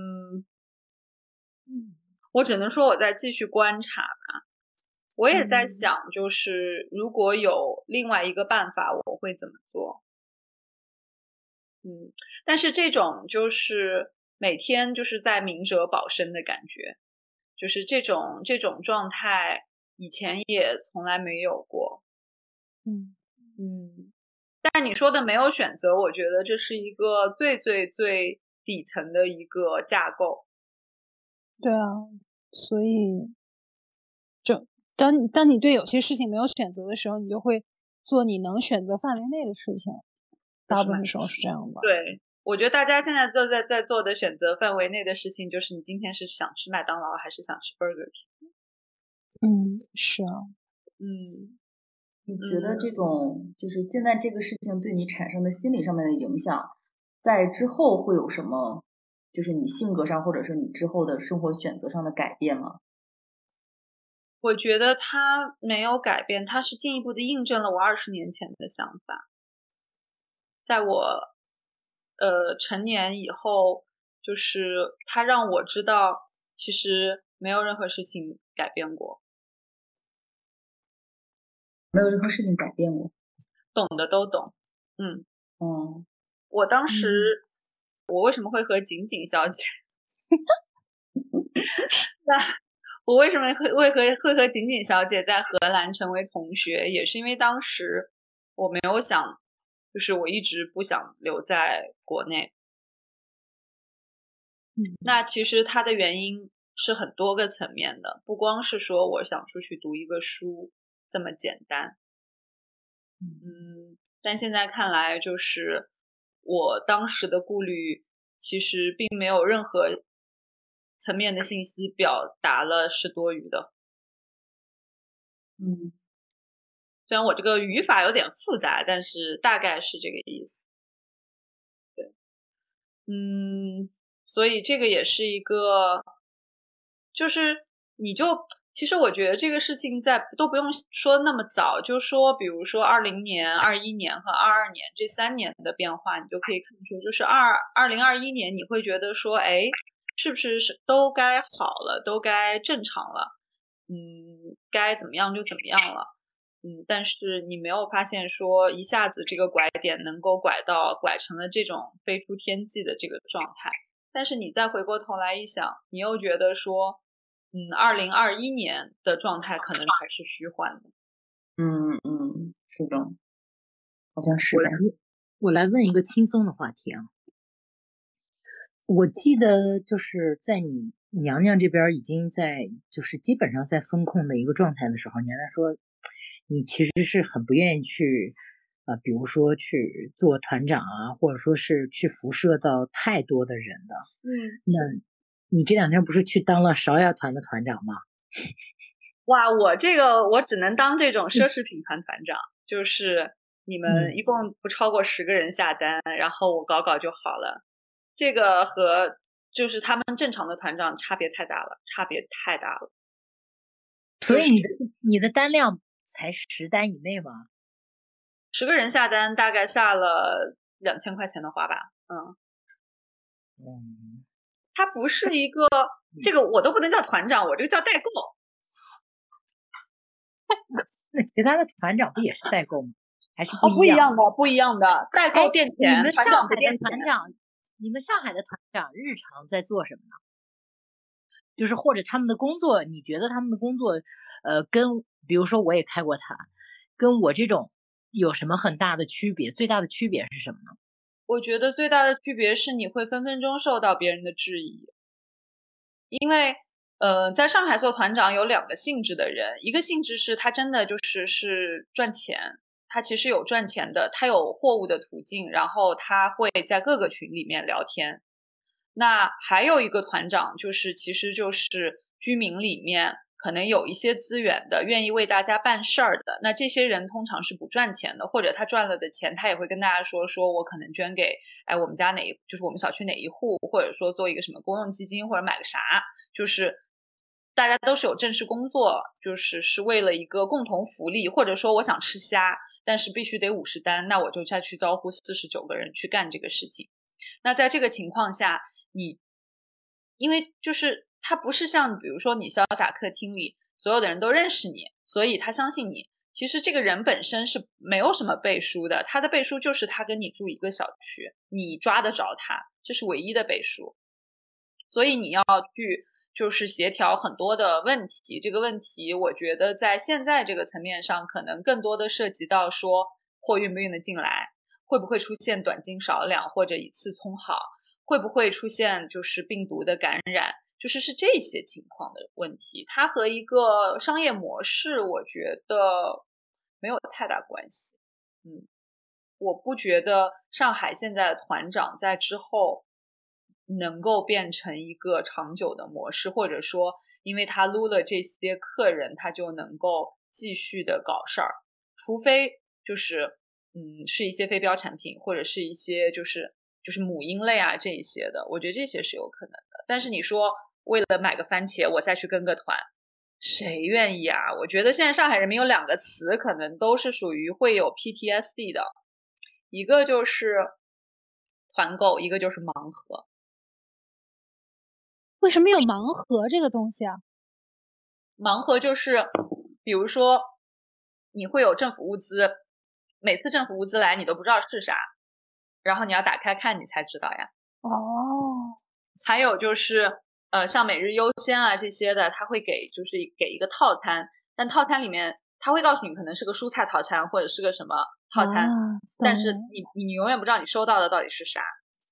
我只能说我在继续观察吧。我也在想，就是如果有另外一个办法，我会怎么做。但是这种就是每天就是在明哲保身的感觉，就是这种状态以前也从来没有过。但你说的没有选择，我觉得这是一个最最最底层的一个架构。
对啊，所以当你对有些事情没有选择的时候，你就会做你能选择范围内的事情，大部分时候是这样吧。
对，我觉得大家现在都在做的选择范围内的事情，就是你今天是想吃麦当劳还是想吃 Burger King。
是啊。
你觉得这种就是现在这个事情对你产生的心理上面的影响，在之后会有什么，就是你性格上或者是你之后的生活选择上的改变吗？
我觉得它没有改变，它是进一步的印证了我20年前的想法。在我成年以后，就是它让我知道其实没有任何事情改变过。
没有任何事情改变过，
懂的都懂。我当时我为什么会和景景小姐我为什么会和景景小姐在荷兰成为同学，也是因为当时我没有想，就是我一直不想留在国内。那其实它的原因是很多个层面的，不光是说我想出去读一个书这么简单。但现在看来，就是我当时的顾虑其实并没有任何层面的信息表达了是多余的。虽然我这个语法有点复杂，但是大概是这个意思。对，所以这个也是一个，就是其实我觉得这个事情都不用说那么早，就说比如说20年、21年和22年这3年的变化，你就可以看出，就是2021年你会觉得说，是不是都该好了，都该正常了，该怎么样就怎么样了。但是你没有发现说一下子这个拐点能够拐成了这种飞出天际的这个状态。但是你再回过头来一想，你又觉得说2021年的状态可能还是虚幻的。
是的，好像是的。
我来问一个轻松的话题啊。我记得就是在你娘娘这边已经就是基本上在风控的一个状态的时候，娘娘说你其实是很不愿意去比如说去做团长啊，或者说是去辐射到太多的人的。那你这2天不是去当了芍药团的团长吗？
哇，我只能当这种奢侈品团团长，就是你们一共不超过10个人下单，然后我搞就好了。这个和就是他们正常的团长差别太大了。
所以你的单量才10单以内吗
？10个人下单大概下了2000块钱的花吧。 他不是一个，这个我都不能叫团长，我这个叫代购。
那其他的团长不也是代购吗？还是
不一样的，不一样的。代购垫钱，
你们
团长不垫钱。
你们上海的团长日常在做什么呢？就是或者他们的工作，你觉得他们的工作，跟比如说我也开过团，跟我这种有什么很大的区别？最大的区别是什么呢？
我觉得最大的区别是你会分分钟受到别人的质疑，因为在上海做团长有2个性质的人，一个性质是他真的是赚钱，他其实有赚钱的，他有货物的途径，然后他会在各个群里面聊天。那还有一个团长其实就是居民里面可能有一些资源的，愿意为大家办事儿的，那这些人通常是不赚钱的，或者他赚了的钱他也会跟大家说我可能捐给我们家就是我们小区哪一户，或者说做一个什么公用基金，或者买个啥，就是大家都是有正式工作，是为了一个共同福利，或者说我想吃虾，但是必须得50单，那我就再去招呼49个人去干这个事情。那在这个情况下，因为他不是像比如说你潇洒客厅里所有的人都认识你，所以他相信你。其实这个人本身是没有什么背书的，他的背书就是他跟你住一个小区，你抓得着他，这是唯一的背书。所以你要去协调很多的问题，这个问题我觉得在现在这个层面上可能更多的涉及到说货运不运得进来，会不会出现短斤少两或者一次冲好，会不会出现病毒的感染，是这些情况的问题。它和一个商业模式我觉得没有太大关系。我不觉得上海现在的团长在之后能够变成一个长久的模式，或者说因为他撸了这些客人他就能够继续的搞事儿，除非是一些非标产品，或者是一些就是母婴类啊这一些的，我觉得这些是有可能的。但是你说为了买个番茄我再去跟个团，谁愿意啊？我觉得现在上海人民有2个词可能都是属于会有 PTSD 的，一个就是团购，一个就是盲盒。
为什么有盲盒这个东西啊？
盲盒就是比如说你会有政府物资，每次政府物资来你都不知道是啥，然后你要打开看你才知道呀。还有像每日优先啊这些的，他会给一个套餐，但套餐里面他会告诉你可能是个蔬菜套餐或者是个什么套餐，但是你永远不知道你收到的到底是啥。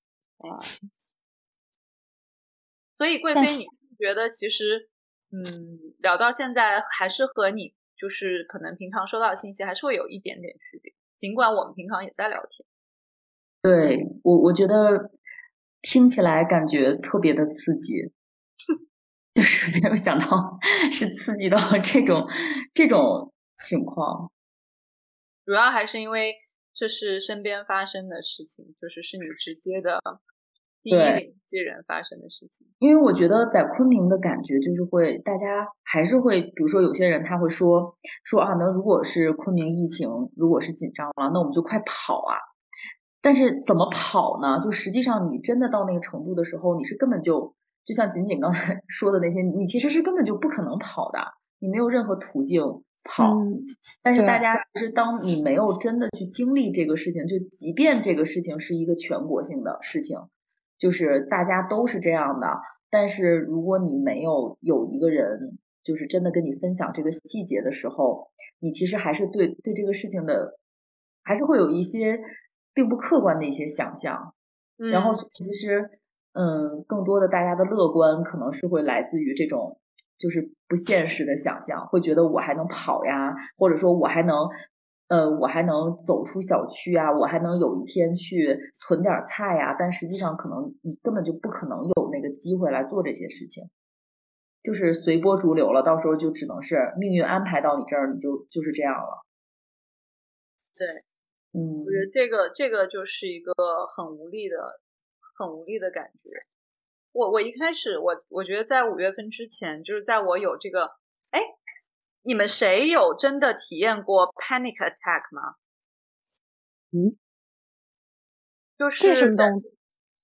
所以贵妃你觉得其实聊到现在还是和你可能平常收到的信息还是会有一点点区别，尽管我们平常也在聊天。
对，我觉得听起来感觉特别的刺激，就是没有想到是刺激到这种情况。
主要还是因为这是身边发生的事情，是你直接的第一联系人发生的事情。
因为我觉得在昆明的感觉大家还是会，比如说有些人他会说啊，那如果是昆明疫情如果是紧张了，那我们就快跑啊。但是怎么跑呢？就实际上你真的到那个程度的时候，你是根本就像锦锦刚才说的那些，你其实是根本就不可能跑的，你没有任何途径跑。但是大家其实当你没有真的去经历这个事情，就即便这个事情是一个全国性的事情，就是大家都是这样的，但是如果你没有一个人真的跟你分享这个细节的时候，你其实还是对这个事情的还是会有一些并不客观的一些想象。然后其实更多的大家的乐观可能是会来自于这种不现实的想象，会觉得我还能跑呀，或者说我还能走出小区啊，我还能有一天去囤点菜呀，但实际上可能你根本就不可能有那个机会来做这些事情，就是随波逐流了，到时候就只能是命运安排到你这儿，你就是这样了。
对，我觉得这个就是一个很无力的感觉。我一开始我觉得在5月份之前，就是在我有这个你们谁有真的体验过 panic attack 吗？就是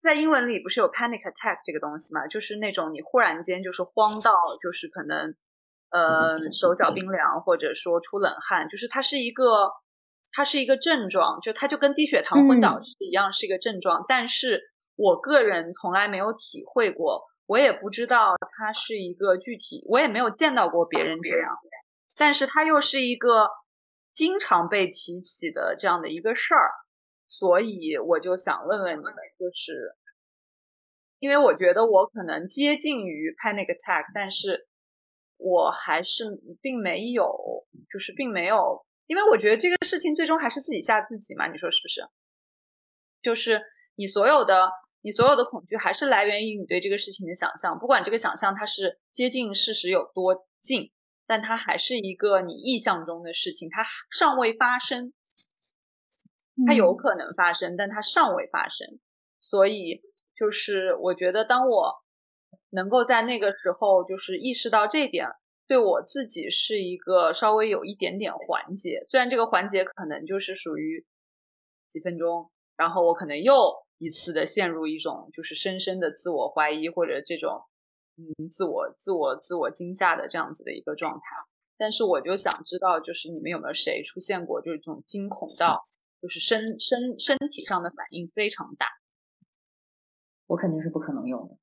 在英文里不是有 panic attack 这个东西嘛，就是那种你忽然间就是慌到就是可能手脚冰凉或者说出冷汗，就是它是一个症状，就它就跟低血糖昏倒是一样，是一个症状，但是我个人从来没有体会过，我也不知道它是一个具体，我也没有见到过别人这样，但是它又是一个经常被提起的这样的一个事儿，所以我就想问问你们，就是因为我觉得我可能接近于 panic attack， 但是我还是并没有，因为我觉得这个事情最终还是自己吓自己嘛，你说是不是？就是你所有的恐惧还是来源于你对这个事情的想象，不管这个想象它是接近事实有多近，但它还是一个你臆象中的事情，它尚未发生，它有可能发生，但它尚未发生。所以就是我觉得当我能够在那个时候就是意识到这一点，对我自己是一个稍微有一点点缓解，虽然这个缓解可能就是属于几分钟，然后我可能又一次的陷入一种就是深深的自我怀疑或者这种自我惊吓的这样子的一个状态。但是我就想知道，就是你们有没有谁出现过就是这种惊恐到就是身体上的反应非常大？
我肯定是不可能有的。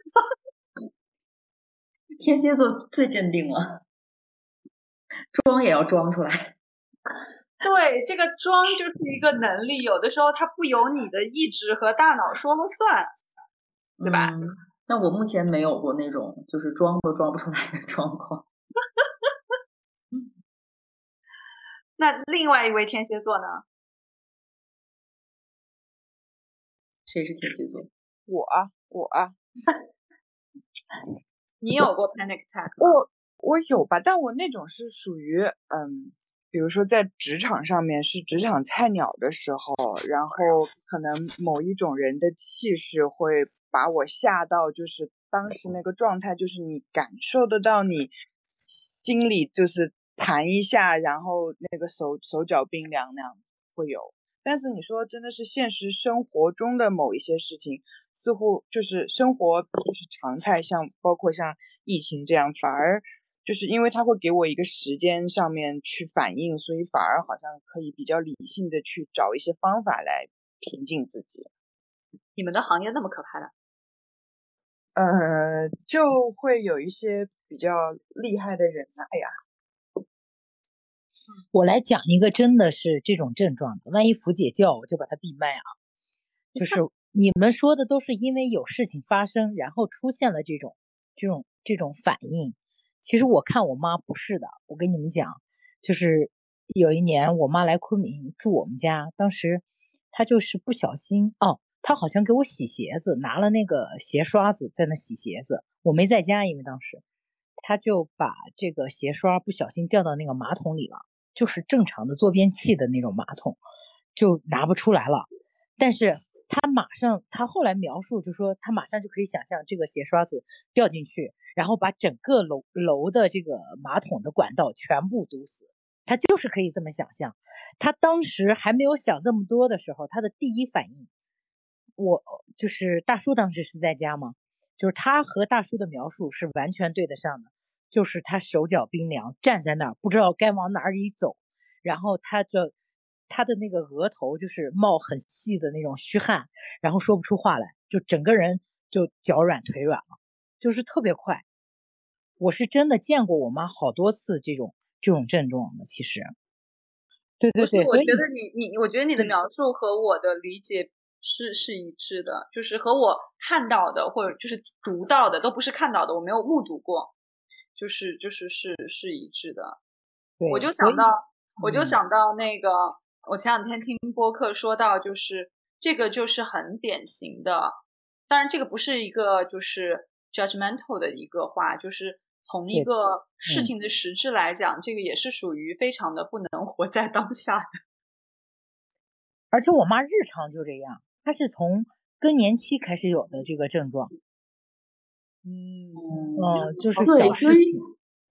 天蝎座最镇定了，装也要装出来。
对，这个装就是一个能力，有的时候它不由你的意志和大脑说了算，对吧？
但我目前没有过那种就是装都装不出来的状况。
那另外一位天蝎座呢？
谁是天蝎座？
我啊
你有过 panic attack 吗？
我有吧，但我那种是属于比如说在职场上面是职场菜鸟的时候，然后可能某一种人的气势会把我吓到，就是当时那个状态，就是你感受得到你心里就是弹一下，然后那个手脚冰凉那样会有。但是你说真的是现实生活中的某一些事情，似乎就是生活就是常态，包括像疫情这样，反而就是因为它会给我一个时间上面去反应，所以反而好像可以比较理性的去找一些方法来平静自己。
你们的行业那么可怕的？
就会有一些比较厉害的人哎呀。
我来讲一个真的是这种症状的，万一福姐叫我就把她闭麦啊。就是你们说的都是因为有事情发生，然后出现了这种反应。其实我看我妈不是的，我跟你们讲，就是有一年我妈来昆明住我们家，当时她就是不小心她好像给我洗鞋子，拿了那个鞋刷子在那洗鞋子，我没在家，因为当时她就把这个鞋刷不小心掉到那个马桶里了，就是正常的坐便器的那种马桶，就拿不出来了。但是他后来描述就说他马上就可以想象这个鞋刷子掉进去，然后把整个楼的这个马桶的管道全部堵死，他就是可以这么想象。他当时还没有想这么多的时候，他的第一反应，我就是大叔当时是在家嘛，就是他和大叔的描述是完全对得上的，就是他手脚冰凉，站在那儿不知道该往哪里走，然后他的那个额头就是冒很细的那种虚汗，然后说不出话来，就整个人就脚软腿软了，就是特别快。我是真的见过我妈好多次这种症状的，其实。对，
所以我觉得你的描述和我的理解是一致的，就是和我看到的或者就是读到的都不是看到的，我没有目睹过，是一致的。我就想到那个，我前两天听播客说到，就是这个就是很典型的，当然这个不是一个就是 judgmental 的一个话，就是从一个事情的实质来讲，这个也是属于非常的不能活在当下的。
而且我妈日常就这样，她是从更年期开始有的这个症状。就是小事情。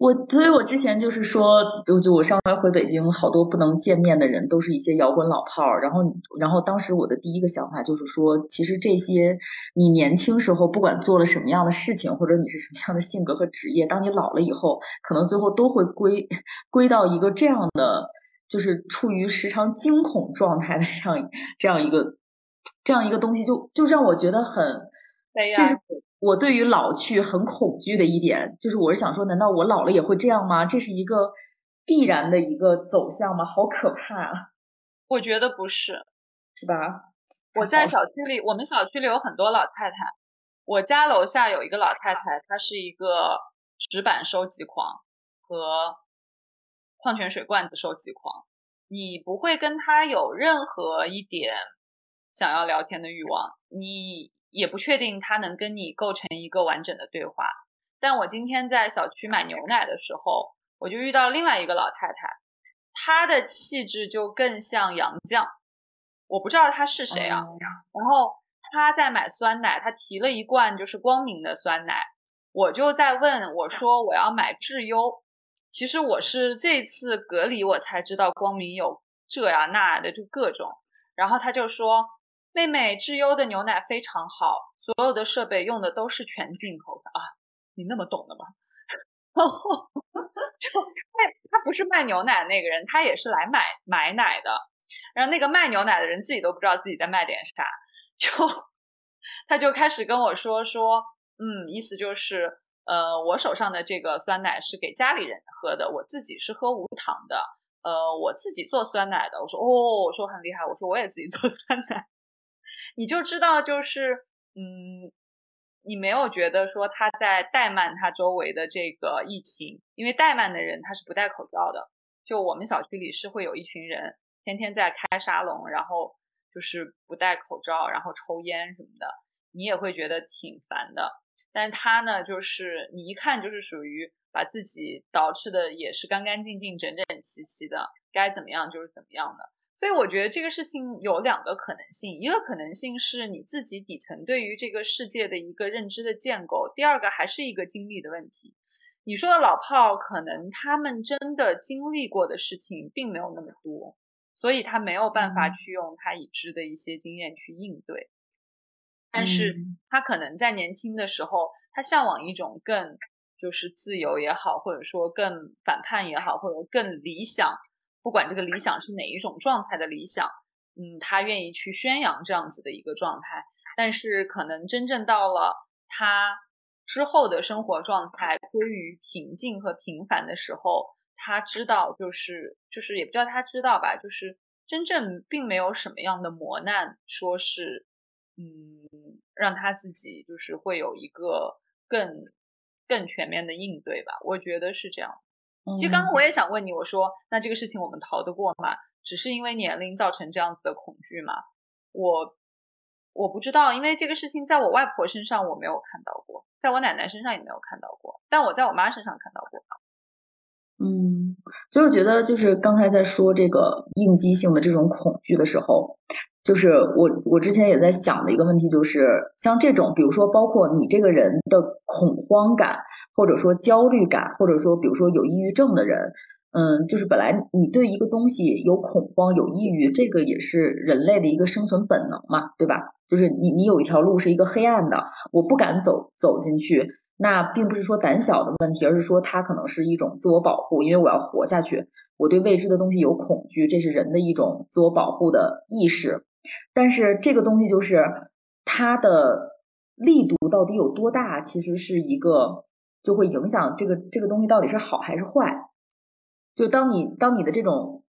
所以我之前就是说，就我上回回北京，好多不能见面的人都是一些摇滚老炮儿。然后当时我的第一个想法就是说，其实这些你年轻时候不管做了什么样的事情，或者你是什么样的性格和职业，当你老了以后，可能最后都会归到一个这样的，就是处于时常惊恐状态的这样一个东西，就让我觉得很，这是我对于老去很恐惧的一点，就是我是想说，难道我老了也会这样吗？这是一个必然的一个走向吗？好可怕啊！
我觉得不是，
是吧？
我在小区里，我们小区里有很多老太太。我家楼下有一个老太太，她是一个纸板收集狂和矿泉水罐子收集狂。你不会跟她有任何一点想要聊天的欲望，你也不确定她能跟你构成一个完整的对话。但我今天在小区买牛奶的时候，我就遇到另外一个老太太，她的气质就更像杨绛，我不知道她是谁啊。然后她在买酸奶，她提了一罐就是光明的酸奶，我就在问，我说我要买智优。其实我是这次隔离我才知道光明有这呀那的就各种。然后她就说，妹妹，智优的牛奶非常好，所有的设备用的都是全进口的啊。你那么懂的吗？然后就他不是卖牛奶的那个人，他也是来买奶的。然后那个卖牛奶的人自己都不知道自己在卖点啥，他就开始跟我说，意思就是我手上的这个酸奶是给家里人喝的，我自己是喝无糖的，我自己做酸奶的。我说我说很厉害，我说我也自己做酸奶。你就知道就是你没有觉得说他在怠慢他周围的这个疫情，因为怠慢的人他是不戴口罩的。就我们小区里是会有一群人天天在开沙龙，然后就是不戴口罩，然后抽烟什么的，你也会觉得挺烦的。但是他呢，就是你一看就是属于把自己捯饬的也是干干净净整整齐齐的，该怎么样就是怎么样的。所以我觉得这个事情有两个可能性，一个可能性是你自己底层对于这个世界的一个认知的建构，第二个还是一个经历的问题。你说的老炮可能他们真的经历过的事情并没有那么多，所以他没有办法去用他已知的一些经验去应对。但是他可能在年轻的时候，他向往一种更就是自由也好，或者说更反叛也好，或者更理想，不管这个理想是哪一种状态的理想，他愿意去宣扬这样子的一个状态。但是可能真正到了他之后的生活状态归于平静和平凡的时候，他知道就是也不叫他知道吧，就是真正并没有什么样的磨难说是让他自己就是会有一个更全面的应对吧，我觉得是这样。其实刚刚我也想问你，我说那这个事情我们逃得过吗？只是因为年龄造成这样子的恐惧吗？我不知道，因为这个事情在我外婆身上我没有看到过，在我奶奶身上也没有看到过，但我在我妈身上看到过。
所以我觉得就是刚才在说这个应激性的这种恐惧的时候，就是我之前也在想的一个问题，就是像这种比如说包括你这个人的恐慌感，或者说焦虑感，或者说比如说有抑郁症的人，就是本来你对一个东西有恐慌有抑郁，这个也是人类的一个生存本能嘛，对吧？就是你有一条路是一个黑暗的，我不敢走进去，那并不是说胆小的问题，而是说它可能是一种自我保护，因为我要活下去，我对未知的东西有恐惧，这是人的一种自我保护的意识。但是这个东西就是它的力度到底有多大，其实是一个就会影响这个东西到底是好还是坏。就当你的这种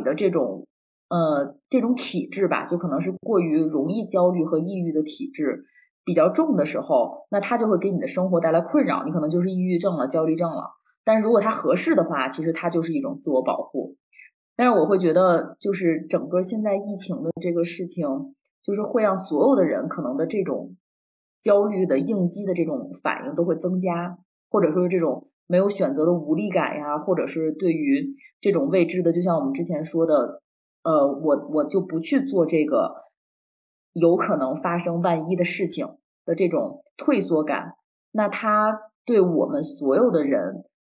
这种体质吧，就可能是过于容易焦虑和抑郁的体质比较重的时候，那它就会给你的生活带来困扰，你可能就是抑郁症了，焦虑症了。但是如果它合适的话，其实它就是一种自我保护。但是我会觉得就是整个现在疫情的这个事情，就是会让所有的人可能的这种焦虑的应激的这种反应都会增加，或者说是这种没有选择的无力感呀，或者是对于这种未知的，就像我们之前说的我就不去做这个有可能发生万一的事情的这种退缩感，那它对我们所有的人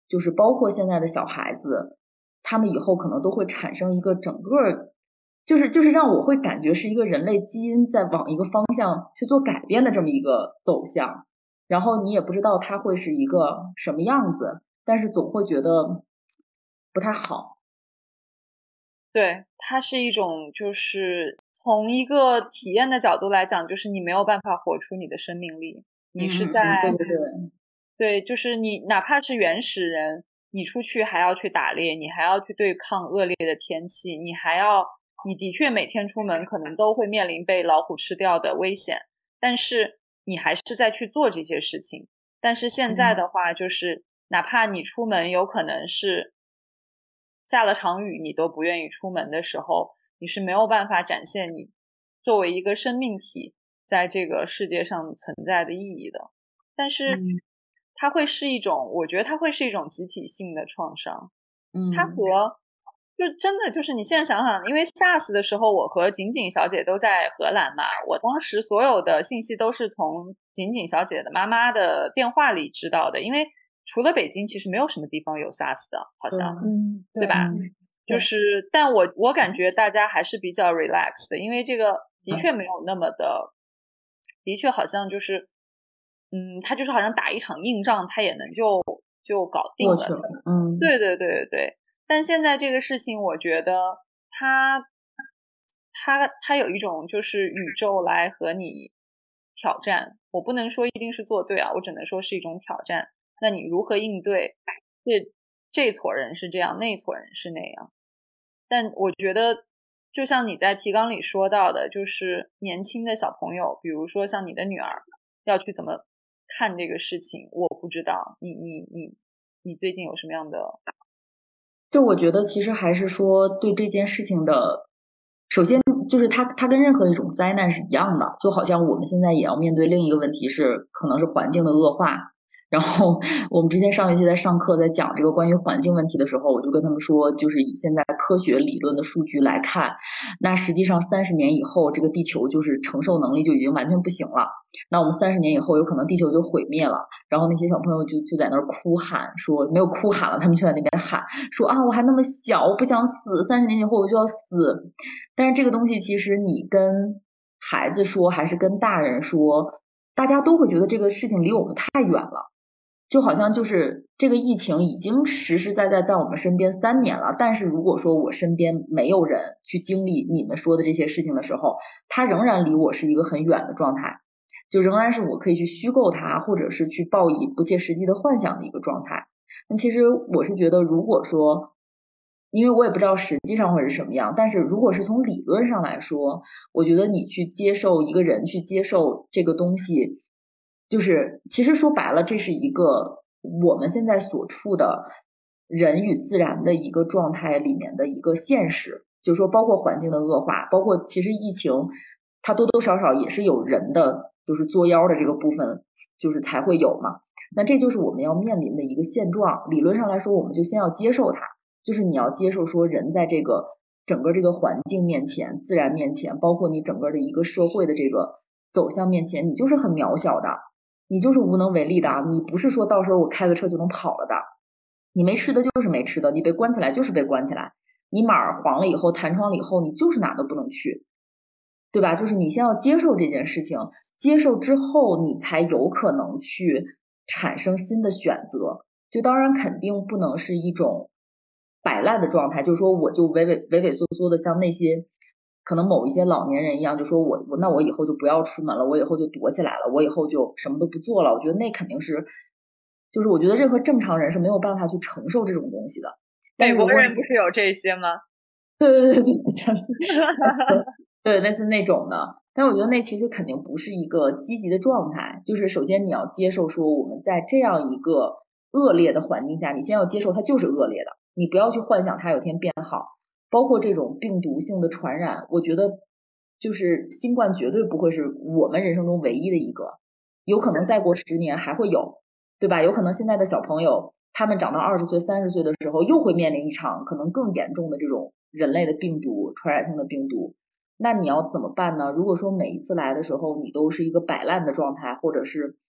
就是包括现在的小孩子，他们以后可能都会产生一个整个，就是让我会感觉是一个人类基因在往一个方向去做改变的这么一个走向，然后你也不知道它会是一个什么样子，但是总会觉得不太好。
对，它是一种就是从一个体验的角度来讲，就是你没有办法活出你的生命力，你是在
对对对。
对，就是你哪怕是原始人，你出去还要去打猎，你还要去对抗恶劣的天气，你的确每天出门可能都会面临被老虎吃掉的危险，但是你还是在去做这些事情。但是现在的话，就是哪怕你出门有可能是下了场雨，你都不愿意出门的时候，你是没有办法展现你作为一个生命体在这个世界上存在的意义的。但是它会是一种，我觉得它会是一种集体性的创伤。它和就真的就是你现在想想，因为 SARS 的时候，我和景景小姐都在荷兰嘛，我当时所有的信息都是从景景小姐的妈妈的电话里知道的，因为除了北京，其实没有什么地方有 SARS 的，好像，对吧？就是，但我感觉大家还是比较 relaxed 的，因为这个的确没有那么的，的确好像就是。他就是好像打一场硬仗，他也能就搞定了。对对对对对。但现在这个事情，我觉得他有一种就是宇宙来和你挑战。我不能说一定是做对啊，我只能说是一种挑战。那你如何应对？这撮人是这样，那撮人是那样。但我觉得，就像你在提纲里说到的，就是年轻的小朋友，比如说像你的女儿，要去怎么看这个事情，我不知道。你最近有什么样的？
就我觉得其实还是说对这件事情的，首先就是它跟任何一种灾难是一样的，就好像我们现在也要面对另一个问题是，可能是环境的恶化。然后我们之前上学期在上课在讲这个关于环境问题的时候，我就跟他们说，就是以现在科学理论的数据来看，那实际上30年以后，这个地球就是承受能力就已经完全不行了。那我们30年以后，有可能地球就毁灭了。然后那些小朋友就在那儿哭喊，说没有哭喊了，他们就在那边喊说啊，我还那么小，我不想死，30年以后我就要死。但是这个东西其实你跟孩子说还是跟大人说，大家都会觉得这个事情离我们太远了。就好像就是这个疫情已经实实在在在我们身边3年了，但是如果说我身边没有人去经历你们说的这些事情的时候，它仍然离我是一个很远的状态，就仍然是我可以去虚构它，或者是去抱以不切实际的幻想的一个状态。那其实我是觉得，如果说，因为我也不知道实际上会是什么样，但是如果是从理论上来说，我觉得你去接受一个人去接受这个东西，就是其实说白了，这是一个我们现在所处的人与自然的一个状态里面的一个现实，就是说包括环境的恶化，包括其实疫情它多多少少也是有人的就是作妖的这个部分，就是才会有嘛。那这就是我们要面临的一个现状。理论上来说，我们就先要接受它，就是你要接受说人在这个整个这个环境面前，自然面前，包括你整个的一个社会的这个走向面前，你就是很渺小的，你就是无能为力的，你不是说到时候我开个车就能跑了的，你没吃的就是没吃的，你被关起来就是被关起来，你码黄了以后弹窗了以后，你就是哪都不能去，对吧？就是你先要接受这件事情，接受之后你才有可能去产生新的选择。就当然肯定不能是一种摆烂的状态，就是说我就畏畏缩缩的像那些可能某一些老年人一样，就说那我以后就不要出门了，我以后就躲起来了，我以后就什么都不做了。我觉得那肯定是，就是我觉得任何正常人是没有办法去承受这种东西的。
美国人不是有这些吗？
对，对，类似那种的。但我觉得那其实肯定不是一个积极的状态。就是首先你要接受说我们在这样一个恶劣的环境下，你先要接受它就是恶劣的，你不要去幻想它有天变好。包括这种病毒性的传染，我觉得就是新冠绝对不会是我们人生中唯一的一个，有可能再过10年还会有，对吧？有可能现在的小朋友他们长到20岁30岁的时候又会面临一场可能更严重的这种人类的病毒，传染性的病毒。那你要怎么办呢？如果说每一次来的时候你都是一个摆烂的状态，或者是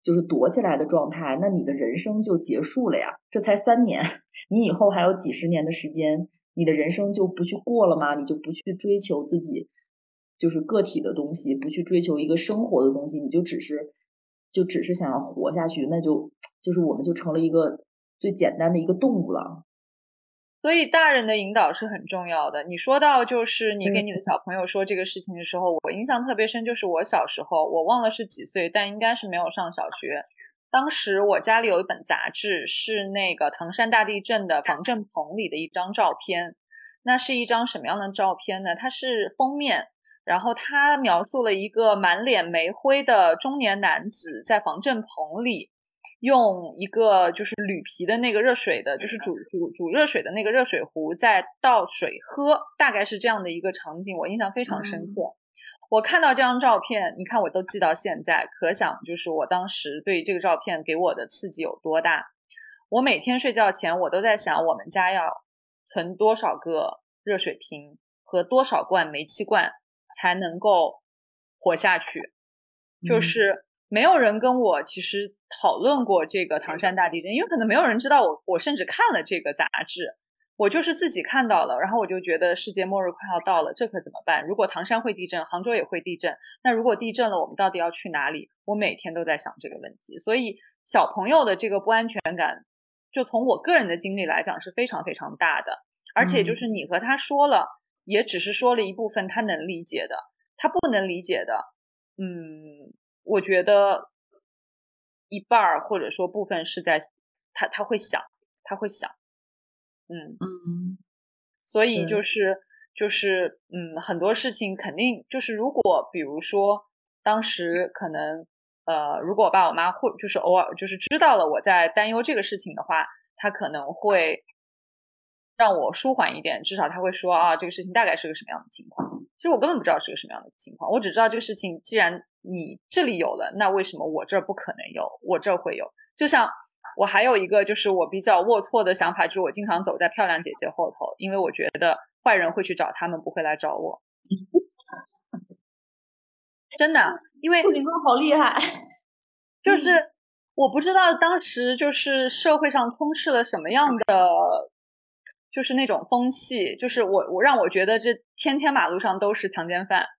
就是躲起来的状态，那你的人生就结束了呀。这才3年，你以后还有几十年的时间，你的人生就不去过了吗？你就不去追求自己就是个体的东西，不去追求一个生活的东西，你就只是想要活下去，那就是我们就成了一个最简单的一个动物了。
所以大人的引导是很重要的。你说到就是你给你的小朋友说这个事情的时候，我印象特别深，就是我小时候，我忘了是几岁，但应该是没有上小学。当时我家里有一本杂志，是那个唐山大地震的防震棚里的一张照片。那是一张什么样的照片呢？它是封面，然后它描述了一个满脸煤灰的中年男子在防震棚里，用一个就是铝皮的那个热水的，就是煮热水的那个热水壶在倒水喝，大概是这样的一个场景，我印象非常深刻。我看到这张照片，你看我都记到现在，可想就是我当时对这个照片给我的刺激有多大。我每天睡觉前我都在想，我们家要存多少个热水瓶和多少罐煤气罐才能够活下去。就是没有人跟我其实讨论过这个唐山大地震，因为可能没有人知道我甚至看了这个杂志，我就是自己看到了，然后我就觉得世界末日快要到了，这可怎么办？如果唐山会地震，杭州也会地震，那如果地震了，我们到底要去哪里？我每天都在想这个问题。所以小朋友的这个不安全感，就从我个人的经历来讲是非常非常大的。而且就是你和他说了，也只是说了一部分他能理解的，他不能理解的，我觉得一半或者说部分是在他会想，所以就是很多事情肯定就是如果比如说当时可能如果我爸我妈会就是偶尔就是知道了我在担忧这个事情的话，他可能会让我舒缓一点，至少他会说啊这个事情大概是个什么样的情况。其实我根本不知道是个什么样的情况，我只知道这个事情既然你这里有了，那为什么我这儿不可能有，我这儿会有。就像我还有一个就是我比较龌龊的想法，就是我经常走在漂亮姐姐后头，因为我觉得坏人会去找他们，不会来找我。真的，因为
你们好厉害。
就是我不知道当时就是社会上充斥了什么样的就是那种风气，就是我让我觉得这天天马路上都是强奸犯。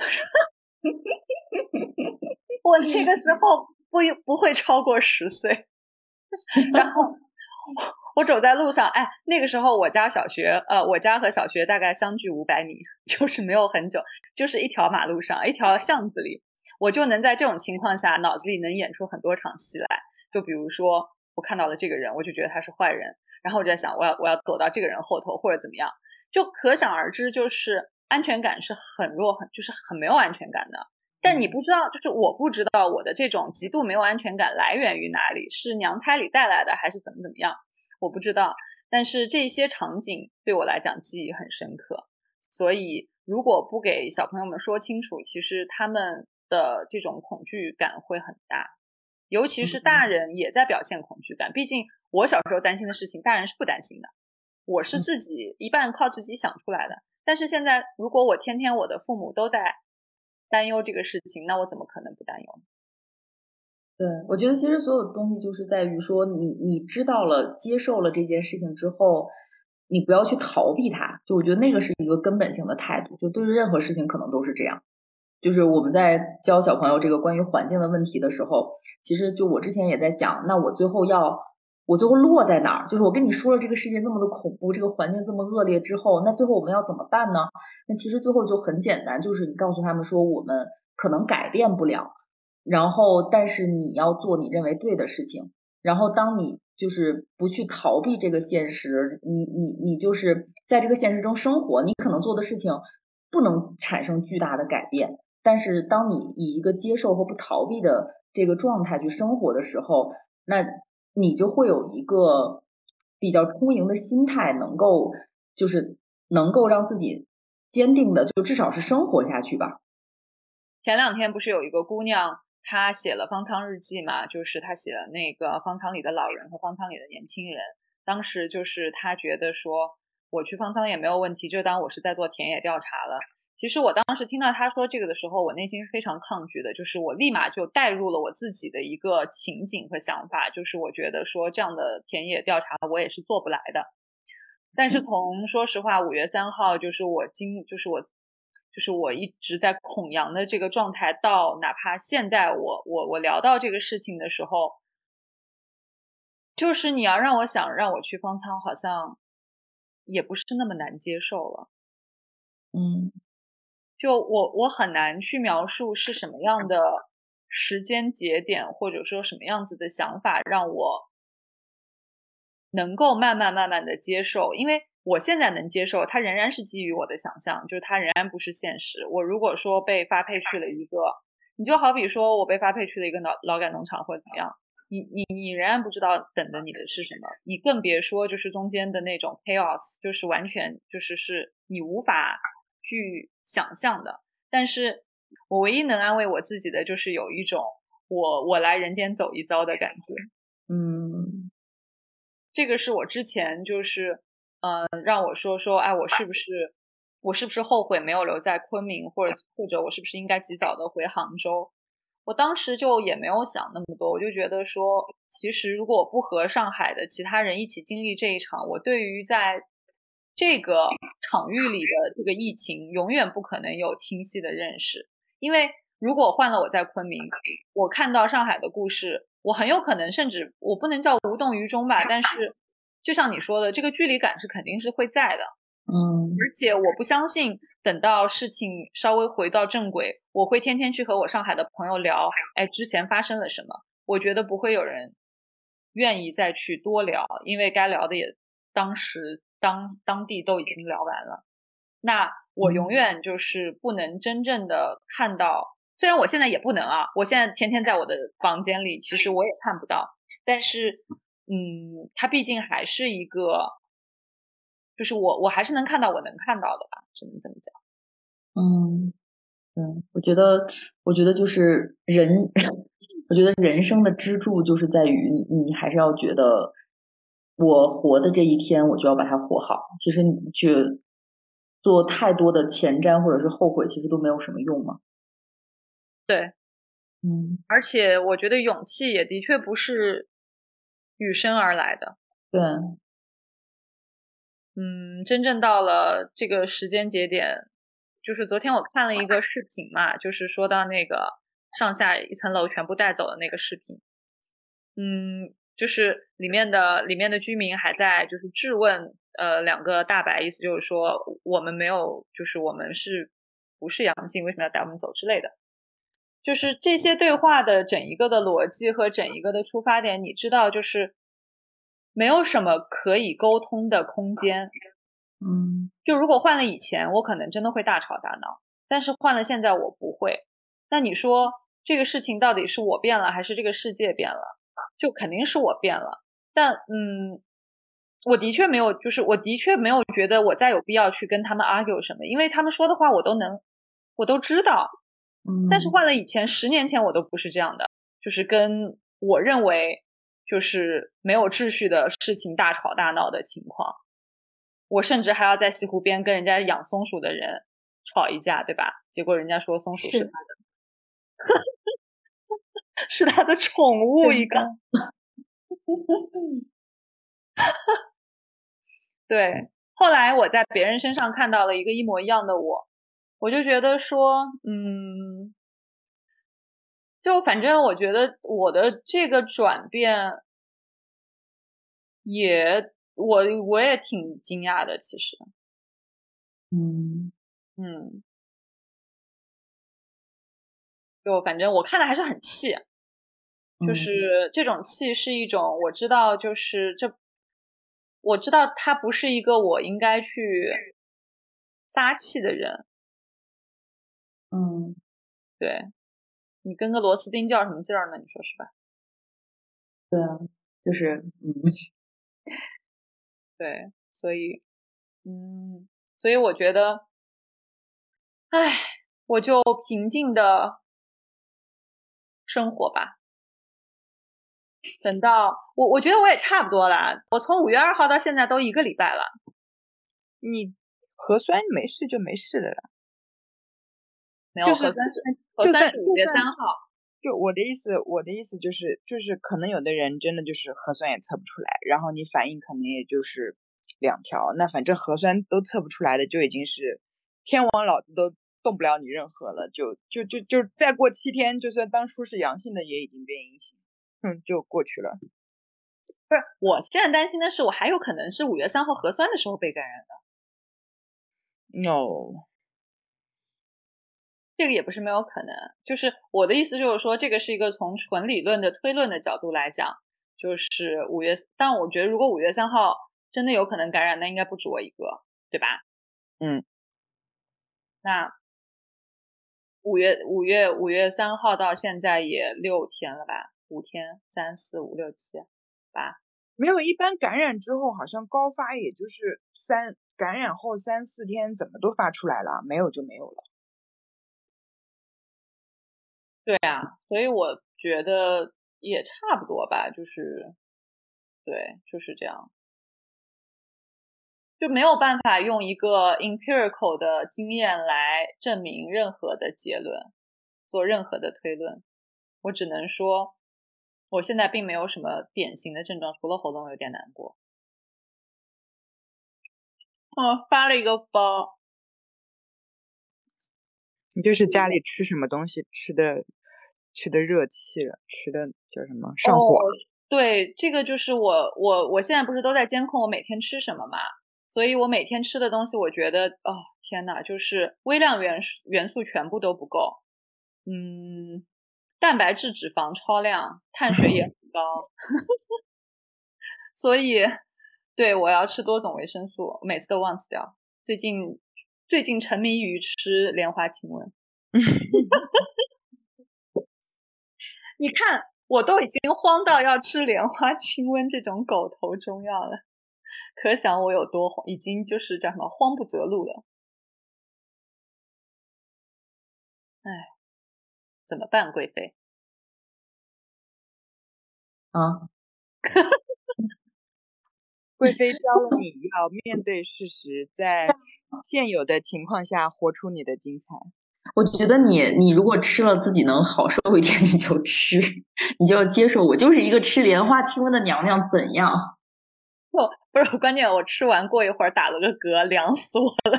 我那个时候不会超过10岁，然后我走在路上，哎，那个时候我家和小学大概相距500米，就是没有很久，就是一条马路上，一条巷子里，我就能在这种情况下脑子里能演出很多场戏来。就比如说我看到了这个人，我就觉得他是坏人，然后我就在想我要躲到这个人后头或者怎么样，就可想而知，就是安全感是很弱，就是很没有安全感的。但你不知道，就是我不知道我的这种极度没有安全感来源于哪里，是娘胎里带来的还是怎么样，我不知道。但是这些场景对我来讲记忆很深刻，所以如果不给小朋友们说清楚，其实他们的这种恐惧感会很大，尤其是大人也在表现恐惧感。毕竟我小时候担心的事情，大人是不担心的，我是自己一半靠自己想出来的。但是现在如果我天天我的父母都在担忧这个事情，那我怎么可能不担忧呢？
对，我觉得其实所有的东西就是在于说你知道了接受了这件事情之后，你不要去逃避它，就我觉得那个是一个根本性的态度，就对于任何事情可能都是这样。就是我们在教小朋友这个关于环境的问题的时候，其实就我之前也在想，那我最后落在哪儿？就是我跟你说了这个世界那么的恐怖，这个环境这么恶劣之后，那最后我们要怎么办呢？那其实最后就很简单，就是你告诉他们说我们可能改变不了，然后但是你要做你认为对的事情，然后当你就是不去逃避这个现实，你就是在这个现实中生活，你可能做的事情不能产生巨大的改变，但是当你以一个接受和不逃避的这个状态去生活的时候，那你就会有一个比较充盈的心态，能够让自己坚定的就至少是生活下去吧。
前2天不是有一个姑娘她写了方舱日记嘛，就是她写了那个方舱里的老人和方舱里的年轻人，当时就是她觉得说我去方舱也没有问题，就当我是在做田野调查了， 其实我当时听到他说这个的时候，我内心是非常抗拒的，就是我立马就带入了我自己的一个情景和想法，就是我觉得说这样的田野调查我也是做不来的。但是从说实话5月3号就是我一直在恐阳的这个状态，到哪怕现在我聊到这个事情的时候，就是你要让我想让我去方舱，好像也不是那么难接受了。就我很难去描述是什么样的时间节点，或者说什么样子的想法让我能够慢慢的接受，因为我现在能接受，它仍然是基于我的想象，就是它仍然不是现实。我如果说被发配去了一个，你就好比说我被发配去了一个劳改农场或者怎么样，你仍然不知道等着你的是什么，你更别说就是中间的那种 chaos， 就是完全是你无法去想象的。但是我唯一能安慰我自己的就是有一种我来人间走一遭的感觉。这个是我之前就是让我说哎，我是不是后悔没有留在昆明，或者我是不是应该及早的回杭州。我当时就也没有想那么多，我就觉得说其实如果我不和上海的其他人一起经历这一场，我对于在这个场域里的这个疫情永远不可能有清晰的认识。因为如果换了我在昆明，我看到上海的故事，我很有可能甚至我不能叫无动于衷吧，但是就像你说的，这个距离感是肯定是会在的。而且我不相信等到事情稍微回到正轨，我会天天去和我上海的朋友聊之前发生了什么。我觉得不会有人愿意再去多聊，因为该聊的也当地都已经聊完了。那我永远就是不能真正的看到，虽然我现在也不能啊，我现在天天在我的房间里，其实我也看不到，但是它毕竟还是一个，就是我还是能看到我能看到的吧，只能这么讲。
我觉得就是我觉得人生的支柱就是在于你还是要觉得我活的这一天我就要把它活好。其实你去做太多的前瞻或者是后悔，其实都没有什么用嘛。
对，而且我觉得勇气也的确不是与生而来的。
对，
真正到了这个时间节点，就是昨天我看了一个视频嘛，就是说到那个上下一层楼全部带走的那个视频。就是里面的居民还在就是质问两个大白，意思就是说我们没有，就是我们不是阳性，为什么要带我们走之类的。就是这些对话的整一个的逻辑和整一个的出发点，你知道就是没有什么可以沟通的空间。就如果换了以前，我可能真的会大吵大闹，但是换了现在我不会。那你说这个事情到底是我变了还是这个世界变了？就肯定是我变了。但我的确没有觉得我再有必要去跟他们 argue 什么，因为他们说的话我都知道。但是换了以前10年前我都不是这样的，就是跟我认为就是没有秩序的事情大吵大闹的情况。我甚至还要在西湖边跟人家养松鼠的人吵一架，对吧？结果人家说松鼠是他的是他的宠物一个对，后来我在别人身上看到了一个一模一样的我就觉得说就反正我觉得我的这个转变我也挺惊讶的，其实就反正我看的还是很气，就是这种气是一种我知道我知道他不是一个我应该去撒气的人。对，你跟个螺丝钉较什么劲儿呢？你说是吧？
对啊，就是
对，所以我觉得我就平静的生活吧。等到我觉得我也差不多了，我从5月2号到现在都1个礼拜了。
你核酸没事就没事的了。
没有
就是
核酸是5月3号。
就我的意思就是可能有的人真的就是核酸也测不出来，然后你反应可能也就是2条，那反正核酸都测不出来的就已经是天王老子都动不了你任何了，就再过7天，就算当初是阳性的也已经变阴性，就过去了。
不是，我现在担心的是我还有可能是5月3号核酸的时候被感染的。
No，
这个也不是没有可能，就是我的意思就是说，这个是一个从纯理论的推论的角度来讲，就是但我觉得如果5月3号真的有可能感染，那应该不止我一个，对吧？那5月3号到现在也6天了吧？5天，3、4、5、6、7、8。
没有，一般感染之后好像高发也就是感染后3、4天怎么都发出来了，没有就没有了。
对啊，所以我觉得也差不多吧，就是对，就是这样，就没有办法用一个 empirical 的经验来证明任何的结论，做任何的推论。我只能说我现在并没有什么典型的症状，除了喉咙有点难过。发了一个包。
你就是家里吃什么东西吃的热气了，吃的叫什么上火。
对，这个就是我现在不是都在监控我每天吃什么嘛，所以我每天吃的东西我觉得天哪，就是微量元素全部都不够。蛋白质脂肪超量，碳水也很高。所以对，我要吃多种维生素，我每次都忘记掉。最近沉迷于吃莲花清瘟。你看我都已经慌到要吃莲花清瘟这种狗头中药了，可想我有多慌，已经就是叫什么慌不择路了。哎，怎么办，贵妃？
贵妃教了你要面对事实，在现有的情况下活出你的精彩。
我觉得你如果吃了自己能好受一点，你就吃，你就要接受我就是一个吃莲花清瘟的娘娘，怎样？
不是，关键我吃完过一会儿打了个嗝，凉死我了。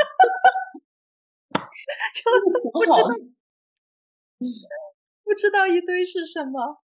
真的不知道一堆是什么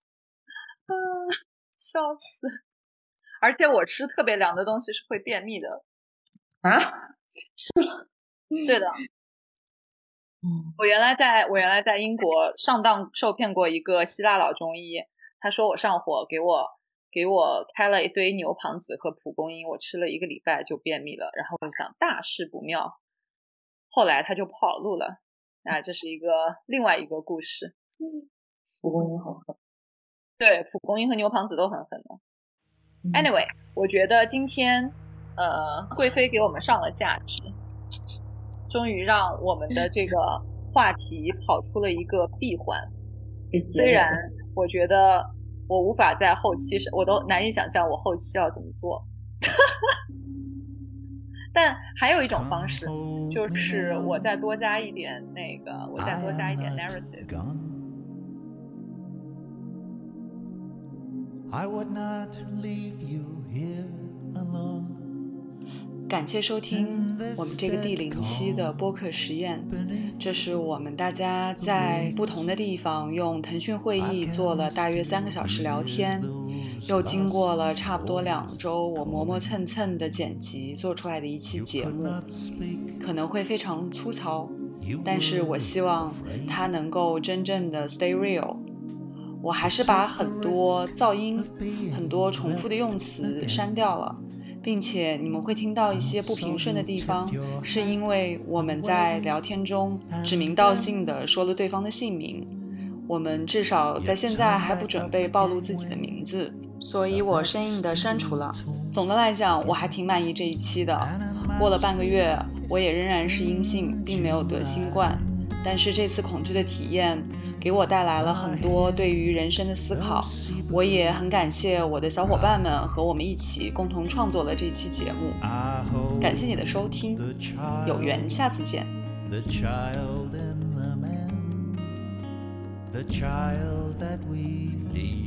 笑死。而且我吃特别凉的东西是会便秘的。
是吗？
对的。我原来在英国上当受骗过一个希腊老中医，他说我上火，给我开了一堆牛蒡子和蒲公英，我吃了1个礼拜就便秘了，然后我就想大事不妙，后来他就跑路了。这是另外一个故事。
蒲公英好狠。
对，蒲公英和牛蒡子都很狠的。Anyway， 我觉得今天贵妃给我们上了价值，终于让我们的这个话题跑出了一个闭环。虽然我觉得我无法在后期，我都难以想象我后期要怎么做。但还有一种方式，就是我再多加一点narrative。
I would not leave you here alone.
感谢收听我们这个第0期的播客实验，这是我们大家在不同的地方用腾讯会议做了大约3个小时聊天，又经过了差不多2周我磨磨蹭蹭的剪辑做出来的一期节目，可能会非常粗糙，但是我希望它能够真正的 stay real。我还是把很多噪音、很多重复的用词删掉了，并且你们会听到一些不平顺的地方，是因为我们在聊天中指名道姓地说了对方的姓名，我们至少在现在还不准备暴露自己的名字，所以我生硬地删除了。总的来讲，我还挺满意这一期的。过了半个月，我也仍然是阴性，并没有得新冠，但是这次恐惧的体验给我带来了很多对于人生的思考，我也很感谢我的小伙伴们和我们一起共同创作了这期节目。感谢你的收听，有缘下次见。
the child in the man, the child that we leave